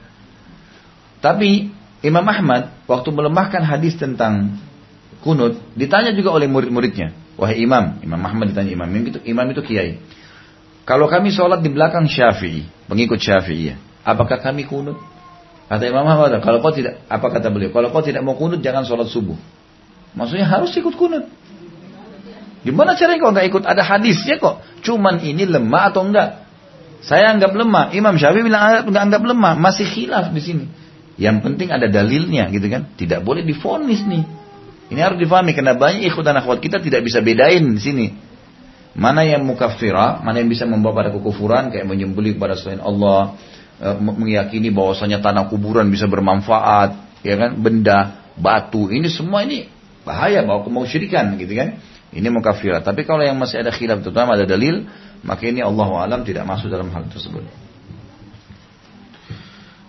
Tapi Imam Ahmad waktu melemahkan hadis tentang kunut, ditanya juga oleh murid-muridnya. Wahai Imam Ahmad ditanya Imam itu kiai. Kalau kami sholat di belakang Syafi'i, pengikut Syafi'i, apakah kami kunut? Kata Imam Ahmad, kalau kau tidak, apa kata beliau? Kalau kau tidak mau kunut jangan sholat subuh. Maksudnya harus ikut kunut. Gimana caranya kalau nggak ikut? Ada hadisnya kok. Cuman ini lemah atau enggak? Saya anggap lemah. Imam Syafi'i bilang nggak anggap lemah. Masih khilaf di sini. Yang penting ada dalilnya, gitu kan? Tidak boleh divonis nih. Ini harus difahami karena banyak ikhwan dan akhwat kita tidak bisa bedain di sini. Mana yang mukaffirah, mana yang bisa membawa pada kekufuran, kayak menyembelih kepada selain Allah, meyakini bahwasanya tanah kuburan bisa bermanfaat, ya kan? Benda, batu, ini semua ini bahaya, bawa kemusyrikan, gitu kan? Ini mukaffirah. Tapi kalau yang masih ada khilaf, terutama ada dalil, maka ini Allahu a'lam tidak masuk dalam hal tersebut.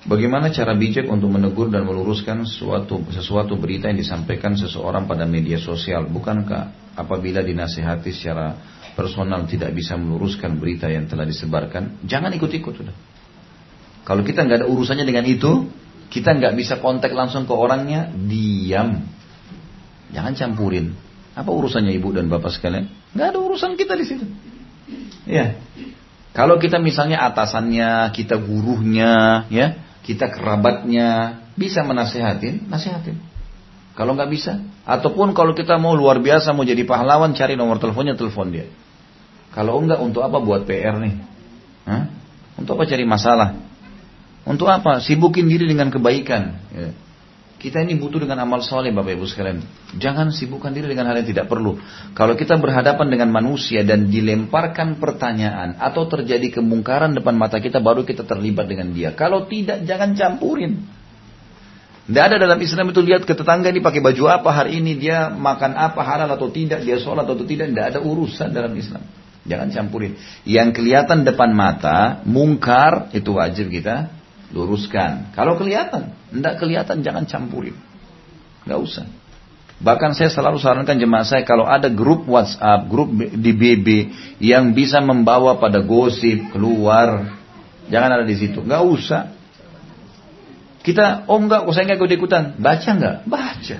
Bagaimana cara bijak untuk menegur dan meluruskan sesuatu berita yang disampaikan seseorang pada media sosial? Bukankah apabila dinasihati secara personal tidak bisa meluruskan berita yang telah disebarkan? Jangan ikut-ikut sudah. Kalau kita nggak ada urusannya dengan itu, kita nggak bisa kontak langsung ke orangnya, diam. Jangan campurin. Apa urusannya ibu dan bapak sekalian? Nggak ada urusan kita di situ. Ya. Kalau kita misalnya atasannya, kita gurunya, ya, kita kerabatnya, bisa menasihatin, nasihatin. Kalau nggak bisa, ataupun kalau kita mau luar biasa, mau jadi pahlawan, cari nomor teleponnya, telepon dia. Kalau enggak, untuk apa buat PR nih? Hah? Untuk apa cari masalah? Untuk apa? Sibukin diri dengan kebaikan. Ya. Kita ini butuh dengan amal soleh, Bapak Ibu sekalian. Jangan sibukkan diri dengan hal yang tidak perlu. Kalau kita berhadapan dengan manusia dan dilemparkan pertanyaan atau terjadi kemungkaran depan mata kita, baru kita terlibat dengan dia. Kalau tidak, jangan campurin. Tidak ada dalam Islam itu lihat ke tetangga ini pakai baju apa hari ini, dia makan apa, halal atau tidak, dia sholat atau tidak. Tidak ada urusan dalam Islam. Jangan campurin. Yang kelihatan depan mata, mungkar, itu wajib kita luruskan. Kalau kelihatan, tidak kelihatan, jangan campurin. Nggak usah. Bahkan saya selalu sarankan jemaah saya, kalau ada grup WhatsApp, grup di BB yang bisa membawa pada gosip keluar, jangan ada di situ. Nggak usah. Kita, oh enggak, saya nggak ikut-ikutan. Baca nggak? Baca.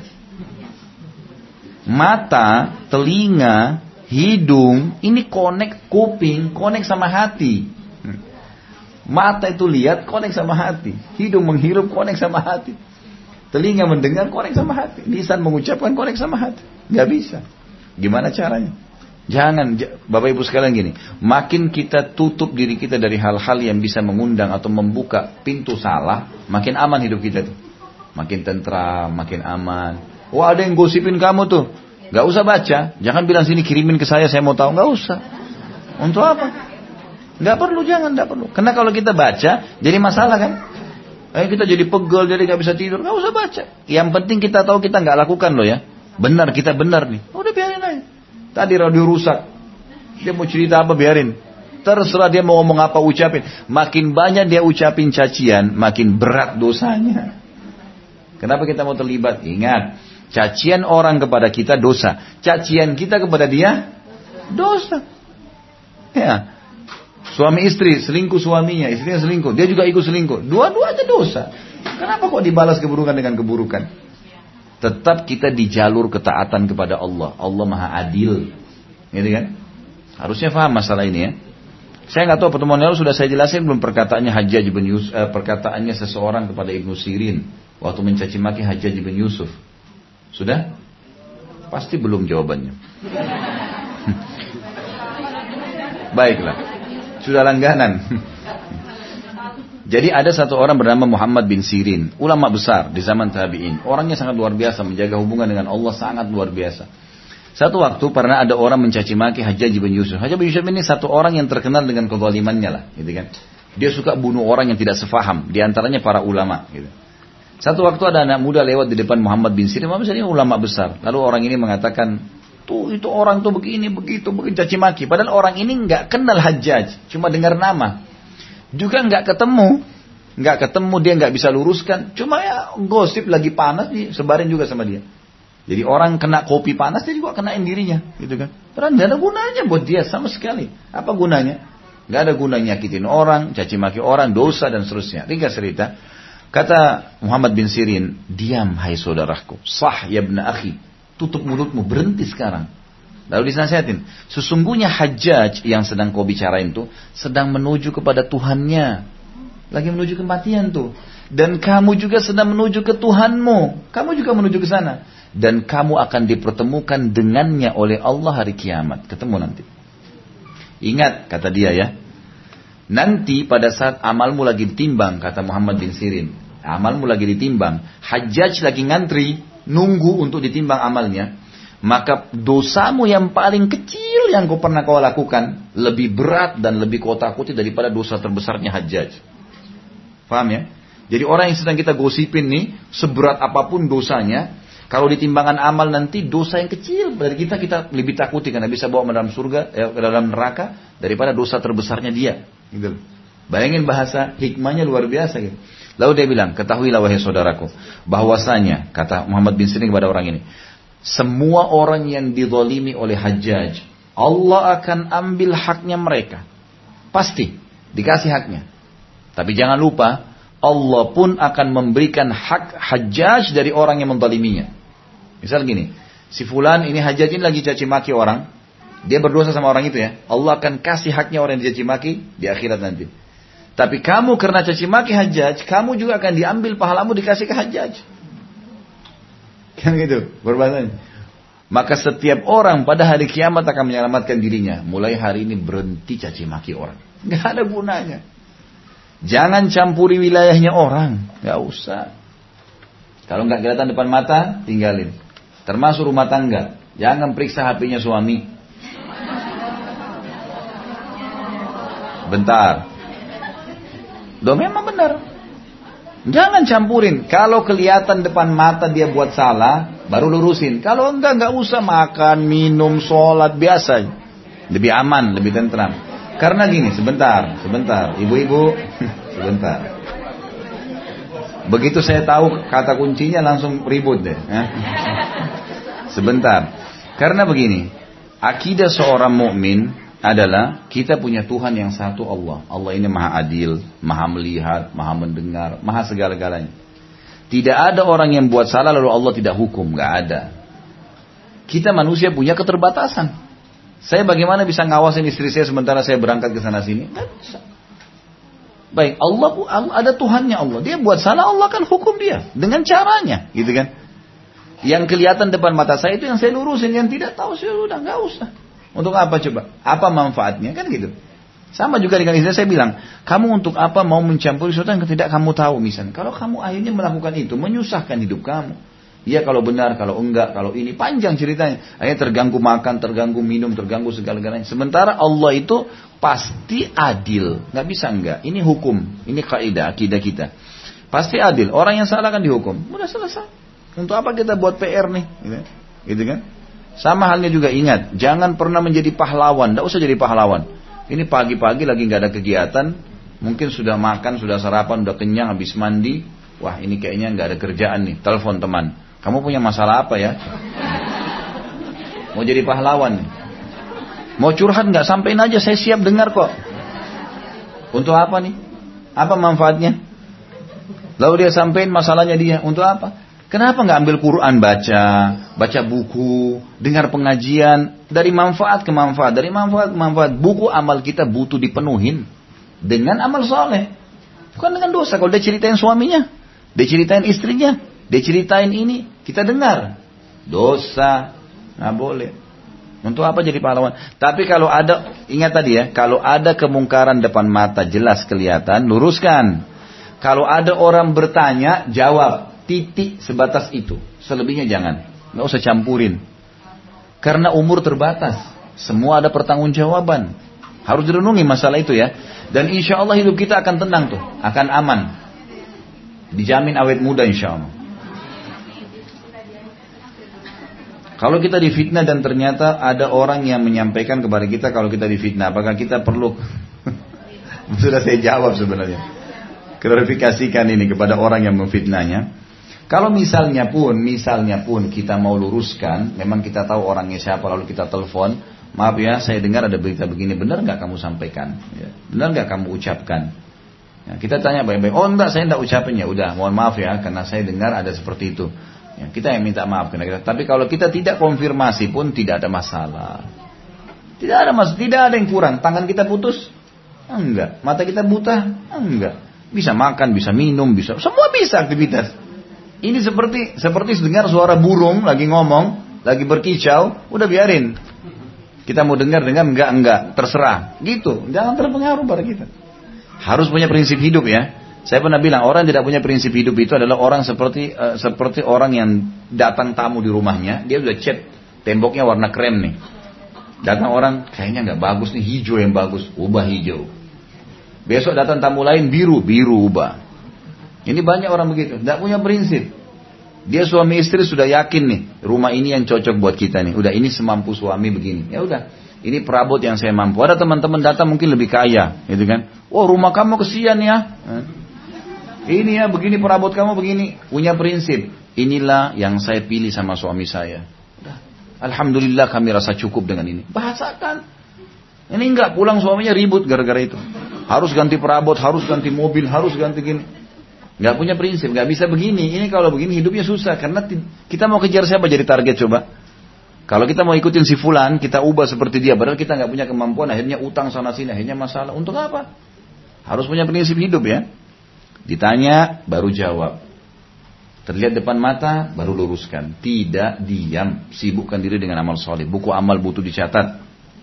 Mata, telinga, hidung, ini connect kuping, connect sama hati. Mata itu lihat, connect sama hati. Hidung menghirup, connect sama hati. Telinga mendengar, connect sama hati. Lisan mengucapkan, connect sama hati. Gak bisa. Gimana caranya? Jangan, Bapak Ibu sekalian gini. Makin kita tutup diri kita dari hal-hal yang bisa mengundang atau membuka pintu salah, makin aman hidup kita tuh. Makin tentram, makin aman. Wah, ada yang gosipin kamu tuh. Gak usah baca. Jangan bilang sini kirimin ke saya mau tahu. Gak usah. Untuk apa? Nggak perlu, jangan, nggak perlu. Karena kalau kita baca, jadi masalah kan? Kita jadi pegel, jadi nggak bisa tidur. Nggak usah baca. Yang penting kita tahu kita nggak lakukan loh ya. Benar, kita benar nih. Udah biarin aja. Tadi radio rusak. Dia mau cerita apa, biarin. Terserah dia mau ngomong apa, ucapin. Makin banyak dia ucapin cacian, makin berat dosanya. Kenapa kita mau terlibat? Ingat, cacian orang kepada kita dosa. Cacian kita kepada dia dosa. Ya. Suami istri, selingkuh suaminya, istrinya selingkuh, dia juga ikut selingkuh. Dua-duanya dosa. Kenapa kok dibalas keburukan dengan keburukan? Tetap kita di jalur ketaatan kepada Allah. Allah Maha Adil. Gitu kan? Harusnya paham masalah ini ya. Saya nggak tahu pertemuan lalu sudah saya jelasin belum perkataannya Hajjaj bin Yusuf, perkataannya seseorang kepada Ibnu Sirin waktu mencaci maki Hajjaj bin Yusuf. Sudah? Pasti belum jawabannya. Baiklah. Sudah langganan. Jadi ada satu orang bernama Muhammad bin Sirin, ulama besar di zaman tabi'in. Orangnya sangat luar biasa, menjaga hubungan dengan Allah sangat luar biasa. Satu waktu pernah ada orang mencaci maki Hajjaj bin Yusuf. Hajjaj bin Yusuf ini satu orang yang terkenal dengan kezalimannya lah, gitu kan. Dia suka bunuh orang yang tidak sefaham, di antaranya para ulama, gitu. Satu waktu ada anak muda lewat di depan Muhammad bin Sirin. Muhammad bin Sirin ulama besar. Lalu orang ini mengatakan, tuh itu orang tuh begini begitu caci maki. Padahal orang ini nggak kenal Hajjaj, cuma dengar nama. Juga nggak ketemu dia nggak bisa luruskan. Cuma ya gosip lagi panas disebarin juga sama dia. Jadi orang kena kopi panas dia juga kenain dirinya, gitu kan? Padahal nggak ada gunanya buat dia sama sekali. Apa gunanya? Nggak ada gunanya nyakitin orang, caci maki orang, dosa dan seterusnya. Ringkas cerita. Kata Muhammad bin Sirin, diam hai saudaraku, sah ya ibn akhi. Tutup mulutmu, berhenti sekarang. Lalu dinasihatin, sesungguhnya Hajjaj yang sedang kau bicarain tuh sedang menuju kepada Tuhannya. Lagi menuju kematian tuh. Dan kamu juga sedang menuju ke Tuhanmu. Kamu juga menuju ke sana. Dan kamu akan dipertemukan dengannya oleh Allah hari kiamat. Ketemu nanti. Ingat, kata dia ya. Nanti pada saat amalmu lagi ditimbang, kata Muhammad bin Sirin. Amalmu lagi ditimbang. Hajjaj lagi ngantri. Nunggu untuk ditimbang amalnya, maka dosamu yang paling kecil yang kau pernah kau lakukan lebih berat dan lebih kau takuti daripada dosa terbesarnya Hajjaj. Paham ya? Jadi orang yang sedang kita gosipin nih, seberat apapun dosanya, kalau ditimbangan amal nanti dosa yang kecil dari kita lebih takuti karena bisa bawa ke dalam surga, ke dalam neraka daripada dosa terbesarnya dia. Gitu. Bayangin bahasa hikmahnya luar biasa gitu. Lalu dia bilang, ketahuilah wahai saudaraku, bahwasanya, kata Muhammad bin Sirin kepada orang ini, semua orang yang dizalimi oleh Hajjaj, Allah akan ambil haknya mereka. Pasti, dikasih haknya. Tapi jangan lupa, Allah pun akan memberikan hak Hajjaj dari orang yang menzaliminya. Misal gini, si fulan ini Hajjaj ini lagi caci maki orang, dia berdosa sama orang itu ya, Allah akan kasih haknya orang yang dicaci maki di akhirat nanti. Tapi kamu karena caci maki Hajjaj, kamu juga akan diambil pahalamu dikasih ke Hajjaj. Kan gitu, berbahasanya. Maka setiap orang pada hari kiamat akan menyelamatkan dirinya. Mulai hari ini berhenti caci maki orang. Gak ada gunanya. Jangan campuri wilayahnya orang. Gak usah. Kalau gak kelihatan depan mata, tinggalin. Termasuk rumah tangga. Jangan periksa HP-nya suami. Bentar. Memang benar. Jangan campurin. Kalau kelihatan depan mata dia buat salah, baru lurusin. Kalau enggak usah makan, minum, sholat, biasa. Lebih aman, lebih tentram. Karena gini, sebentar. Ibu-ibu, sebentar. Begitu saya tahu kata kuncinya langsung ribut deh. Sebentar. Karena begini, akidah seorang mukmin adalah kita punya Tuhan yang satu Allah. Allah ini maha adil, maha melihat, maha mendengar, maha segala-galanya. Tidak ada orang yang buat salah lalu Allah tidak hukum, gak ada. Kita manusia punya keterbatasan. Saya bagaimana bisa ngawasin istri saya sementara saya berangkat ke sana sini? Gak bisa. Baik, Allah ada Tuhannya Allah. Dia buat salah, Allah akan hukum dia dengan caranya, gitu kan? Yang kelihatan depan mata saya itu yang saya lurusin, yang tidak tahu saya udah gak usah. Untuk apa coba? Apa manfaatnya? Kan gitu. Sama juga dengan istri saya bilang, kamu untuk apa mau mencampuri sesuatu yang tidak kamu tahu misalnya. Kalau kamu akhirnya melakukan itu, menyusahkan hidup kamu. Ya kalau benar, kalau enggak, kalau ini. Panjang ceritanya. Akhirnya terganggu makan, terganggu minum, terganggu segala-galanya. Sementara Allah itu pasti adil. Nggak bisa enggak. Ini hukum. Ini kaidah, akidah kita. Pasti adil. Orang yang salah kan dihukum. Udah selesai. Untuk apa kita buat PR nih? Gitu kan? Sama halnya juga ingat, jangan pernah menjadi pahlawan. Tidak usah jadi pahlawan. Ini pagi-pagi lagi nggak ada kegiatan, mungkin sudah makan, sudah sarapan, sudah kenyang, habis mandi. Wah ini kayaknya nggak ada kerjaan nih. Telepon teman. Kamu punya masalah apa ya? Mau jadi pahlawan nih. Mau curhat nggak? Sampein aja, saya siap dengar kok. Untuk apa nih? Apa manfaatnya? Lalu dia sampein masalahnya dia. Untuk apa? Kenapa nggak ambil Quran baca buku, dengar pengajian, dari manfaat ke manfaat, dari manfaat ke manfaat. Buku amal kita butuh dipenuhin dengan amal soleh, bukan dengan dosa. Kalau dia ceritain suaminya, dia ceritain istrinya, dia ceritain ini, kita dengar. Dosa, nggak boleh. Untuk apa jadi pahlawan? Tapi kalau ada, ingat tadi ya, kalau ada kemungkaran depan mata jelas kelihatan, luruskan. Kalau ada orang bertanya, jawab. Titik sebatas itu. Selebihnya jangan. Nggak usah campurin. Karena umur terbatas. Semua ada pertanggungjawaban. Harus direnungi masalah itu ya. Dan insya Allah hidup kita akan tenang tuh. Akan aman. Dijamin awet muda insya Allah. Kalau kita difitnah dan ternyata ada orang yang menyampaikan kepada kita kalau kita difitnah, apakah kita perlu? Sudah saya jawab sebenarnya. Klarifikasikan ini kepada orang yang memfitnahnya. Kalau misalnya pun kita mau luruskan, memang kita tahu orangnya siapa, lalu kita telepon, maaf ya, saya dengar ada berita begini, benar nggak kamu sampaikan? Ya, benar nggak kamu ucapkan? Ya, kita tanya baik-baik, oh enggak, saya enggak ucapin, ya udah, mohon maaf ya, karena saya dengar ada seperti itu. Ya, kita yang minta maaf karena kita. Tapi kalau kita tidak konfirmasi pun tidak ada masalah. Tidak ada yang kurang. Tangan kita putus? Enggak. Mata kita buta? Enggak. Bisa makan, bisa minum, bisa, semua bisa aktivitas. Ini seperti dengar suara burung lagi ngomong, lagi berkicau, udah biarin. Kita mau dengar enggak, terserah. Gitu, jangan terpengaruh pada kita. Harus punya prinsip hidup ya. Saya pernah bilang orang yang tidak punya prinsip hidup itu adalah orang seperti orang yang datang tamu di rumahnya, dia udah cat temboknya warna krem nih. Datang orang kayaknya nggak bagus nih, hijau yang bagus, ubah hijau. Besok datang tamu lain biru ubah. Ini banyak orang begitu, tidak punya prinsip. Dia suami istri sudah yakin nih, rumah ini yang cocok buat kita nih. Udah ini semampu suami begini. Ya udah, ini perabot yang saya mampu. Ada teman-teman datang mungkin lebih kaya, gitu kan? Oh rumah kamu kesian ya. Ini ya begini perabot kamu begini. Punya prinsip. Inilah yang saya pilih sama suami saya. Udah. Alhamdulillah kami rasa cukup dengan ini. Bahasakan. Ini enggak pulang suaminya ribut gara-gara itu. Harus ganti perabot, harus ganti mobil, harus ganti gini. Enggak punya prinsip, enggak bisa begini. Ini kalau begini hidupnya susah. Karena kita mau kejar siapa jadi target coba. Kalau kita mau ikutin si fulan, kita ubah seperti dia. Padahal kita enggak punya kemampuan, akhirnya utang sana sini, akhirnya masalah. Untuk apa? Harus punya prinsip hidup ya. Ditanya, baru jawab. Terlihat depan mata, baru luruskan. Tidak diam, sibukkan diri dengan amal soleh. Buku amal butuh dicatat.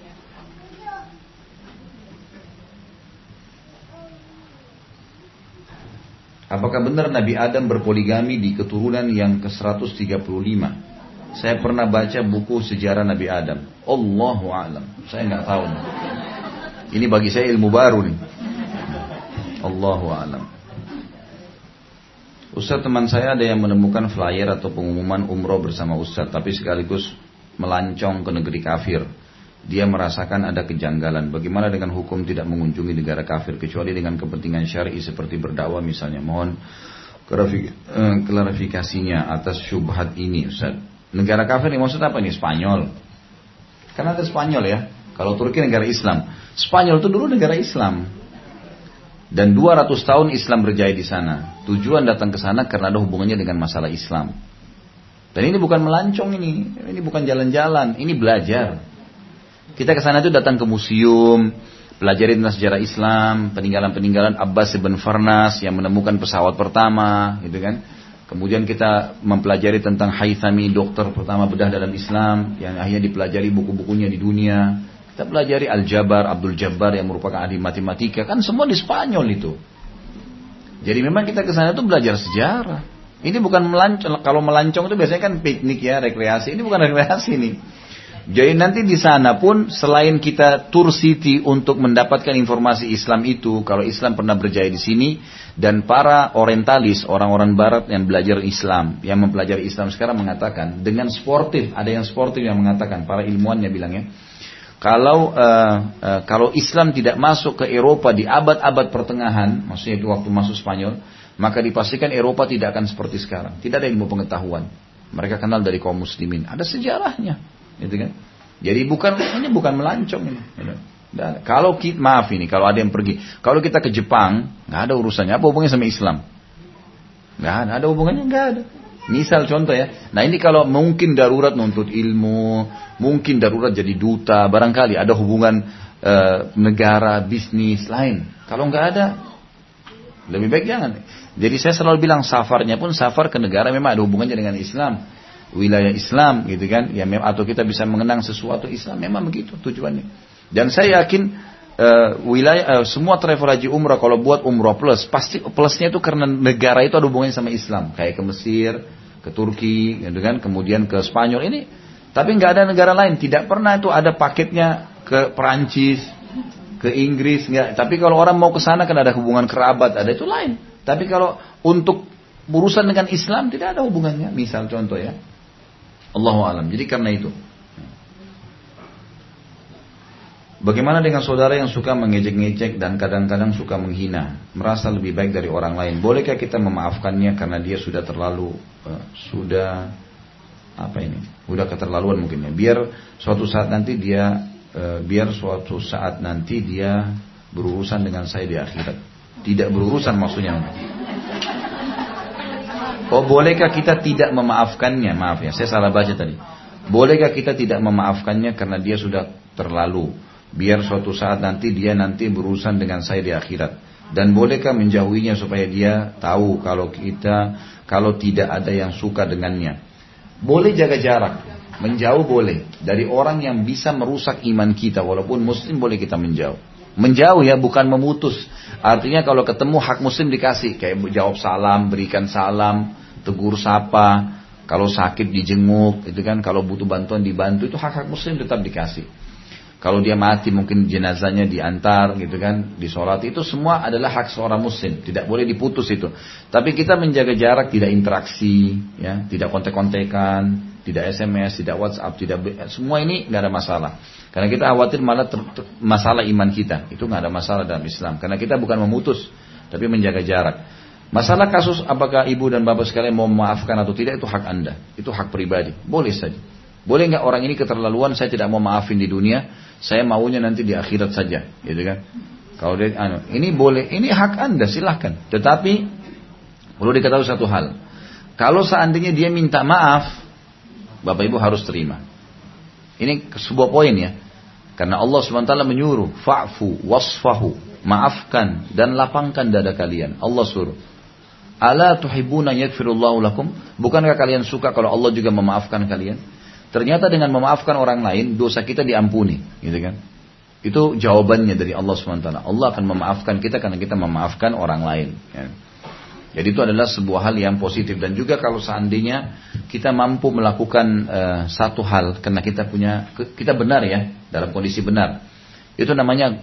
Apakah benar Nabi Adam berpoligami di keturunan yang ke-135? Saya pernah baca buku sejarah Nabi Adam. Allahu a'lam. Saya nggak tahu. Ini bagi saya ilmu baru nih. Allahu a'lam. Ustaz, teman saya ada yang menemukan flyer atau pengumuman umroh bersama Ustaz, tapi sekaligus melancong ke negeri kafir. Dia merasakan ada kejanggalan. Bagaimana dengan hukum tidak mengunjungi negara kafir kecuali dengan kepentingan syar'i seperti berdakwah misalnya? Mohon klarifikasinya atas syubhat ini Ustaz. Negara kafir ini maksud apa nih? Spanyol. Karena ada Spanyol ya. Kalau Turki negara Islam. Spanyol itu dulu negara Islam. Dan 200 tahun Islam berjaya di sana. Tujuan datang ke sana karena ada hubungannya dengan masalah Islam. Dan ini bukan melancong ini. Ini bukan jalan-jalan. Ini belajar. Kita ke sana itu datang ke museum, pelajari tentang sejarah Islam, peninggalan-peninggalan Abbas ibn Farnas yang menemukan pesawat pertama, gitu kan. Kemudian kita mempelajari tentang Haythami, dokter pertama bedah dalam Islam, yang akhirnya dipelajari buku-bukunya di dunia. Kita pelajari Al-Jabar, Abdul Jabbar yang merupakan ahli matematika, kan semua di Spanyol itu. Jadi memang kita ke sana itu belajar sejarah. Ini bukan melancong. Kalau melancong itu biasanya kan piknik ya, rekreasi. Ini bukan rekreasi nih. Jadi nanti di sana pun selain kita tour city untuk mendapatkan informasi Islam itu, kalau Islam pernah berjaya di sini, dan para orientalis, orang-orang barat yang belajar Islam, yang mempelajari Islam sekarang mengatakan dengan sportif, ada yang sportif yang mengatakan, para ilmuwannya bilangnya, kalau Islam tidak masuk ke Eropa di abad-abad pertengahan, maksudnya itu waktu masuk Spanyol, maka dipastikan Eropa tidak akan seperti sekarang. Tidak ada ilmu pengetahuan. Mereka kenal dari kaum muslimin. Ada sejarahnya, gitu kan? Jadi ini bukan melancong ini. Gitu. Dan kalau maaf ini, kalau ada yang pergi, kalau kita ke Jepang, nggak ada urusannya. Apa hubungannya sama Islam? Nggak ada hubungannya, nggak ada. Misal contoh ya, nah ini kalau mungkin darurat nuntut ilmu, mungkin darurat jadi duta, barangkali ada hubungan negara, bisnis lain. Kalau nggak ada, lebih baik jangan. Jadi saya selalu bilang safarnya pun safar ke negara memang ada hubungannya dengan Islam, wilayah Islam gitu kan, ya atau kita bisa mengenang sesuatu Islam, memang begitu tujuannya. Dan saya yakin semua travel haji umrah kalau buat umrah plus, pasti plusnya itu karena negara itu ada hubungannya sama Islam, kayak ke Mesir, ke Turki, gitu kan, kemudian ke Spanyol ini. Tapi nggak ada negara lain, tidak pernah itu ada paketnya ke Perancis, ke Inggris, nggak. Tapi kalau orang mau ke sana kan ada hubungan kerabat, ada itu lain. Tapi kalau untuk urusan dengan Islam tidak ada hubungannya. Misal contoh ya, Allahu a'lam. Jadi karena itu. Bagaimana dengan saudara yang suka mengejek-ngejek dan kadang-kadang suka menghina, merasa lebih baik dari orang lain? Bolehkah kita memaafkannya karena dia sudah terlalu sudah keterlaluan mungkin ya. Biar suatu saat nanti dia berurusan dengan saya di akhirat. Tidak berurusan maksudnya. Oh, bolehkah kita tidak memaafkannya? Maaf ya, saya salah baca tadi. Bolehkah kita tidak memaafkannya karena dia sudah terlalu? Biar suatu saat nanti dia berurusan dengan saya di akhirat. Dan bolehkah menjauhinya supaya dia tahu kalau tidak ada yang suka dengannya. Boleh jaga jarak, menjauh boleh. Dari orang yang bisa merusak iman kita, walaupun muslim boleh kita menjauh. Menjauh ya, bukan memutus. Artinya kalau ketemu hak muslim dikasih, kayak jawab salam, berikan salam, tegur sapa, kalau sakit dijenguk, itu kan, kalau butuh bantuan dibantu, itu hak-hak muslim tetap dikasih. Kalau dia mati mungkin jenazahnya diantar gitu kan, disolati, itu semua adalah hak seorang muslim, tidak boleh diputus itu. Tapi kita menjaga jarak, tidak interaksi, ya, tidak kontek-kontekan, tidak SMS, tidak WhatsApp, semua ini nggak ada masalah. Karena kita khawatir malah masalah iman kita, itu nggak ada masalah dalam Islam. Karena kita bukan memutus, tapi menjaga jarak. Masalah kasus apakah ibu dan bapak sekalian mau memaafkan atau tidak, itu hak anda, itu hak pribadi, boleh saja. Boleh nggak orang ini keterlaluan, saya tidak mau maafin di dunia, saya maunya nanti di akhirat saja, gitu kan? Kalau dia, ini boleh, ini hak anda, silahkan. Tetapi perlu diketahui satu hal, kalau seandainya dia minta maaf, bapak ibu harus terima. Ini sebuah poin ya, karena Allah SWT menyuruh, fa'fu wasfahu, maafkan dan lapangkan dada kalian. Allah suruh. Ala tuhibbuna yaghfirullahu lakum? Bukankah kalian suka kalau Allah juga memaafkan kalian? Ternyata dengan memaafkan orang lain, dosa kita diampuni, gitu kan? Itu jawabannya dari Allah SWT. Allah akan memaafkan kita karena kita memaafkan orang lain. Ya. Jadi itu adalah sebuah hal yang positif. Dan juga kalau seandainya kita mampu melakukan satu hal, karena kita benar ya, dalam kondisi benar. Itu namanya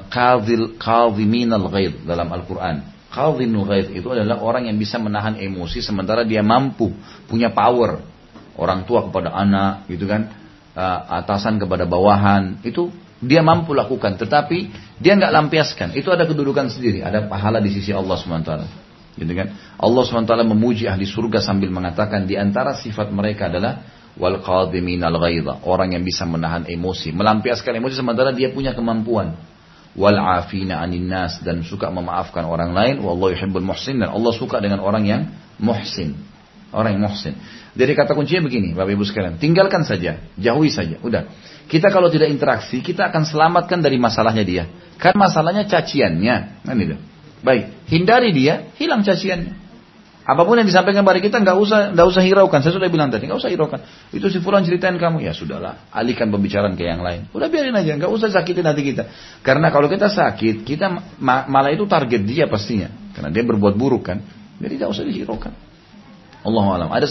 kadhiminal ghaidh dalam Al-Quran. Kadhiminal ghaidh itu adalah orang yang bisa menahan emosi sementara dia mampu, punya power. Orang tua kepada anak, gitu kan, atasan kepada bawahan, itu dia mampu lakukan, tetapi dia nggak lampiaskan. Itu ada kedudukan sendiri, ada pahala di sisi Allah SWT, gitu kan. Allah SWT memuji ahli surga sambil mengatakan di antara sifat mereka adalah wal qadhiminal ghaidha, orang yang bisa menahan emosi, melampiaskan emosi sementara dia punya kemampuan. Wal afina anin nas, dan suka memaafkan orang lain. Wallahu yuhibbul muhsin, dan Allah suka dengan orang yang muhsin. Orang yang muhsin. Jadi kata kuncinya begini, Bapak Ibu sekalian, tinggalkan saja, jauhi saja, udah. Kita kalau tidak interaksi, kita akan selamatkan dari masalahnya dia. Kan masalahnya caciannya, kan itu. Baik, hindari dia, hilang caciannya. Apapun yang disampaikan kepada kita nggak usah hiraukan. Saya sudah bilang tadi, nggak usah hiraukan. Itu si fulan ceritain kamu, ya sudahlah, alihkan pembicaraan ke yang lain. Udah biarin aja, nggak usah sakitin hati kita. Karena kalau kita sakit, kita malah itu target dia pastinya, karena dia berbuat buruk kan. Jadi nggak usah dihiraukan. Allahu a'lam. Ada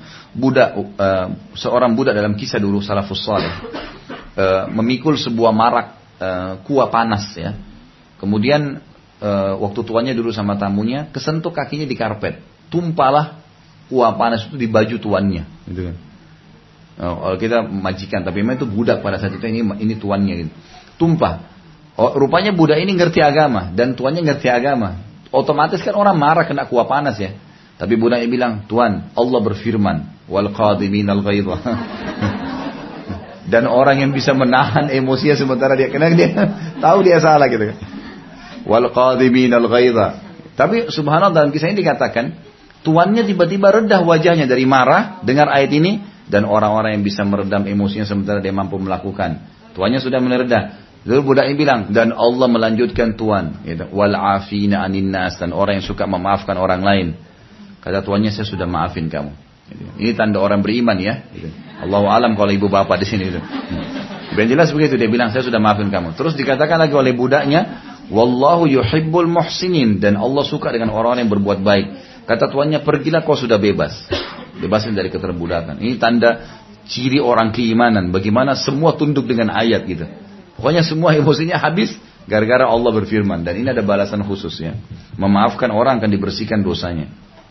seorang budak dalam kisah dulu salafus saleh memikul sebuah marak kuah panas ya. Kemudian waktu tuannya dulu sama tamunya kesentuh kakinya di karpet, tumpahlah kuah panas itu di baju tuannya, gitu kan. Kalau kita majikan, tapi memang itu budak pada saat itu, ini tuannya gitu. Tumpah. Rupanya budak ini ngerti agama dan tuannya ngerti agama. Otomatis kan orang marah kena kuah panas ya. Tapi budaknya bilang, Tuan, Allah berfirman, wal qadhiminal ghaidha. Dan orang yang bisa menahan emosinya sementara dia kena, dia tahu dia salah gitu kan. Wal qadhiminal ghaidha. Tapi subhanallah dalam kisah ini dikatakan, tuannya tiba-tiba redah wajahnya dari marah dengar ayat ini, dan orang-orang yang bisa meredam emosinya sementara dia mampu melakukan. Tuannya sudah meredah. Lalu budaknya bilang, dan Allah melanjutkan Tuan, gitu, wal afina anin nas, dan orang yang suka memaafkan orang lain. Kata tuannya, saya sudah maafin kamu. Ini tanda orang beriman ya. Allahu alam kalau ibu bapak di sini. Ben jelas begitu, dia bilang saya sudah maafin kamu. Terus dikatakan lagi oleh budaknya, wallahu yuhibbul muhsinin, dan Allah suka dengan orang-orang yang berbuat baik. Kata tuannya, pergilah kau sudah bebas. Bebasin dari keterbudakan. Ini tanda ciri orang keimanan. Bagaimana semua tunduk dengan ayat gitu. Pokoknya semua emosinya habis gara-gara Allah berfirman. Dan ini ada balasan khusus ya. Memaafkan orang akan dibersihkan dosanya.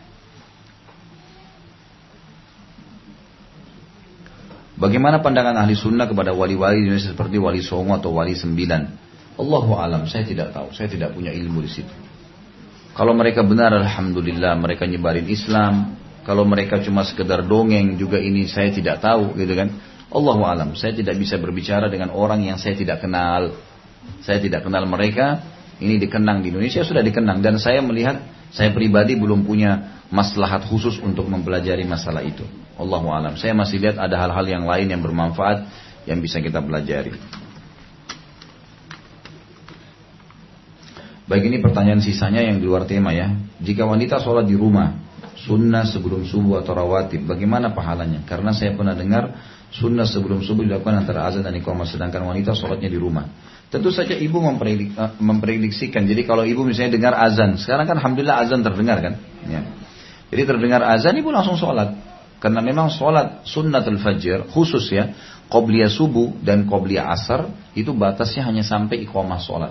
Bagaimana pandangan ahli sunnah kepada wali-wali Indonesia seperti Wali Songo atau Wali Sembilan? Allahu alam, saya tidak tahu, saya tidak punya ilmu di situ. Kalau mereka benar, alhamdulillah, mereka nyebarin Islam. Kalau mereka cuma sekedar dongeng juga, ini saya tidak tahu, gitu kan? Allahu alam, saya tidak bisa berbicara dengan orang yang saya tidak kenal. Saya tidak kenal mereka. Ini dikenang di Indonesia, sudah dikenang, dan saya melihat, saya pribadi belum punya maslahat khusus untuk mempelajari masalah itu. Allahu alam. Saya masih lihat ada hal-hal yang lain yang bermanfaat yang bisa kita pelajari. Baik, ini pertanyaan sisanya yang di luar tema ya. Jika wanita sholat di rumah, sunnah sebelum subuh atau rawatib, bagaimana pahalanya? Karena saya pernah dengar sunnah sebelum subuh dilakukan antara azan dan iqamah, sedangkan wanita sholatnya di rumah. Tentu saja ibu memprediksikan. Jadi kalau ibu misalnya dengar azan, sekarang kan alhamdulillah azan terdengar kan? Ya. Jadi terdengar azan, ibu langsung sholat. Karena memang sholat sunnatul fajr khusus ya, qobliyah subuh dan qobliyah asar itu batasnya hanya sampai iqamah sholat.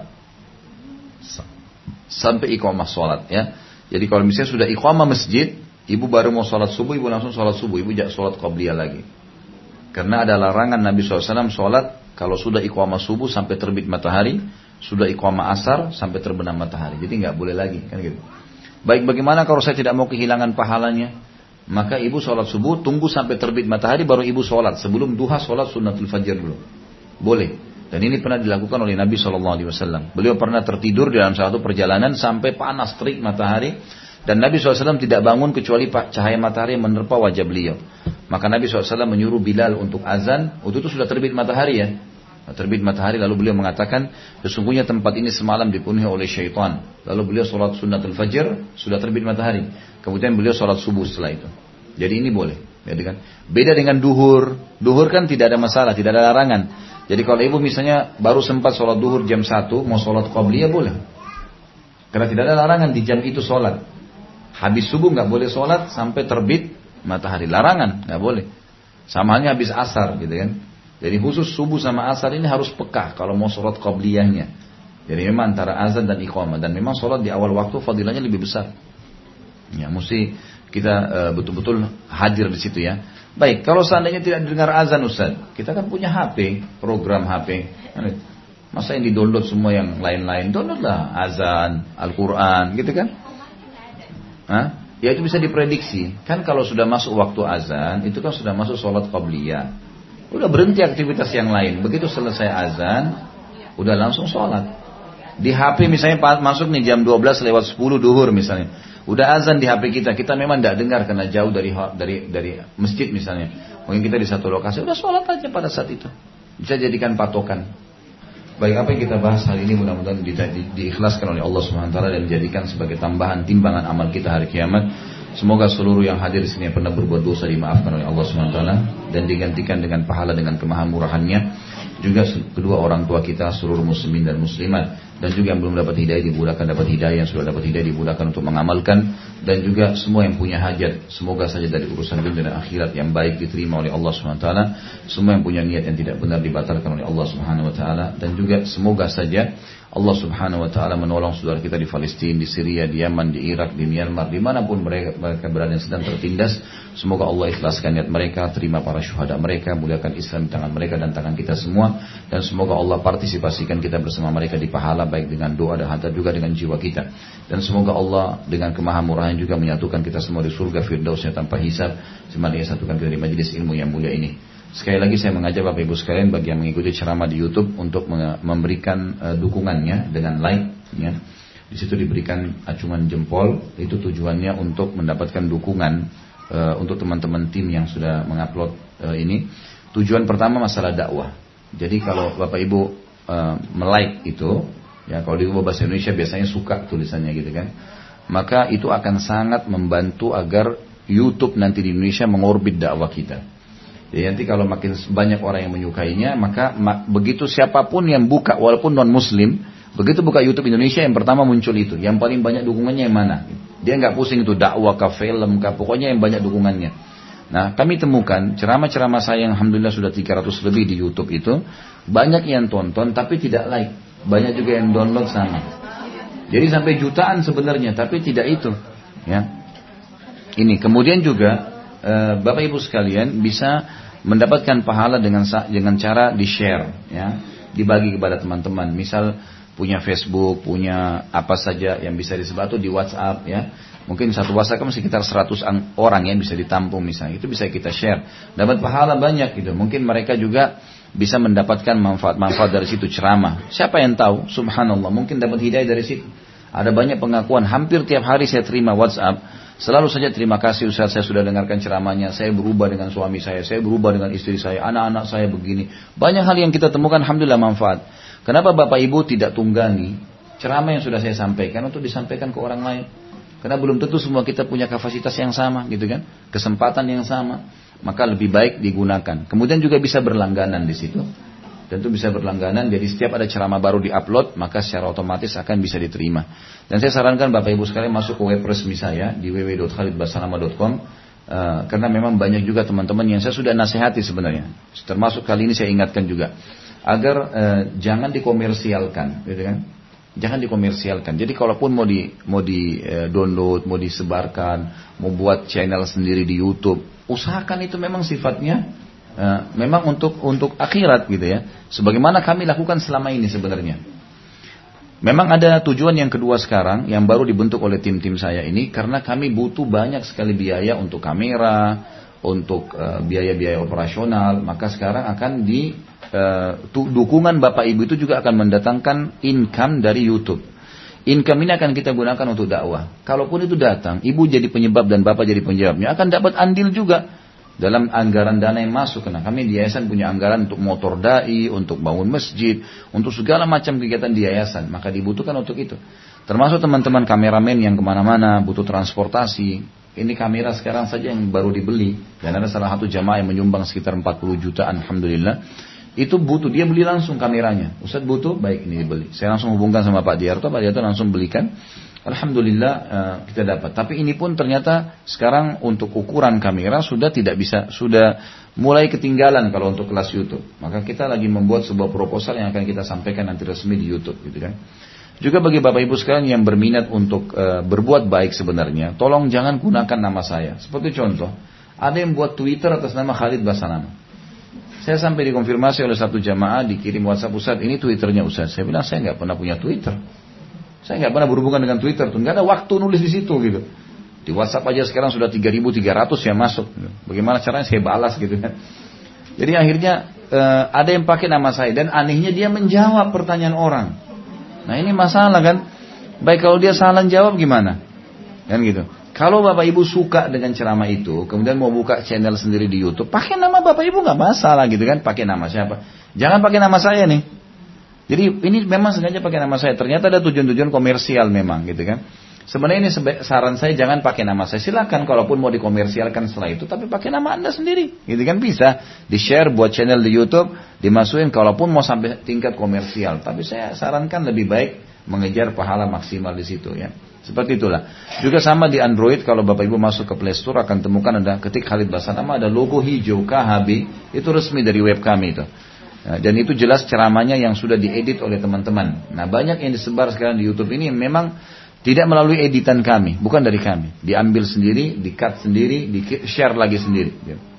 Sampai iqamah sholat ya. Jadi kalau misalnya sudah iqamah masjid, ibu baru mau sholat subuh, ibu langsung sholat subuh, ibu jangan sholat qobliyah lagi. Karena ada larangan Nabi SAW sholat kalau sudah iqamah subuh sampai terbit matahari, sudah iqamah asar sampai terbenam matahari. Jadi nggak boleh lagi kan gitu. Baik, bagaimana kalau saya tidak mau kehilangan pahalanya? Maka ibu sholat subuh, tunggu sampai terbit matahari baru ibu sholat. Sebelum duha sholat sunnatul fajr dulu. Boleh. Dan ini pernah dilakukan oleh Nabi SAW. Beliau pernah tertidur di dalam satu perjalanan sampai panas terik matahari. Dan Nabi SAW tidak bangun kecuali cahaya matahari yang menerpa wajah beliau. Maka Nabi SAW menyuruh Bilal untuk azan. Waktu itu sudah terbit matahari ya. Terbit matahari lalu beliau mengatakan, sesungguhnya tempat ini semalam dipenuhi oleh syaitan. Lalu beliau sholat sunnatul fajr, sudah terbit matahari. Kemudian beliau sholat subuh setelah itu. Jadi ini boleh. Jadi kan? Beda dengan duhur. Duhur kan tidak ada masalah, tidak ada larangan. Jadi kalau ibu misalnya baru sempat sholat duhur jam 1, mau sholat qobliyah boleh. Karena tidak ada larangan di jam itu sholat. Habis subuh nggak boleh sholat sampai terbit matahari, larangan, nggak boleh. Sama halnya habis asar gitu kan. Jadi khusus subuh sama asar ini harus peka kalau mau sholat qobliyahnya. Jadi memang antara azan dan iqamah, dan memang sholat di awal waktu fadilahnya lebih besar. Ya mesti kita betul-betul hadir di situ ya. Baik, kalau seandainya tidak dengar azan Ustaz, kita kan punya HP, program HP. Masa yang di-download semua yang lain-lain, downloadlah azan, Al-Quran, gitu kan? Ya itu bisa diprediksi. Kan kalau sudah masuk waktu azan, itu kan sudah masuk sholat qabliyah. Udah berhenti aktivitas yang lain. Begitu selesai azan, udah langsung sholat. Di HP misalnya masuk nih jam 12 lewat 10 duhur misalnya. Udah azan di HP kita memang tidak dengar karena jauh dari masjid misalnya. Mungkin kita di satu lokasi, udah sholat aja pada saat itu. Bisa jadikan patokan. Baik, apa yang kita bahas hari ini mudah-mudahan diikhlaskan oleh Allah Subhanahu wa taala dan dijadikan sebagai tambahan timbangan amal kita hari kiamat. Semoga seluruh yang hadir di sini yang pernah berbuat dosa dimaafkan oleh Allah Subhanahu wa taala dan digantikan dengan pahala dengan kemahamurahannya. Juga kedua orang tua kita, seluruh muslimin dan muslimat, dan juga yang belum dapat hidayah dimudahkan dapat hidayah, yang sudah dapat hidayah dimudahkan untuk mengamalkan, dan juga semua yang punya hajat, semoga saja dari urusan dunia dan akhirat yang baik diterima oleh Allah Subhanahu wa taala. Semua yang punya niat yang tidak benar dibatalkan oleh Allah Subhanahu wa taala, dan juga semoga saja Allah Subhanahu wa taala menolong saudara kita di Palestina, di Syria, di Yaman, di Irak, di Myanmar, dimanapun mereka berada yang sedang tertindas. Semoga Allah ikhlaskan niat mereka, terima para syuhada mereka, muliakan Islam di tangan mereka dan tangan kita semua, dan semoga Allah partisipasikan kita bersama mereka di pahala baik dengan doa dan harta juga dengan jiwa kita. Dan semoga Allah dengan kemahamurahan juga menyatukan kita semua di surga firdausnya tanpa hisab, semana Dia satukan kita di majelis ilmu yang mulia ini. Sekali lagi saya mengajak Bapak Ibu sekalian bagi yang mengikuti ceramah di YouTube untuk memberikan dukungannya dengan like ya. Di situ diberikan acungan jempol, itu tujuannya untuk mendapatkan dukungan untuk teman-teman tim yang sudah mengupload ini. Tujuan pertama masalah dakwah. Jadi kalau Bapak Ibu melike itu ya, kalau di bahasa Indonesia biasanya suka tulisannya gitu kan, maka itu akan sangat membantu agar YouTube nanti di Indonesia mengorbit dakwah kita. Jadi nanti kalau makin banyak orang yang menyukainya, maka begitu siapapun yang buka walaupun non muslim, begitu buka YouTube Indonesia yang pertama muncul itu, yang paling banyak dukungannya yang mana? Dia nggak pusing itu dakwah kah, film kah, pokoknya yang banyak dukungannya. Nah, kami temukan ceramah-ceramah saya yang alhamdulillah sudah 300 lebih di YouTube itu, banyak yang tonton tapi tidak like, banyak juga yang download sama. Jadi sampai jutaan sebenarnya, tapi tidak itu. Ya, ini kemudian juga Bapak Ibu sekalian bisa mendapatkan pahala dengan cara di-share ya, dibagi kepada teman-teman. Misal punya Facebook, punya apa saja yang bisa disebar di WhatsApp ya. Mungkin satu WhatsApp kan sekitar 100 orang yang bisa ditampung misalnya. Itu bisa kita share. Dapat pahala banyak gitu. Mungkin mereka juga bisa mendapatkan manfaat dari situ ceramah. Siapa yang tahu? Subhanallah, mungkin dapat hidayah dari situ. Ada banyak pengakuan, hampir tiap hari saya terima WhatsApp. Selalu saja terima kasih Ustaz, saya sudah dengarkan ceramahnya, saya berubah dengan suami saya berubah dengan istri saya, anak-anak saya begini. Banyak hal yang kita temukan alhamdulillah manfaat. Kenapa Bapak Ibu tidak tunggangi ceramah yang sudah saya sampaikan untuk disampaikan ke orang lain? Karena belum tentu semua kita punya kapasitas yang sama gitu kan, kesempatan yang sama. Maka lebih baik digunakan. Kemudian juga bisa berlangganan di situ. Tentu bisa berlangganan, jadi setiap ada ceramah baru di-upload, maka secara otomatis akan bisa diterima. Dan saya sarankan Bapak Ibu sekalian masuk ke web resmi saya di www.khalidbasalama.com. Karena memang banyak juga teman-teman yang saya sudah nasihati sebenarnya. Termasuk kali ini saya ingatkan juga agar jangan dikomersialkan, gitu kan? Jangan dikomersialkan. Jadi kalaupun mau di download, mau disebarkan, mau buat channel sendiri di YouTube, usahakan itu memang sifatnya memang untuk akhirat gitu ya. Sebagaimana kami lakukan selama ini sebenarnya. Memang ada tujuan yang kedua sekarang yang baru dibentuk oleh tim-tim saya ini karena kami butuh banyak sekali biaya untuk kamera, untuk biaya-biaya operasional, maka sekarang akan dukungan Bapak Ibu itu juga akan mendatangkan income dari YouTube. Income ini akan kita gunakan untuk dakwah. Kalaupun itu datang, Ibu jadi penyebab dan Bapak jadi penyebabnya, akan dapat andil juga dalam anggaran dana yang masuk. Karena kami di yayasan punya anggaran untuk motor dai, untuk bangun masjid, untuk segala macam kegiatan di yayasan. Maka dibutuhkan untuk itu. Termasuk teman-teman kameramen yang kemana-mana, butuh transportasi. Ini kamera sekarang saja yang baru dibeli. Dan ada salah satu jamaah yang menyumbang sekitar 40 juta, alhamdulillah. Itu butuh, dia beli langsung kameranya. Ustaz butuh, baik ini dibeli. Saya langsung hubungkan sama Pak Diarto langsung belikan. Alhamdulillah kita dapat. Tapi ini pun ternyata sekarang untuk ukuran kamera sudah tidak bisa, sudah mulai ketinggalan kalau untuk kelas YouTube. Maka kita lagi membuat sebuah proposal yang akan kita sampaikan nanti resmi di YouTube, gitu kan. Juga bagi Bapak Ibu sekalian yang berminat untuk berbuat baik sebenarnya, tolong jangan gunakan nama saya. Seperti contoh, ada yang buat Twitter atas nama Khalid Basanama. Saya sampai dikonfirmasi oleh satu jamaah, dikirim WhatsApp, Ustaz ini Twitternya Ustaz. Saya bilang saya nggak pernah punya Twitter. Saya nggak pernah berhubungan dengan Twitter tuh, nggak ada waktu nulis di situ gitu. Di WhatsApp aja sekarang sudah 3.300 yang masuk. Bagaimana caranya saya balas gitu kan? Jadi akhirnya ada yang pakai nama saya dan anehnya dia menjawab pertanyaan orang. Nah ini masalah kan? Baik kalau dia salah jawab gimana? Kan gitu. Kalau Bapak Ibu suka dengan ceramah itu, kemudian mau buka channel sendiri di YouTube, pakai nama Bapak Ibu nggak masalah gitu kan? Pakai nama siapa? Jangan pakai nama saya nih. Jadi ini memang sengaja pakai nama saya. Ternyata ada tujuan-tujuan komersial memang gitu kan. Sebenarnya ini saran saya jangan pakai nama saya. Silakan kalaupun mau dikomersialkan setelah itu, tapi pakai nama Anda sendiri. Gitu kan bisa di-share buat channel di YouTube, dimasukin kalaupun mau sampai tingkat komersial. Tapi saya sarankan lebih baik mengejar pahala maksimal di situ ya. Seperti itulah. Juga sama di Android, kalau Bapak Ibu masuk ke Play Store akan temukan ada ketik Khalid Basanama, ada logo hijau KHB, itu resmi dari web kami itu. Nah, dan itu jelas ceramahnya yang sudah diedit oleh teman-teman. Nah banyak yang disebar sekarang di YouTube ini memang tidak melalui editan kami, bukan dari kami. Diambil sendiri, di-cut sendiri, di-share lagi sendiri.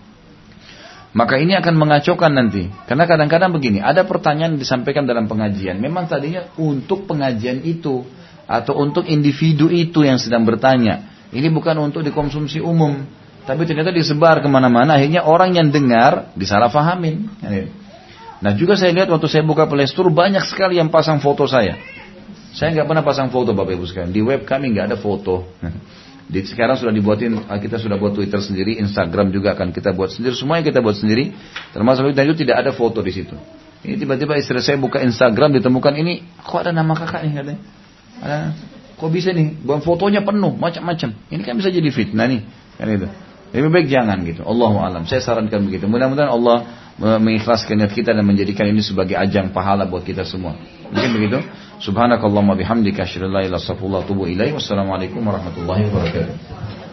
Maka ini akan mengacaukan nanti. Karena kadang-kadang begini, ada pertanyaan yang disampaikan dalam pengajian. Memang tadinya untuk pengajian itu, atau untuk individu itu yang sedang bertanya. Ini bukan untuk dikonsumsi umum. Tapi ternyata disebar kemana-mana, akhirnya orang yang dengar disalahfahamin. Nah juga saya lihat waktu saya buka Play Store banyak sekali yang pasang foto saya. Saya nggak pernah pasang foto Bapak Ibu sekalian. Di web kami nggak ada foto. Sekarang sudah dibuatin, kita sudah buat Twitter sendiri, Instagram juga akan kita buat sendiri. Semuanya kita buat sendiri. Termasuk itu tidak ada foto di situ. Ini tiba-tiba istri saya buka Instagram ditemukan ini, kok ada nama kakak nih katanya. Kok bisa nih? Buat fotonya penuh, macam-macam. Ini kan bisa jadi fitnah nih. Kan itu. Lebih baik jangan gitu. Allahu a'lam. Saya sarankan begitu. Mudah-mudahan Allah mengikhlaskan niat kita dan menjadikan ini sebagai ajang pahala buat kita semua. Mungkin begitu. Subhanakallahumma bihamdika asyhadu an la ilaha illa anta astaghfiruka wa atubu ilaik. Wassalamualaikum warahmatullahi wabarakatuh.